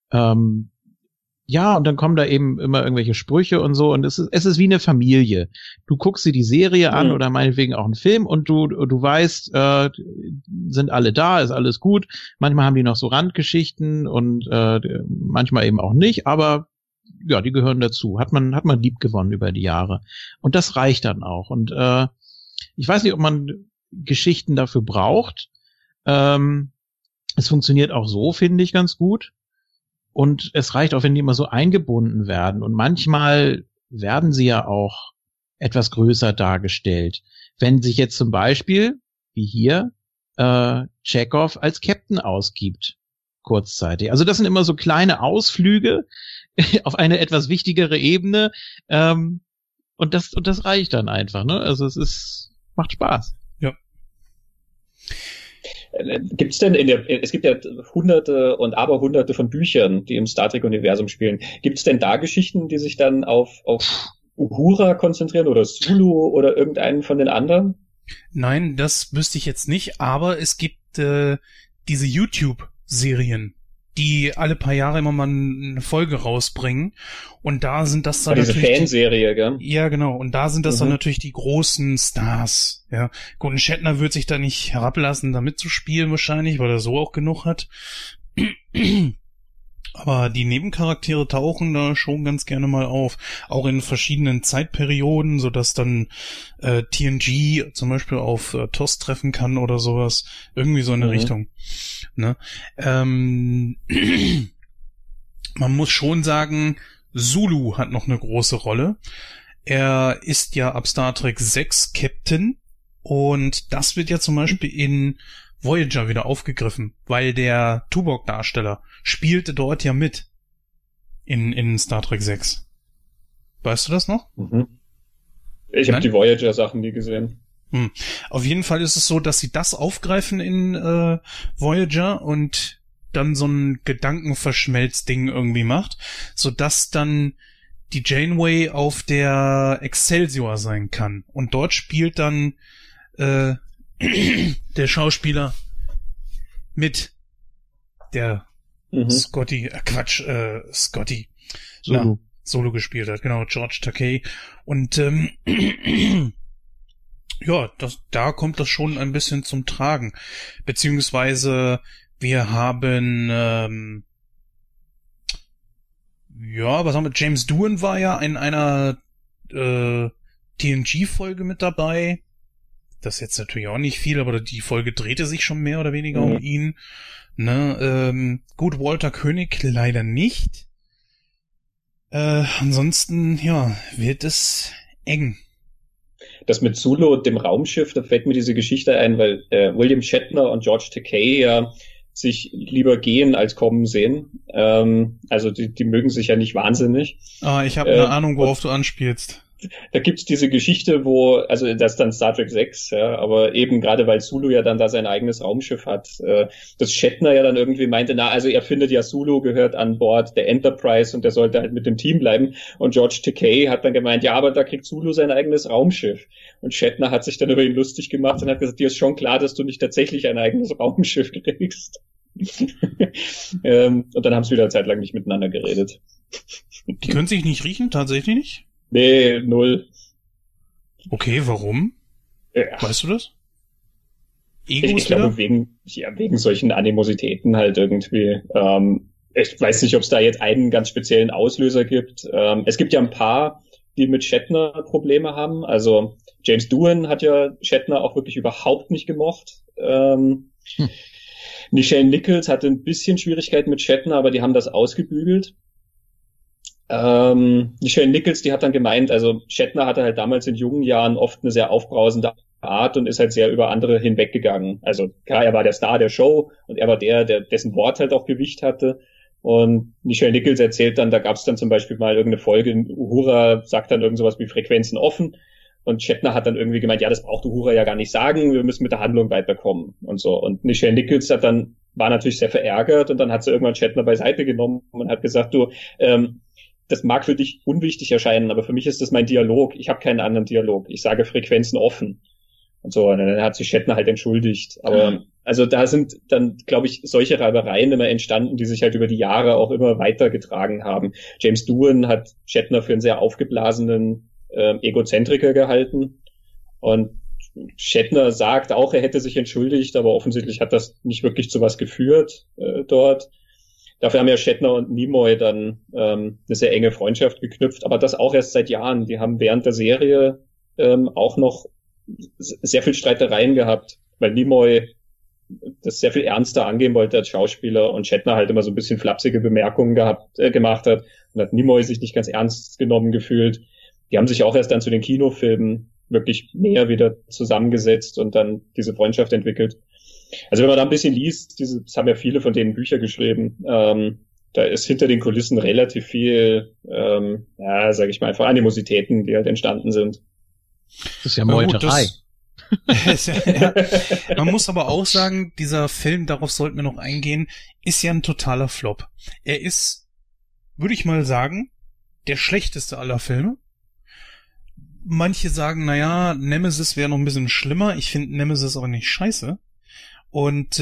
Ja, und dann kommen da eben immer irgendwelche Sprüche und so. Und es ist wie eine Familie. Du guckst dir die Serie an oder meinetwegen auch einen Film und du weißt, sind alle da, ist alles gut. Manchmal haben die noch so Randgeschichten und manchmal eben auch nicht. Aber ja, die gehören dazu. Hat man lieb gewonnen über die Jahre. Und das reicht dann auch. Und ich weiß nicht, ob man Geschichten dafür braucht. Es funktioniert auch so, finde ich, ganz gut. Und es reicht auch, wenn die immer so eingebunden werden. Und manchmal werden sie ja auch etwas größer dargestellt. Wenn sich jetzt zum Beispiel, wie hier, Chekhov als Captain ausgibt, kurzzeitig. Also das sind immer so kleine Ausflüge auf eine etwas wichtigere Ebene. Und das reicht dann einfach, ne? Also macht Spaß. Ja. Gibt's denn es gibt ja hunderte und aberhunderte von Büchern, die im Star Trek-Universum spielen. Gibt's denn da Geschichten, die sich dann auf Uhura konzentrieren oder Sulu oder irgendeinen von den anderen? Nein, das wüsste ich jetzt nicht, aber es gibt diese YouTube-Serien, die alle paar Jahre immer mal eine Folge rausbringen. Und da sind das dann diese Fanserie, gell? Ja, genau. Und da sind das dann natürlich die großen Stars. Ja, Gordon Shatner wird sich da nicht herablassen, da mitzuspielen wahrscheinlich, weil er so auch genug hat. Aber die Nebencharaktere tauchen da schon ganz gerne mal auf. Auch in verschiedenen Zeitperioden, sodass dann TNG zum Beispiel auf TOS treffen kann oder sowas. Irgendwie so in der Richtung. Ne? Man muss schon sagen, Sulu hat noch eine große Rolle. Er ist ja ab Star Trek 6 Captain und das wird ja zum Beispiel in Voyager wieder aufgegriffen, weil der Tuvok-Darsteller spielte dort ja mit in Star Trek 6. Weißt du das noch? Ich habe die Voyager-Sachen nie gesehen. Auf jeden Fall ist es so, dass sie das aufgreifen in Voyager und dann so ein Gedankenverschmelzding irgendwie macht, sodass dann die Janeway auf der Excelsior sein kann. Und dort spielt dann der Schauspieler mit, der Scotty Solo gespielt hat, genau, George Takei. Und ja, da kommt das schon ein bisschen zum Tragen. Beziehungsweise wir haben was haben wir? James Doohan war ja in einer TNG-Folge mit dabei. Das ist jetzt natürlich auch nicht viel, aber die Folge drehte sich schon mehr oder weniger um ihn. Ne, gut, Walter Koenig leider nicht. Ansonsten, ja, wird es eng. Das mit Sulu und dem Raumschiff, da fällt mir diese Geschichte ein, weil William Shatner und George Takei ja sich lieber gehen als kommen sehen. Also die mögen sich ja nicht wahnsinnig. Ich habe eine Ahnung, worauf du anspielst. Da gibt's diese Geschichte, also das ist dann Star Trek 6, ja, aber eben gerade weil Sulu ja dann da sein eigenes Raumschiff hat, dass Shatner ja dann irgendwie meinte, also er findet ja, Sulu gehört an Bord der Enterprise und der sollte halt mit dem Team bleiben. Und George Takei hat dann gemeint, ja, aber da kriegt Sulu sein eigenes Raumschiff. Und Shatner hat sich dann über ihn lustig gemacht und hat gesagt, dir ist schon klar, dass du nicht tatsächlich ein eigenes Raumschiff kriegst. Und dann haben sie wieder eine Zeit lang nicht miteinander geredet. Die können sich nicht riechen, tatsächlich nicht? Nee, null. Okay, warum? Ja. Weißt du das? Ich glaube, wegen solchen Animositäten halt irgendwie. Ich weiß nicht, ob es da jetzt einen ganz speziellen Auslöser gibt. Es gibt ja ein paar, die mit Shatner Probleme haben. Also James Doohan hat ja Shatner auch wirklich überhaupt nicht gemocht. Nichelle Nichols hatte ein bisschen Schwierigkeiten mit Shatner, aber die haben das ausgebügelt. Nichelle Nichols, die hat dann gemeint, also Shatner hatte halt damals in jungen Jahren oft eine sehr aufbrausende Art und ist halt sehr über andere hinweggegangen. Also klar, er war der Star der Show und er war dessen Wort halt auch Gewicht hatte. Und Nichelle Nichols erzählt dann, da gab es dann zum Beispiel mal irgendeine Folge, Uhura sagt dann irgend sowas wie Frequenzen offen. Und Shatner hat dann irgendwie gemeint, ja, das braucht Uhura ja gar nicht sagen, wir müssen mit der Handlung weiterkommen und so. Und Nichelle Nichols war natürlich sehr verärgert und dann hat sie irgendwann Shatner beiseite genommen und hat gesagt, du, das mag für dich unwichtig erscheinen, aber für mich ist das mein Dialog. Ich habe keinen anderen Dialog. Ich sage Frequenzen offen. Und so, und dann hat sich Shatner halt entschuldigt. Aber also da sind dann, glaube ich, solche Reibereien immer entstanden, die sich halt über die Jahre auch immer weitergetragen haben. James Doohan hat Shatner für einen sehr aufgeblasenen Egozentriker gehalten. Und Shatner sagt auch, er hätte sich entschuldigt, aber offensichtlich hat das nicht wirklich zu was geführt dort. Dafür haben ja Shatner und Nimoy dann eine sehr enge Freundschaft geknüpft, aber das auch erst seit Jahren. Die haben während der Serie auch noch sehr viel Streitereien gehabt, weil Nimoy das sehr viel ernster angehen wollte als Schauspieler und Shatner halt immer so ein bisschen flapsige Bemerkungen gemacht hat und hat Nimoy sich nicht ganz ernst genommen gefühlt. Die haben sich auch erst dann zu den Kinofilmen wirklich mehr wieder zusammengesetzt und dann diese Freundschaft entwickelt. Also wenn man da ein bisschen liest, das haben ja viele von denen Bücher geschrieben, da ist hinter den Kulissen relativ viel, sage ich mal, einfach Animositäten, die halt entstanden sind. Das ist ja Meuterei. Ja. Man muss aber auch sagen, dieser Film, darauf sollten wir noch eingehen, ist ja ein totaler Flop. Er ist, würde ich mal sagen, der schlechteste aller Filme. Manche sagen, naja, Nemesis wäre noch ein bisschen schlimmer. Ich finde Nemesis aber nicht scheiße. Und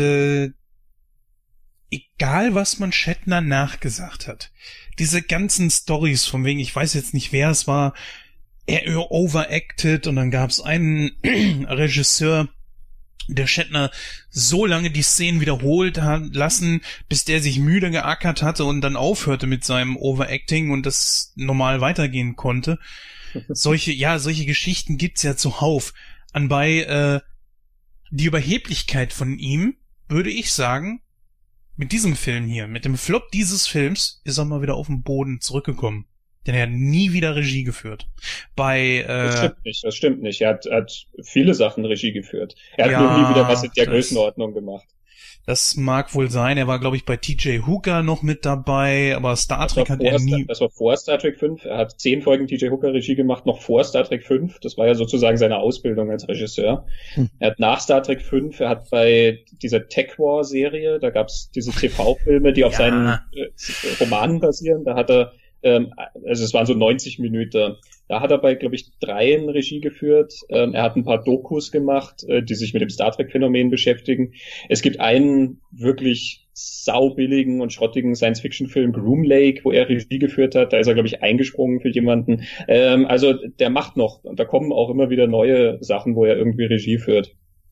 egal, was man Shatner nachgesagt hat, diese ganzen Storys von wegen, ich weiß jetzt nicht, wer es war, er overacted und dann gab es einen Regisseur, der Shatner so lange die Szenen wiederholt hat lassen, bis der sich müde geackert hatte und dann aufhörte mit seinem Overacting und das normal weitergehen konnte. Solche Geschichten gibt's ja zuhauf. Anbei die Überheblichkeit von ihm, würde ich sagen, mit diesem Film hier, mit dem Flop dieses Films, ist er mal wieder auf den Boden zurückgekommen. Denn er hat nie wieder Regie geführt. Das stimmt nicht. Er hat viele Sachen Regie geführt. Er hat nur nie wieder was in der Größenordnung gemacht. Das mag wohl sein. Er war, glaube ich, bei TJ Hooker noch mit dabei, aber Star Trek hat er nie... Das war vor Star Trek 5. Er hat 10 Folgen TJ Hooker Regie gemacht, noch vor Star Trek 5. Das war ja sozusagen seine Ausbildung als Regisseur. Er hat nach Star Trek 5, er hat bei dieser Tech War Serie, da gab's diese TV-Filme, die auf seinen Romanen basieren, da hat er also es waren so 90 Minuten. Da hat er bei, glaube ich, 3 Regie geführt. Er hat ein paar Dokus gemacht, die sich mit dem Star Trek-Phänomen beschäftigen. Es gibt einen wirklich saubilligen und schrottigen Science-Fiction-Film, Groom Lake, wo er Regie geführt hat. Da ist er, glaube ich, eingesprungen für jemanden. Also der macht noch. Und da kommen auch immer wieder neue Sachen, wo er irgendwie Regie führt.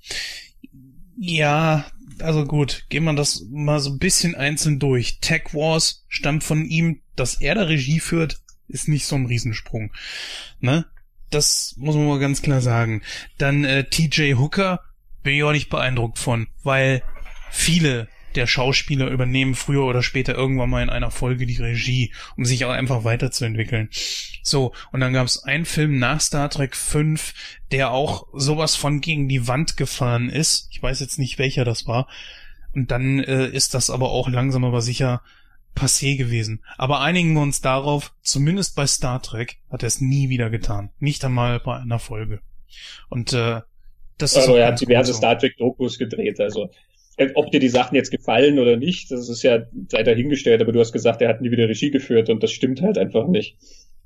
Ja, also gut, gehen wir das mal so ein bisschen einzeln durch. Tech Wars stammt von ihm, dass er da Regie führt, ist nicht so ein Riesensprung, ne? Das muss man mal ganz klar sagen. Dann TJ Hooker bin ich auch nicht beeindruckt von, weil viele der Schauspieler übernehmen früher oder später irgendwann mal in einer Folge die Regie, um sich auch einfach weiterzuentwickeln. So, und dann gab es einen Film nach Star Trek 5, der auch sowas von gegen die Wand gefahren ist. Ich weiß jetzt nicht, welcher das war. Und dann ist das aber auch langsam aber sicher passé gewesen. Aber einigen wir uns darauf, zumindest bei Star Trek hat er es nie wieder getan. Nicht einmal bei einer Folge. Und das ist also er hat diverse Star Trek Dokus gedreht, also ob dir die Sachen jetzt gefallen oder nicht, das ist ja sei dahingestellt, aber du hast gesagt, er hat nie wieder Regie geführt und das stimmt halt einfach nicht.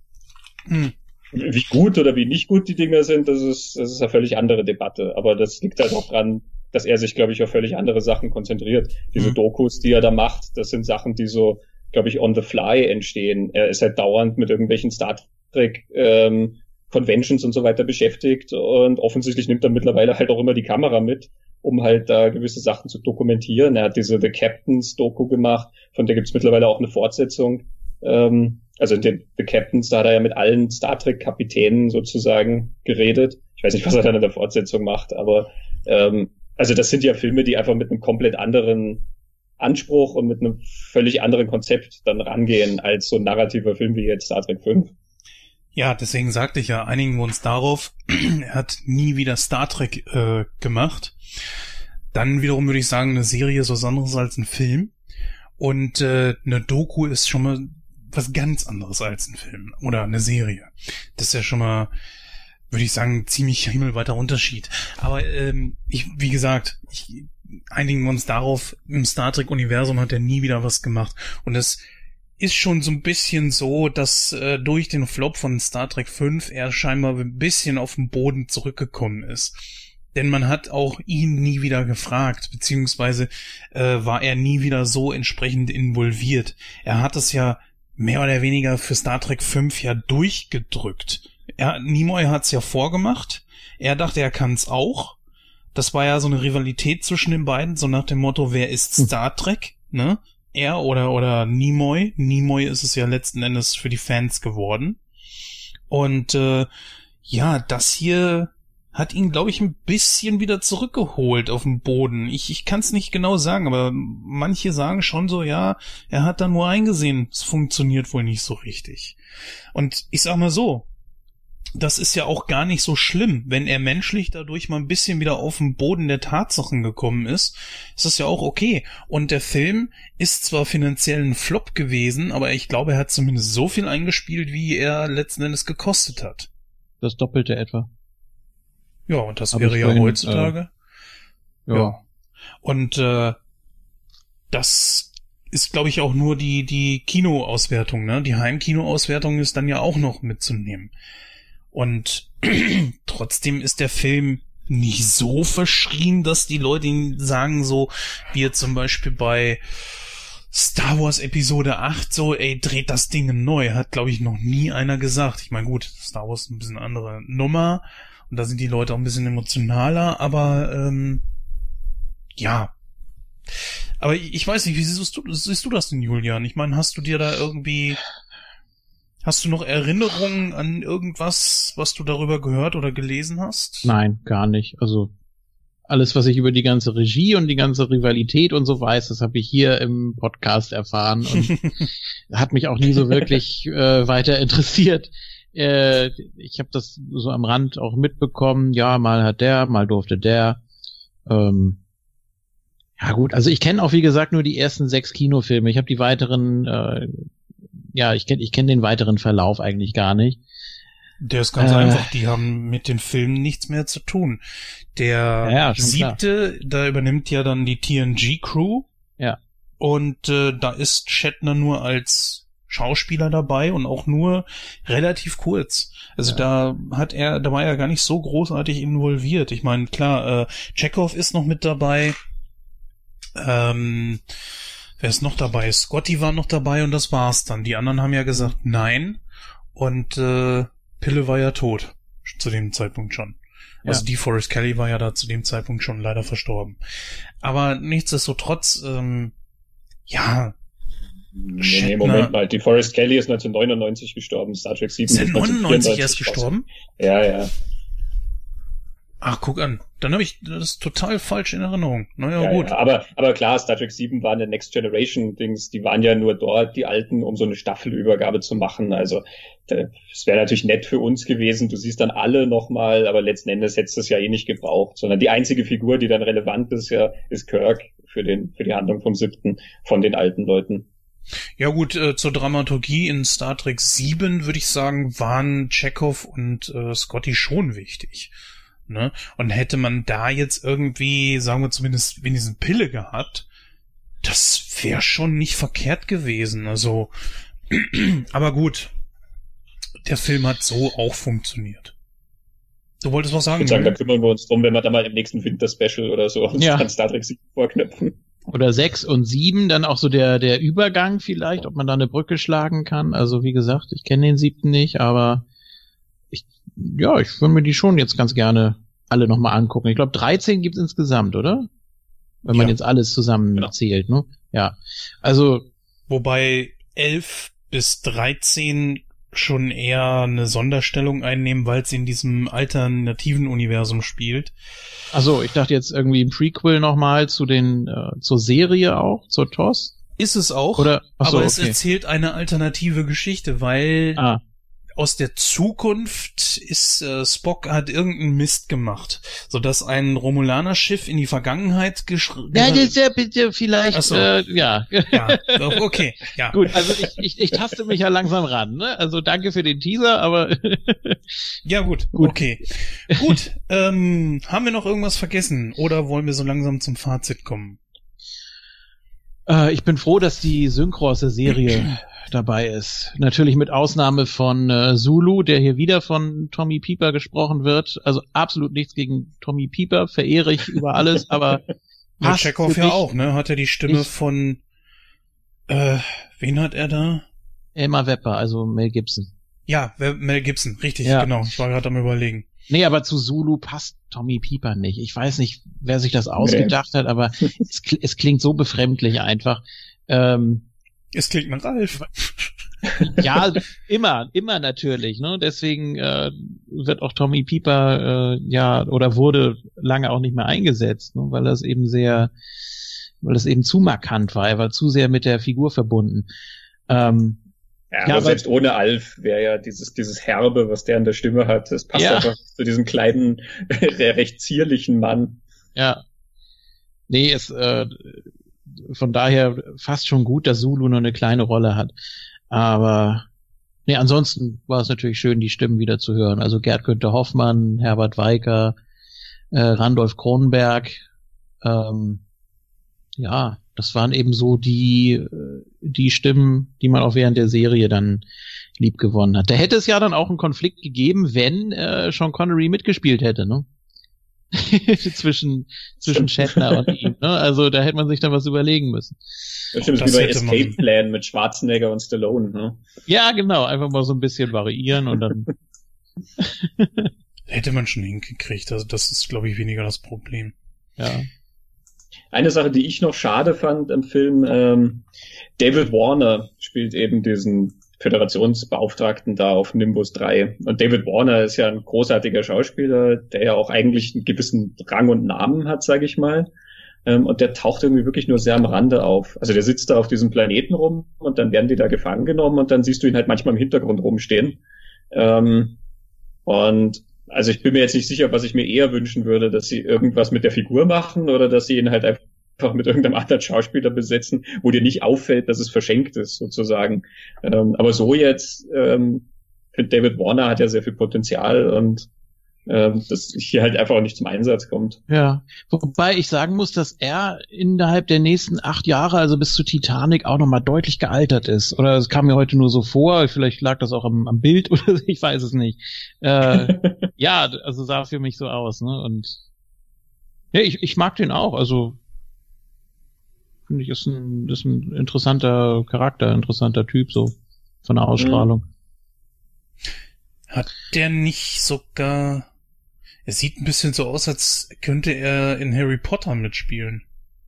Wie gut oder wie nicht gut die Dinger sind, das ist eine völlig andere Debatte, aber das liegt halt auch dran, dass er sich, glaube ich, auf völlig andere Sachen konzentriert. Diese Dokus, die er da macht, das sind Sachen, die so, glaube ich, on the fly entstehen. Er ist halt dauernd mit irgendwelchen Star Trek Conventions und so weiter beschäftigt und offensichtlich nimmt er mittlerweile halt auch immer die Kamera mit, um halt da gewisse Sachen zu dokumentieren. Er hat diese The Captains Doku gemacht, von der gibt's mittlerweile auch eine Fortsetzung. Also in den The Captains, da hat er ja mit allen Star Trek Kapitänen sozusagen geredet. Ich weiß nicht, was er dann in der Fortsetzung macht, aber also das sind ja Filme, die einfach mit einem komplett anderen Anspruch und mit einem völlig anderen Konzept dann rangehen als so ein narrativer Film wie jetzt Star Trek 5. Ja, deswegen sagte ich ja, einigen wir uns darauf, er hat nie wieder Star Trek gemacht. Dann wiederum würde ich sagen, eine Serie ist was anderes als ein Film. Und eine Doku ist schon mal was ganz anderes als ein Film oder eine Serie. Das ist ja schon mal, würde ich sagen, ein ziemlich himmelweiter Unterschied. Aber wie gesagt, einigen wir uns darauf, im Star Trek-Universum hat er nie wieder was gemacht. Und es ist schon so ein bisschen so, dass durch den Flop von Star Trek 5 er scheinbar ein bisschen auf den Boden zurückgekommen ist. Denn man hat auch ihn nie wieder gefragt, beziehungsweise war er nie wieder so entsprechend involviert. Er hat es ja mehr oder weniger für Star Trek 5 ja durchgedrückt. Nimoy hat's ja vorgemacht. Er dachte, er kann's auch. Das war ja so eine Rivalität zwischen den beiden, so nach dem Motto, wer ist Star Trek, ne? Er oder Nimoy. Nimoy ist es ja letzten Endes für die Fans geworden. Und das hier hat ihn, glaube ich, ein bisschen wieder zurückgeholt auf den Boden. Ich kann es nicht genau sagen, aber manche sagen schon so, ja, er hat da nur eingesehen, es funktioniert wohl nicht so richtig. Und ich sag mal so, das ist ja auch gar nicht so schlimm, wenn er menschlich dadurch mal ein bisschen wieder auf den Boden der Tatsachen gekommen ist. Ist das ja auch okay. Und der Film ist zwar finanziell ein Flop gewesen, aber ich glaube, er hat zumindest so viel eingespielt, wie er letzten Endes gekostet hat. Das Doppelte etwa. Ja, und das wäre ja heutzutage. Ja. Und das ist, glaube ich, auch nur die Kinoauswertung, ne? Die Heimkinoauswertung ist dann ja auch noch mitzunehmen. Und trotzdem ist der Film nicht so verschrien, dass die Leute ihn sagen, so wie jetzt zum Beispiel bei Star Wars Episode 8, so, ey, dreht das Ding neu. Hat, glaube ich, noch nie einer gesagt. Ich meine, gut, Star Wars ist ein bisschen andere Nummer. Und da sind die Leute auch ein bisschen emotionaler, aber ja. Aber ich weiß nicht, wie siehst du das denn, Julian? Ich meine, hast du noch Erinnerungen an irgendwas, was du darüber gehört oder gelesen hast? Nein, gar nicht. Also alles, was ich über die ganze Regie und die ganze Rivalität und so weiß, das habe ich hier im Podcast erfahren und hat mich auch nie so wirklich weiter interessiert. Ich habe das so am Rand auch mitbekommen, ja, mal hat der, mal durfte der. Ja gut, also ich kenne auch, wie gesagt, nur die ersten 6 Kinofilme. Ich habe die weiteren, ich kenn den weiteren Verlauf eigentlich gar nicht. Der ist ganz einfach, die haben mit den Filmen nichts mehr zu tun. Der 7., da übernimmt ja dann die TNG-Crew. Ja. Und da ist Shatner nur als Schauspieler dabei und auch nur relativ kurz. Also da war er gar nicht so großartig involviert. Ich meine, klar, Chekhov ist noch mit dabei. Wer ist noch dabei? Scotty war noch dabei und das war's dann. Die anderen haben ja gesagt nein und Pille war ja tot zu dem Zeitpunkt schon. Also DeForest Kelley war ja da zu dem Zeitpunkt schon leider verstorben. Aber nichtsdestotrotz, Nee, Moment mal, DeForest Kelley ist 1999 gestorben, Star Trek 7 ist 1999 erst gestorben? Ja. Ach, guck an. Dann habe ich das total falsch in Erinnerung. Naja, gut. Ja, aber klar, Star Trek 7 waren eine Next Generation Dings, die waren ja nur dort, die Alten, um so eine Staffelübergabe zu machen. Also es wäre natürlich nett für uns gewesen, du siehst dann alle nochmal, aber letzten Endes hättest du es ja eh nicht gebraucht, sondern die einzige Figur, die dann relevant ist, ist Kirk für die Handlung vom 7. von den alten Leuten. Ja gut, zur Dramaturgie in Star Trek 7 würde ich sagen, waren Chekhov und Scotty schon wichtig. Ne? Und hätte man da jetzt irgendwie, sagen wir zumindest wenigstens Pille gehabt, das wäre schon nicht verkehrt gewesen. Also, aber gut, der Film hat so auch funktioniert. Du wolltest was sagen? Ich würde sagen, da kümmern wir uns drum, wenn wir da mal im nächsten Winter-Special oder so uns an Star Trek 7 vorknöpfen. Oder 6 und 7, dann auch so der Übergang vielleicht, ob man da eine Brücke schlagen kann. Also wie gesagt, ich kenne den 7. nicht, aber ich würde mir die schon jetzt ganz gerne alle nochmal angucken. Ich glaube 13 gibt's insgesamt, oder? Wenn man jetzt alles zusammen zählt, ne? Ja. Also wobei 11 bis 13 schon eher eine Sonderstellung einnehmen, weil es in diesem alternativen Universum spielt. Also ich dachte jetzt irgendwie ein Prequel nochmal zur Serie auch, zur TOS. Ist es auch, Oder? Aber es erzählt eine alternative Geschichte, weil aus der Zukunft ist Spock hat irgendeinen Mist gemacht, sodass ein Romulaner-Schiff in die Vergangenheit Ja, das ist ja bitte vielleicht, Ach so. ja. Ja, okay, ja. Gut, also ich taste mich ja langsam ran, ne? Also danke für den Teaser, aber Ja, gut, okay. Gut, haben wir noch irgendwas vergessen oder wollen wir so langsam zum Fazit kommen? Ich bin froh, dass die Synchro aus der Serie dabei ist. Natürlich mit Ausnahme von Zulu, der hier wieder von Tommy Pieper gesprochen wird. Also absolut nichts gegen Tommy Pieper, verehre ich über alles, aber ja, Chekhov ja auch, ne? Hat er die Stimme von wen hat er da? Elmar Wepper, also Mel Gibson. Ja, Mel Gibson, richtig, Ja. genau. Ich war gerade am Überlegen. Nee, aber zu Zulu passt Tommy Pieper nicht. Ich weiß nicht, wer sich das ausgedacht hat, aber es klingt so befremdlich einfach. Es klingt nach Ralf. Ja, immer natürlich, ne? Deswegen wird auch Tommy Pieper oder wurde lange auch nicht mehr eingesetzt, ne? Weil es eben zu markant war, er war zu sehr mit der Figur verbunden. Aber selbst ohne Alf wäre ja dieses Herbe, was der an der Stimme hat, das passt einfach zu diesem kleinen, der recht zierlichen Mann. Ja. Nee, von daher fast schon gut, dass Zulu nur eine kleine Rolle hat. Aber nee, ansonsten war es natürlich schön, die Stimmen wieder zu hören. Also Gerd Günther Hoffmann, Herbert Weicker, Randolph Kronberg. Das waren eben so die Stimmen, die man auch während der Serie dann lieb gewonnen hat. Da hätte es ja dann auch einen Konflikt gegeben, wenn Sean Connery mitgespielt hätte, ne? zwischen Shatner und ihm, ne? Also da hätte man sich dann was überlegen müssen. Das stimmt, wie bei Escape Plan mit Schwarzenegger und Stallone, ne? Ja, genau, einfach mal so ein bisschen variieren und dann hätte man schon hingekriegt, also das ist, glaube ich, weniger das Problem. Ja. Eine Sache, die ich noch schade fand im Film, David Warner spielt eben diesen Föderationsbeauftragten da auf Nimbus 3. Und David Warner ist ja ein großartiger Schauspieler, der ja auch eigentlich einen gewissen Rang und Namen hat, sage ich mal. Und der taucht irgendwie wirklich nur sehr am Rande auf. Also der sitzt da auf diesem Planeten rum und dann werden die da gefangen genommen und dann siehst du ihn halt manchmal im Hintergrund rumstehen. Und also ich bin mir jetzt nicht sicher, was ich mir eher wünschen würde, dass sie irgendwas mit der Figur machen oder dass sie ihn halt einfach mit irgendeinem anderen Schauspieler besetzen, wo dir nicht auffällt, dass es verschenkt ist, sozusagen. Aber so jetzt, finde David Warner hat ja sehr viel Potenzial und das hier halt einfach auch nicht zum Einsatz kommt. Ja, wobei ich sagen muss, dass er innerhalb der nächsten 8 Jahre, also bis zu Titanic, auch nochmal deutlich gealtert ist. Oder es kam mir heute nur so vor, vielleicht lag das auch am Bild oder so, ich weiß es nicht. Ja, also sah für mich so aus, ne? Und ja, ich mag den auch, also finde ich, ist ein interessanter Charakter, interessanter Typ, so von der Ausstrahlung. Hat der nicht sogar... Es sieht ein bisschen so aus, als könnte er in Harry Potter mitspielen.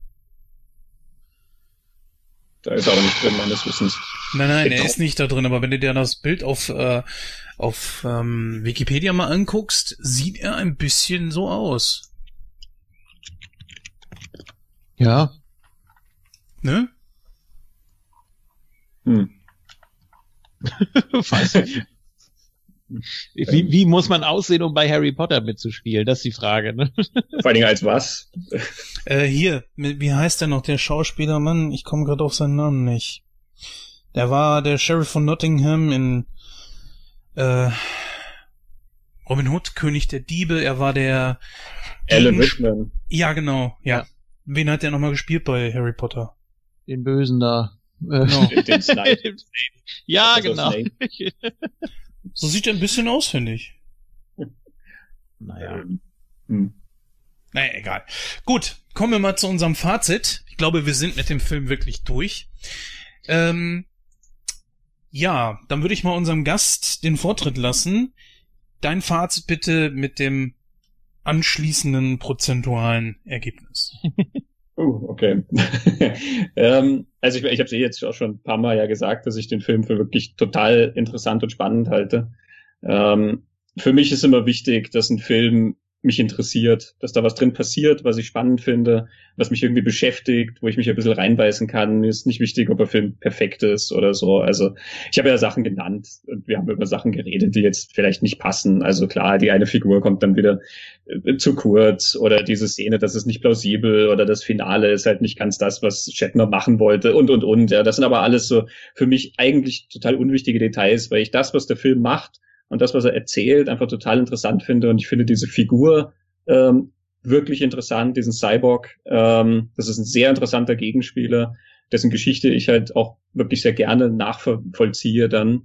Da ist er aber nicht drin, meines Wissens. Nein, er ist nicht da drin, aber wenn du dir das Bild auf Wikipedia mal anguckst, sieht er ein bisschen so aus. Ja. Ne? Weiß ich. Wie muss man aussehen, um bei Harry Potter mitzuspielen? Das ist die Frage, ne? Vor allen Dingen als was? Hier, wie heißt der noch, der Schauspieler? Mann, ich komme gerade auf seinen Namen nicht. Der war der Sheriff von Nottingham in Robin Hood, König der Diebe. Er war der Alan Rickman. Ja, genau, ja. Wen hat der nochmal gespielt bei Harry Potter? Den Bösen da. Genau. Den Snape. Ja, Also genau. So sieht er ein bisschen aus, finde ich. Naja. Naja, egal. Gut, kommen wir mal zu unserem Fazit. Ich glaube, wir sind mit dem Film wirklich durch. Ja, dann würde ich mal unserem Gast den Vortritt lassen. Dein Fazit bitte mit dem anschließenden prozentualen Ergebnis. Okay. Also ich habe es jetzt auch schon ein paar Mal ja gesagt, dass ich den Film für wirklich total interessant und spannend halte. Für mich ist immer wichtig, dass ein Film mich interessiert, dass da was drin passiert, was ich spannend finde, was mich irgendwie beschäftigt, wo ich mich ein bisschen reinbeißen kann. Mir ist nicht wichtig, ob der Film perfekt ist oder so. Also ich habe ja Sachen genannt und wir haben über Sachen geredet, die jetzt vielleicht nicht passen. Also klar, die eine Figur kommt dann wieder zu kurz oder diese Szene, das ist nicht plausibel oder das Finale ist halt nicht ganz das, was Shatner machen wollte und. Ja, das sind aber alles so für mich eigentlich total unwichtige Details, weil ich das, was der Film macht, und das, was er erzählt, einfach total interessant finde. Und ich finde diese Figur wirklich interessant, diesen Cyborg. Das ist ein sehr interessanter Gegenspieler, dessen Geschichte ich halt auch wirklich sehr gerne nachvollziehe dann.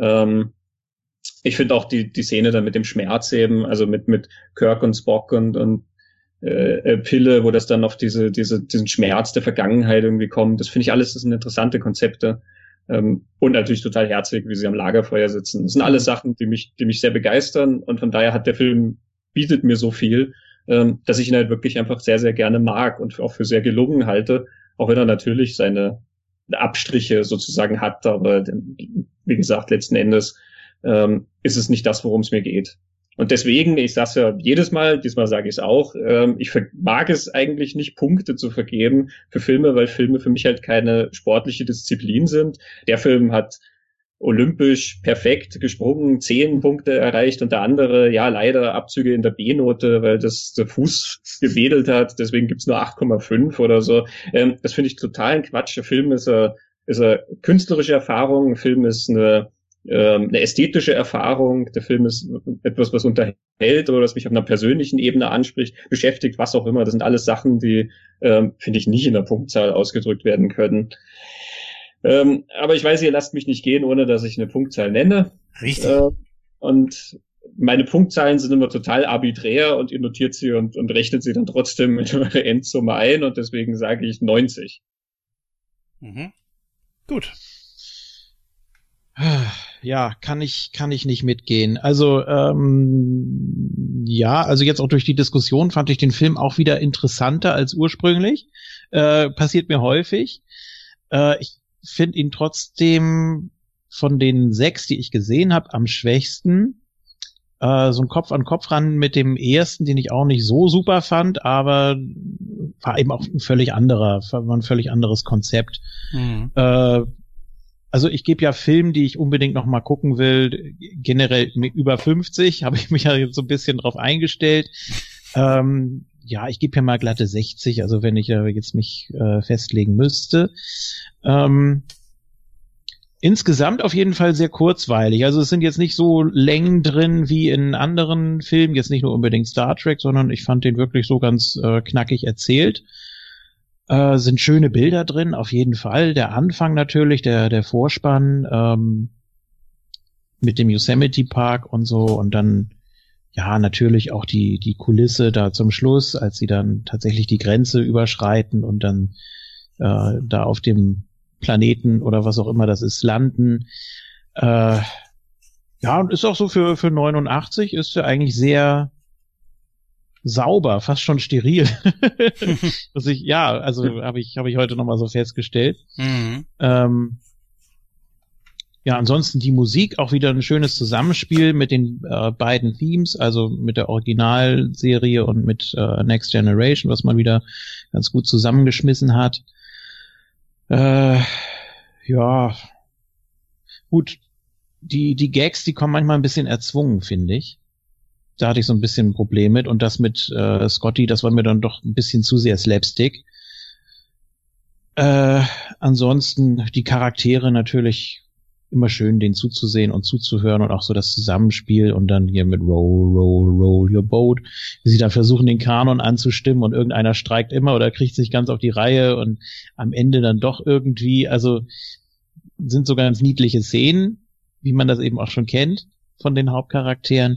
Ich finde auch die Szene dann mit dem Schmerz eben, also mit Kirk und Spock und Pille, wo das dann auf diesen Schmerz der Vergangenheit irgendwie kommt. Das finde ich alles, das sind interessante Konzepte. Und natürlich total herzig, wie sie am Lagerfeuer sitzen. Das sind alles Sachen, die mich sehr begeistern. Und von daher hat der Film, bietet mir so viel, dass ich ihn halt wirklich einfach sehr, sehr gerne mag und auch für sehr gelungen halte. Auch wenn er natürlich seine Abstriche sozusagen hat. Aber wie gesagt, letzten Endes ist es nicht das, worum es mir geht. Und deswegen, ich sage es ja jedes Mal, diesmal sage ich es auch, ich mag es eigentlich nicht, Punkte zu vergeben für Filme, weil Filme für mich halt keine sportliche Disziplin sind. Der Film hat olympisch perfekt gesprungen, 10 Punkte erreicht und der andere, ja, leider Abzüge in der B-Note, weil der Fuß gewedelt hat, deswegen gibt's nur 8,5 oder so. Das finde ich totalen Quatsch. Der Film ist eine künstlerische Erfahrung, ein Film ist eine ästhetische Erfahrung, der Film ist etwas, was unterhält oder was mich auf einer persönlichen Ebene anspricht, beschäftigt, was auch immer. Das sind alles Sachen, die, finde ich, nicht in der Punktzahl ausgedrückt werden können. Aber ich weiß, ihr lasst mich nicht gehen, ohne dass ich eine Punktzahl nenne. Richtig. Und meine Punktzahlen sind immer total arbiträr und ihr notiert sie und rechnet sie dann trotzdem in eure Endsumme ein und deswegen sage ich 90. Mhm. Gut. Ja, kann ich nicht mitgehen. Also ja, also jetzt auch durch die Diskussion fand ich den Film auch wieder interessanter als ursprünglich. Passiert mir häufig. Ich finde ihn trotzdem von den 6, die ich gesehen habe, am schwächsten. So ein Kopf-an-Kopf-Rennen mit dem ersten, den ich auch nicht so super fand, aber war eben auch ein völlig anderes Konzept. Mhm. Also ich gebe ja Filmen, die ich unbedingt noch mal gucken will, generell mit über 50, habe ich mich ja jetzt so ein bisschen drauf eingestellt. Ja, ich gebe ja mal glatte 60, also wenn ich jetzt mich festlegen müsste. Insgesamt auf jeden Fall sehr kurzweilig. Also es sind jetzt nicht so Längen drin wie in anderen Filmen, jetzt nicht nur unbedingt Star Trek, sondern ich fand den wirklich so ganz knackig erzählt. Sind schöne Bilder drin, auf jeden Fall. Der Anfang natürlich, der Vorspann mit dem Yosemite Park und so und dann ja natürlich auch die Kulisse da zum Schluss, als sie dann tatsächlich die Grenze überschreiten und dann da auf dem Planeten oder was auch immer das ist, landen. Ja, und ist auch so für 89 ist er eigentlich sehr sauber, fast schon steril. Habe ich heute nochmal so festgestellt. Mhm. Ja, ansonsten die Musik auch wieder ein schönes Zusammenspiel mit den beiden Themes, also mit der Originalserie und mit Next Generation, was man wieder ganz gut zusammengeschmissen hat. Ja, gut. Die Gags, die kommen manchmal ein bisschen erzwungen, finde ich. Da hatte ich so ein bisschen ein Problem mit. Und das mit Scotty, das war mir dann doch ein bisschen zu sehr Slapstick. Ansonsten die Charaktere natürlich immer schön, denen zuzusehen und zuzuhören und auch so das Zusammenspiel und dann hier mit Roll your boat, wie sie dann versuchen, den Kanon anzustimmen und irgendeiner streikt immer oder kriegt sich ganz auf die Reihe und am Ende dann doch irgendwie, also sind so ganz niedliche Szenen, wie man das eben auch schon kennt von den Hauptcharakteren.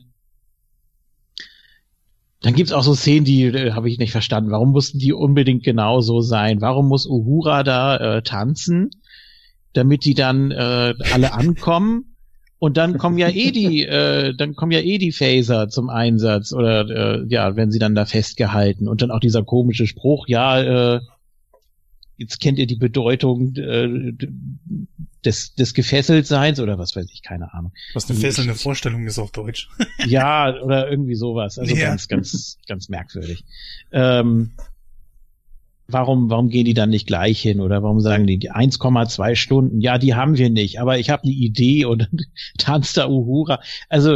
Dann gibt's auch so Szenen, die habe ich nicht verstanden. Warum mussten die unbedingt genau so sein? Warum muss Uhura da tanzen, damit die dann alle ankommen? Und dann kommen ja die Phaser zum Einsatz oder ja, werden sie dann da festgehalten und dann auch dieser komische Spruch, ja, jetzt kennt ihr die Bedeutung des Gefesseltseins oder was weiß ich, keine Ahnung. Was eine fesselnde Vorstellung ist auf Deutsch. Ja, oder irgendwie sowas. Also ja. ganz merkwürdig. Warum gehen die dann nicht gleich hin? Oder warum sagen die 1,2 Stunden? Ja, die haben wir nicht, aber ich habe eine Idee und tanzt da Uhura. Also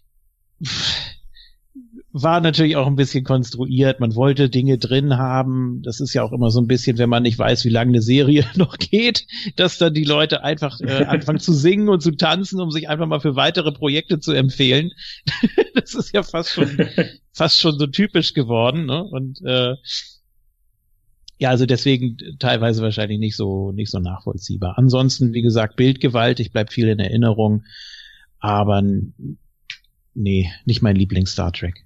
war natürlich auch ein bisschen konstruiert. Man wollte Dinge drin haben. Das ist ja auch immer so ein bisschen, wenn man nicht weiß, wie lange eine Serie noch geht, dass dann die Leute einfach anfangen zu singen und zu tanzen, um sich einfach mal für weitere Projekte zu empfehlen. Das ist ja fast schon so typisch geworden, ne? Und ja, also deswegen teilweise wahrscheinlich nicht so nachvollziehbar. Ansonsten, wie gesagt, bildgewaltig, bleibt viel in Erinnerung, aber nee, nicht mein Lieblings-Star Trek.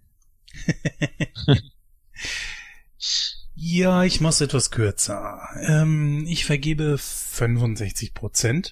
Ja, ich mach's etwas kürzer. Ich vergebe 65%.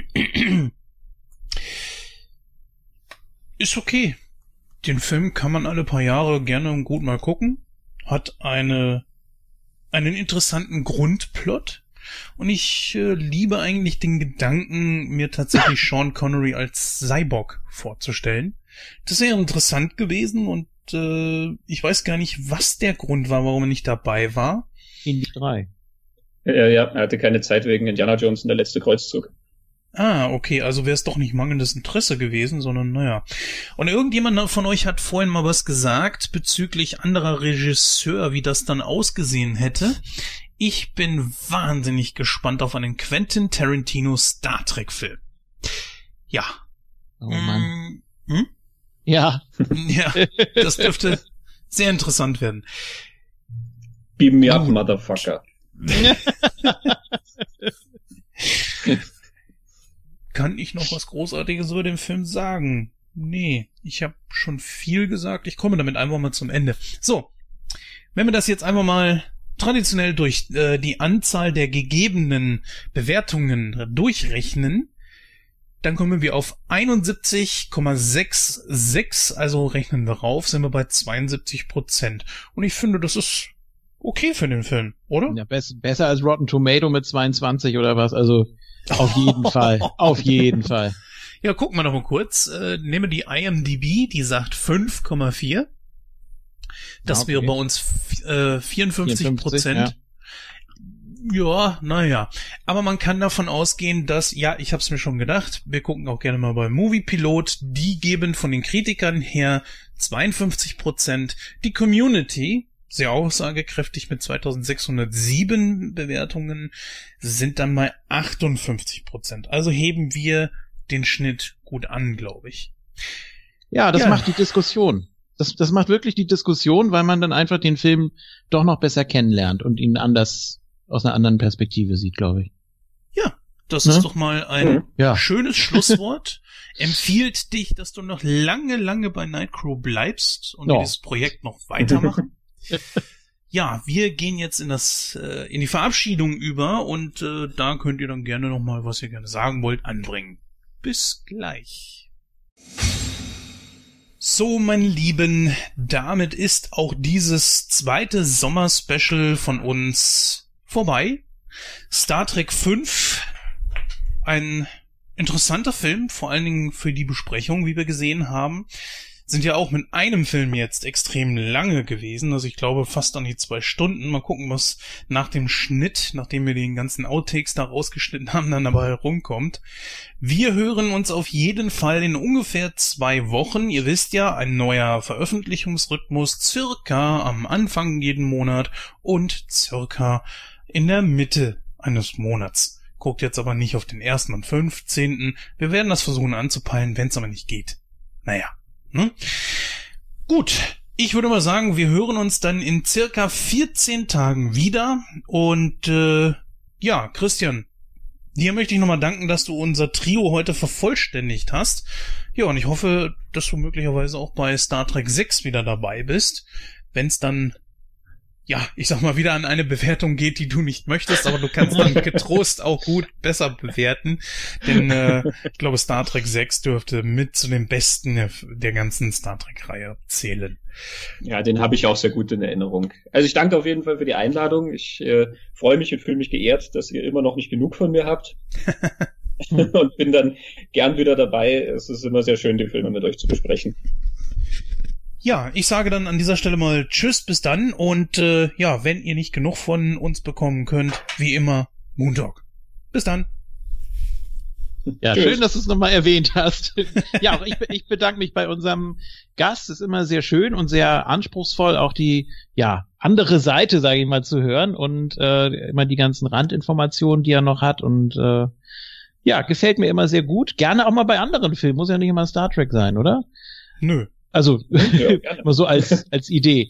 Ist okay. Den Film kann man alle paar Jahre gerne und gut mal gucken. Hat einen interessanten Grundplot. Und ich liebe eigentlich den Gedanken, mir tatsächlich Sean Connery als Cyborg vorzustellen. Das wäre interessant gewesen und ich weiß gar nicht, was der Grund war, warum er nicht dabei war. Indy 3. Ja, er hatte keine Zeit wegen Indiana Jones und der letzte Kreuzzug. Ah, okay, also wäre es doch nicht mangelndes Interesse gewesen, sondern naja. Und irgendjemand von euch hat vorhin mal was gesagt bezüglich anderer Regisseur, wie das dann ausgesehen hätte. Ich bin wahnsinnig gespannt auf einen Quentin Tarantino Star Trek Film. Ja. Oh Mann. Hm? Ja. Ja, das dürfte sehr interessant werden. Beam me up, Motherfucker. Kann ich noch was Großartiges über den Film sagen? Nee, ich habe schon viel gesagt. Ich komme damit einfach mal zum Ende. So, wenn wir das jetzt einfach mal traditionell durch die Anzahl der gegebenen Bewertungen durchrechnen, dann kommen wir auf 71,66, also rechnen wir rauf, sind wir bei 72%. Und ich finde, das ist okay für den Film, oder? Ja, besser als Rotten Tomato mit 22 oder was, also auf jeden Fall, auf jeden Fall. Ja, gucken wir noch mal kurz. Nehmen die IMDb, die sagt 5,4. Das okay. wäre bei uns 54%. Ja. Ja, naja. Aber man kann davon ausgehen, dass, ja, ich hab's mir schon gedacht, wir gucken auch gerne mal bei Moviepilot, die geben von den Kritikern her 52%. Die Community, sehr aussagekräftig mit 2607 Bewertungen, sind dann bei 58%. Also heben wir den Schnitt gut an, glaube ich. Ja, das macht die Diskussion. Das macht wirklich die Diskussion, weil man dann einfach den Film doch noch besser kennenlernt und ihn anders aus einer anderen Perspektive sieht, glaube ich. Ja, das ist doch mal ein schönes Schlusswort. Empfiehlt dich, dass du noch lange, lange bei Nightcrow bleibst und dieses Projekt noch weitermachen. Ja, wir gehen jetzt in die Verabschiedung über und da könnt ihr dann gerne noch mal, was ihr gerne sagen wollt, anbringen. Bis gleich. So, meine Lieben, damit ist auch dieses zweite Sommer-Special von uns vorbei. Star Trek 5, ein interessanter Film, vor allen Dingen für die Besprechung, wie wir gesehen haben. Sind ja auch mit einem Film jetzt extrem lange gewesen, also ich glaube fast an die 2 Stunden. Mal gucken, was nach dem Schnitt, nachdem wir den ganzen Outtakes da rausgeschnitten haben, dann dabei herumkommt. Wir hören uns auf jeden Fall in ungefähr 2 Wochen. Ihr wisst ja, ein neuer Veröffentlichungsrhythmus, circa am Anfang jeden Monat und circa in der Mitte eines Monats. Guckt jetzt aber nicht auf den 1. und 15. Wir werden das versuchen anzupeilen, wenn es aber nicht geht. Naja. Gut, ich würde mal sagen, wir hören uns dann in circa 14 Tagen wieder und ja, Christian, dir möchte ich nochmal danken, dass du unser Trio heute vervollständigt hast. Ja, und ich hoffe, dass du möglicherweise auch bei Star Trek 6 wieder dabei bist, wenn es dann ja, ich sag mal, wieder an eine Bewertung geht, die du nicht möchtest, aber du kannst dann getrost auch gut besser bewerten, denn ich glaube, Star Trek 6 dürfte mit zu den besten der ganzen Star Trek-Reihe zählen. Ja, den habe ich auch sehr gut in Erinnerung. Also ich danke auf jeden Fall für die Einladung. Ich freue mich und fühle mich geehrt, dass ihr immer noch nicht genug von mir habt. Und bin dann gern wieder dabei. Es ist immer sehr schön, die Filme mit euch zu besprechen. Ja, ich sage dann an dieser Stelle mal Tschüss, bis dann und ja, wenn ihr nicht genug von uns bekommen könnt, wie immer, Moondog. Bis dann. Ja, Tschüss. Schön, dass du es nochmal erwähnt hast. Ja, auch ich bedanke mich bei unserem Gast. Es ist immer sehr schön und sehr anspruchsvoll, auch die andere Seite, sage ich mal, zu hören und immer die ganzen Randinformationen, die er noch hat und gefällt mir immer sehr gut. Gerne auch mal bei anderen Filmen, muss ja nicht immer Star Trek sein, oder? Nö. Also, Ja, mal so als Idee.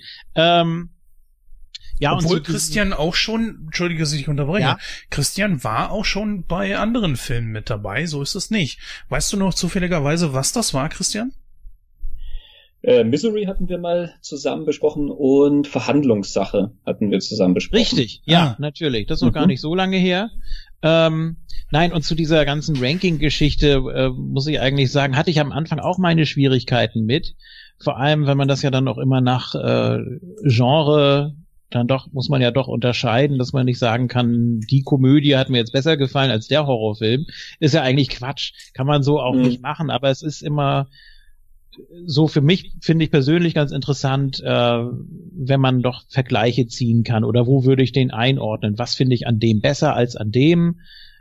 Obwohl Christian auch schon, entschuldige, dass ich dich unterbreche, Ja? Christian war auch schon bei anderen Filmen mit dabei, so ist es nicht. Weißt du noch zufälligerweise, was das war, Christian? Misery hatten wir mal zusammen besprochen und Verhandlungssache hatten wir zusammen besprochen. Richtig, ja, natürlich. Das ist noch gar nicht so lange her. Nein, und zu dieser ganzen Ranking-Geschichte muss ich eigentlich sagen, hatte ich am Anfang auch meine Schwierigkeiten mit. Vor allem, wenn man das ja dann auch immer nach Genre dann doch, muss man ja doch unterscheiden, dass man nicht sagen kann, die Komödie hat mir jetzt besser gefallen als der Horrorfilm. Ist ja eigentlich Quatsch. Kann man so auch nicht machen, aber es ist immer so für mich, finde ich persönlich ganz interessant, wenn man doch Vergleiche ziehen kann oder wo würde ich den einordnen? Was finde ich an dem besser als an dem?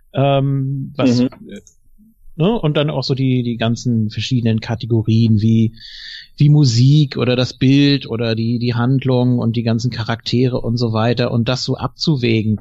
Ne? Und dann auch so die ganzen verschiedenen Kategorien wie Musik oder das Bild oder die Handlung und die ganzen Charaktere und so weiter und das so abzuwägen.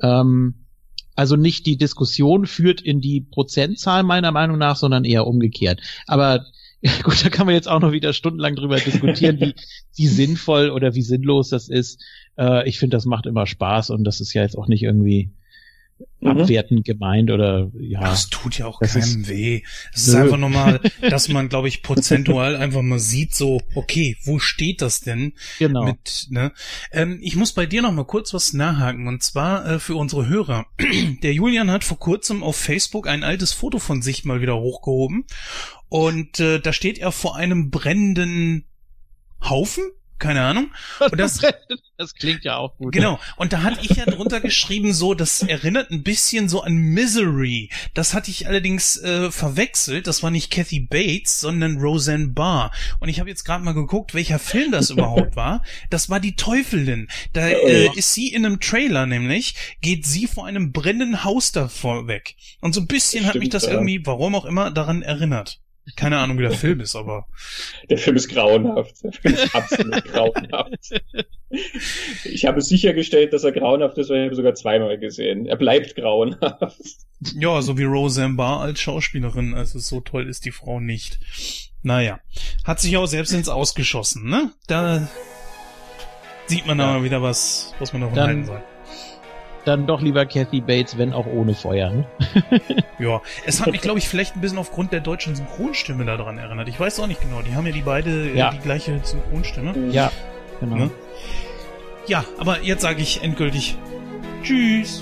Also nicht die Diskussion führt in die Prozentzahl meiner Meinung nach, sondern eher umgekehrt. Aber gut, da kann man jetzt auch noch wieder stundenlang drüber diskutieren, wie sinnvoll oder wie sinnlos das ist. Ich finde, das macht immer Spaß und das ist ja jetzt auch nicht irgendwie abwertend gemeint oder Das tut ja auch keinem weh. Es ist einfach normal, dass man, glaube ich, prozentual einfach mal sieht, so, okay, wo steht das denn? Genau. Ich muss bei dir noch mal kurz was nachhaken und zwar für unsere Hörer. Der Julian hat vor kurzem auf Facebook ein altes Foto von sich mal wieder hochgehoben und da steht er vor einem brennenden Haufen? Keine Ahnung. Und das klingt ja auch gut. Genau. Und da hatte ich ja drunter geschrieben, so, das erinnert ein bisschen so an Misery. Das hatte ich allerdings verwechselt. Das war nicht Kathy Bates, sondern Roseanne Barr. Und ich habe jetzt gerade mal geguckt, welcher Film das überhaupt war. Das war die Teufelin. Da ist sie in einem Trailer nämlich, geht sie vor einem brennenden Haus davor weg. Und so ein bisschen hat mich das irgendwie, warum auch immer, daran erinnert. Keine Ahnung, wie der Film ist, aber... Der Film ist grauenhaft. Der Film ist absolut grauenhaft. Ich habe sichergestellt, dass er grauenhaft ist, weil ich habe sogar zweimal gesehen. Er bleibt grauenhaft. Ja, so wie Roseanne Barr als Schauspielerin. Also so toll ist die Frau nicht. Naja, hat sich auch selbst ins Ausgeschossen, ne? Da sieht man da mal wieder was man davon halten soll. Dann doch lieber Kathy Bates, wenn auch ohne Feuer. Ne? Ja, es hat mich, glaube ich, vielleicht ein bisschen aufgrund der deutschen Synchronstimme daran erinnert. Ich weiß auch nicht genau. Die haben ja die beide die gleiche Synchronstimme. Ja, genau. Ne? Ja, aber jetzt sage ich endgültig Tschüss.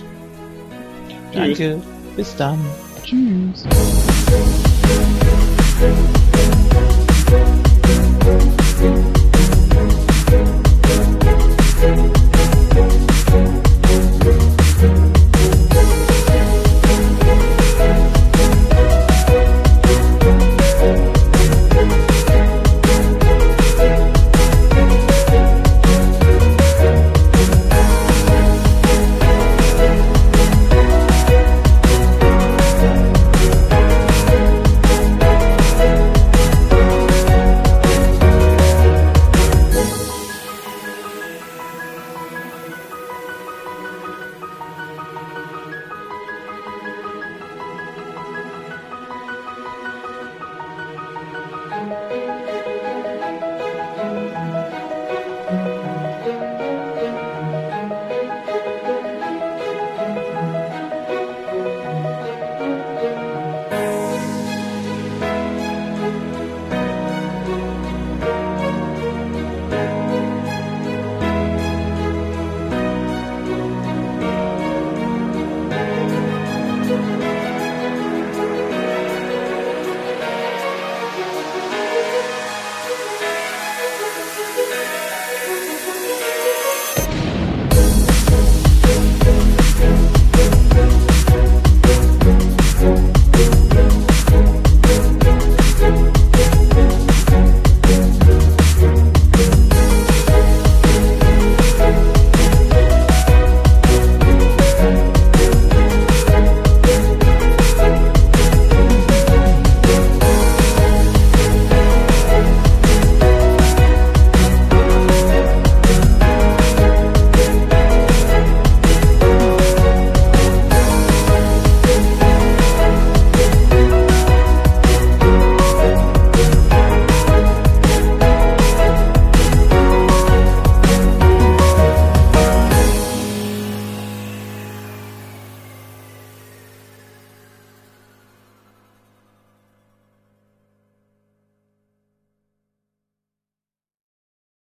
Danke. Bis dann. Tschüss.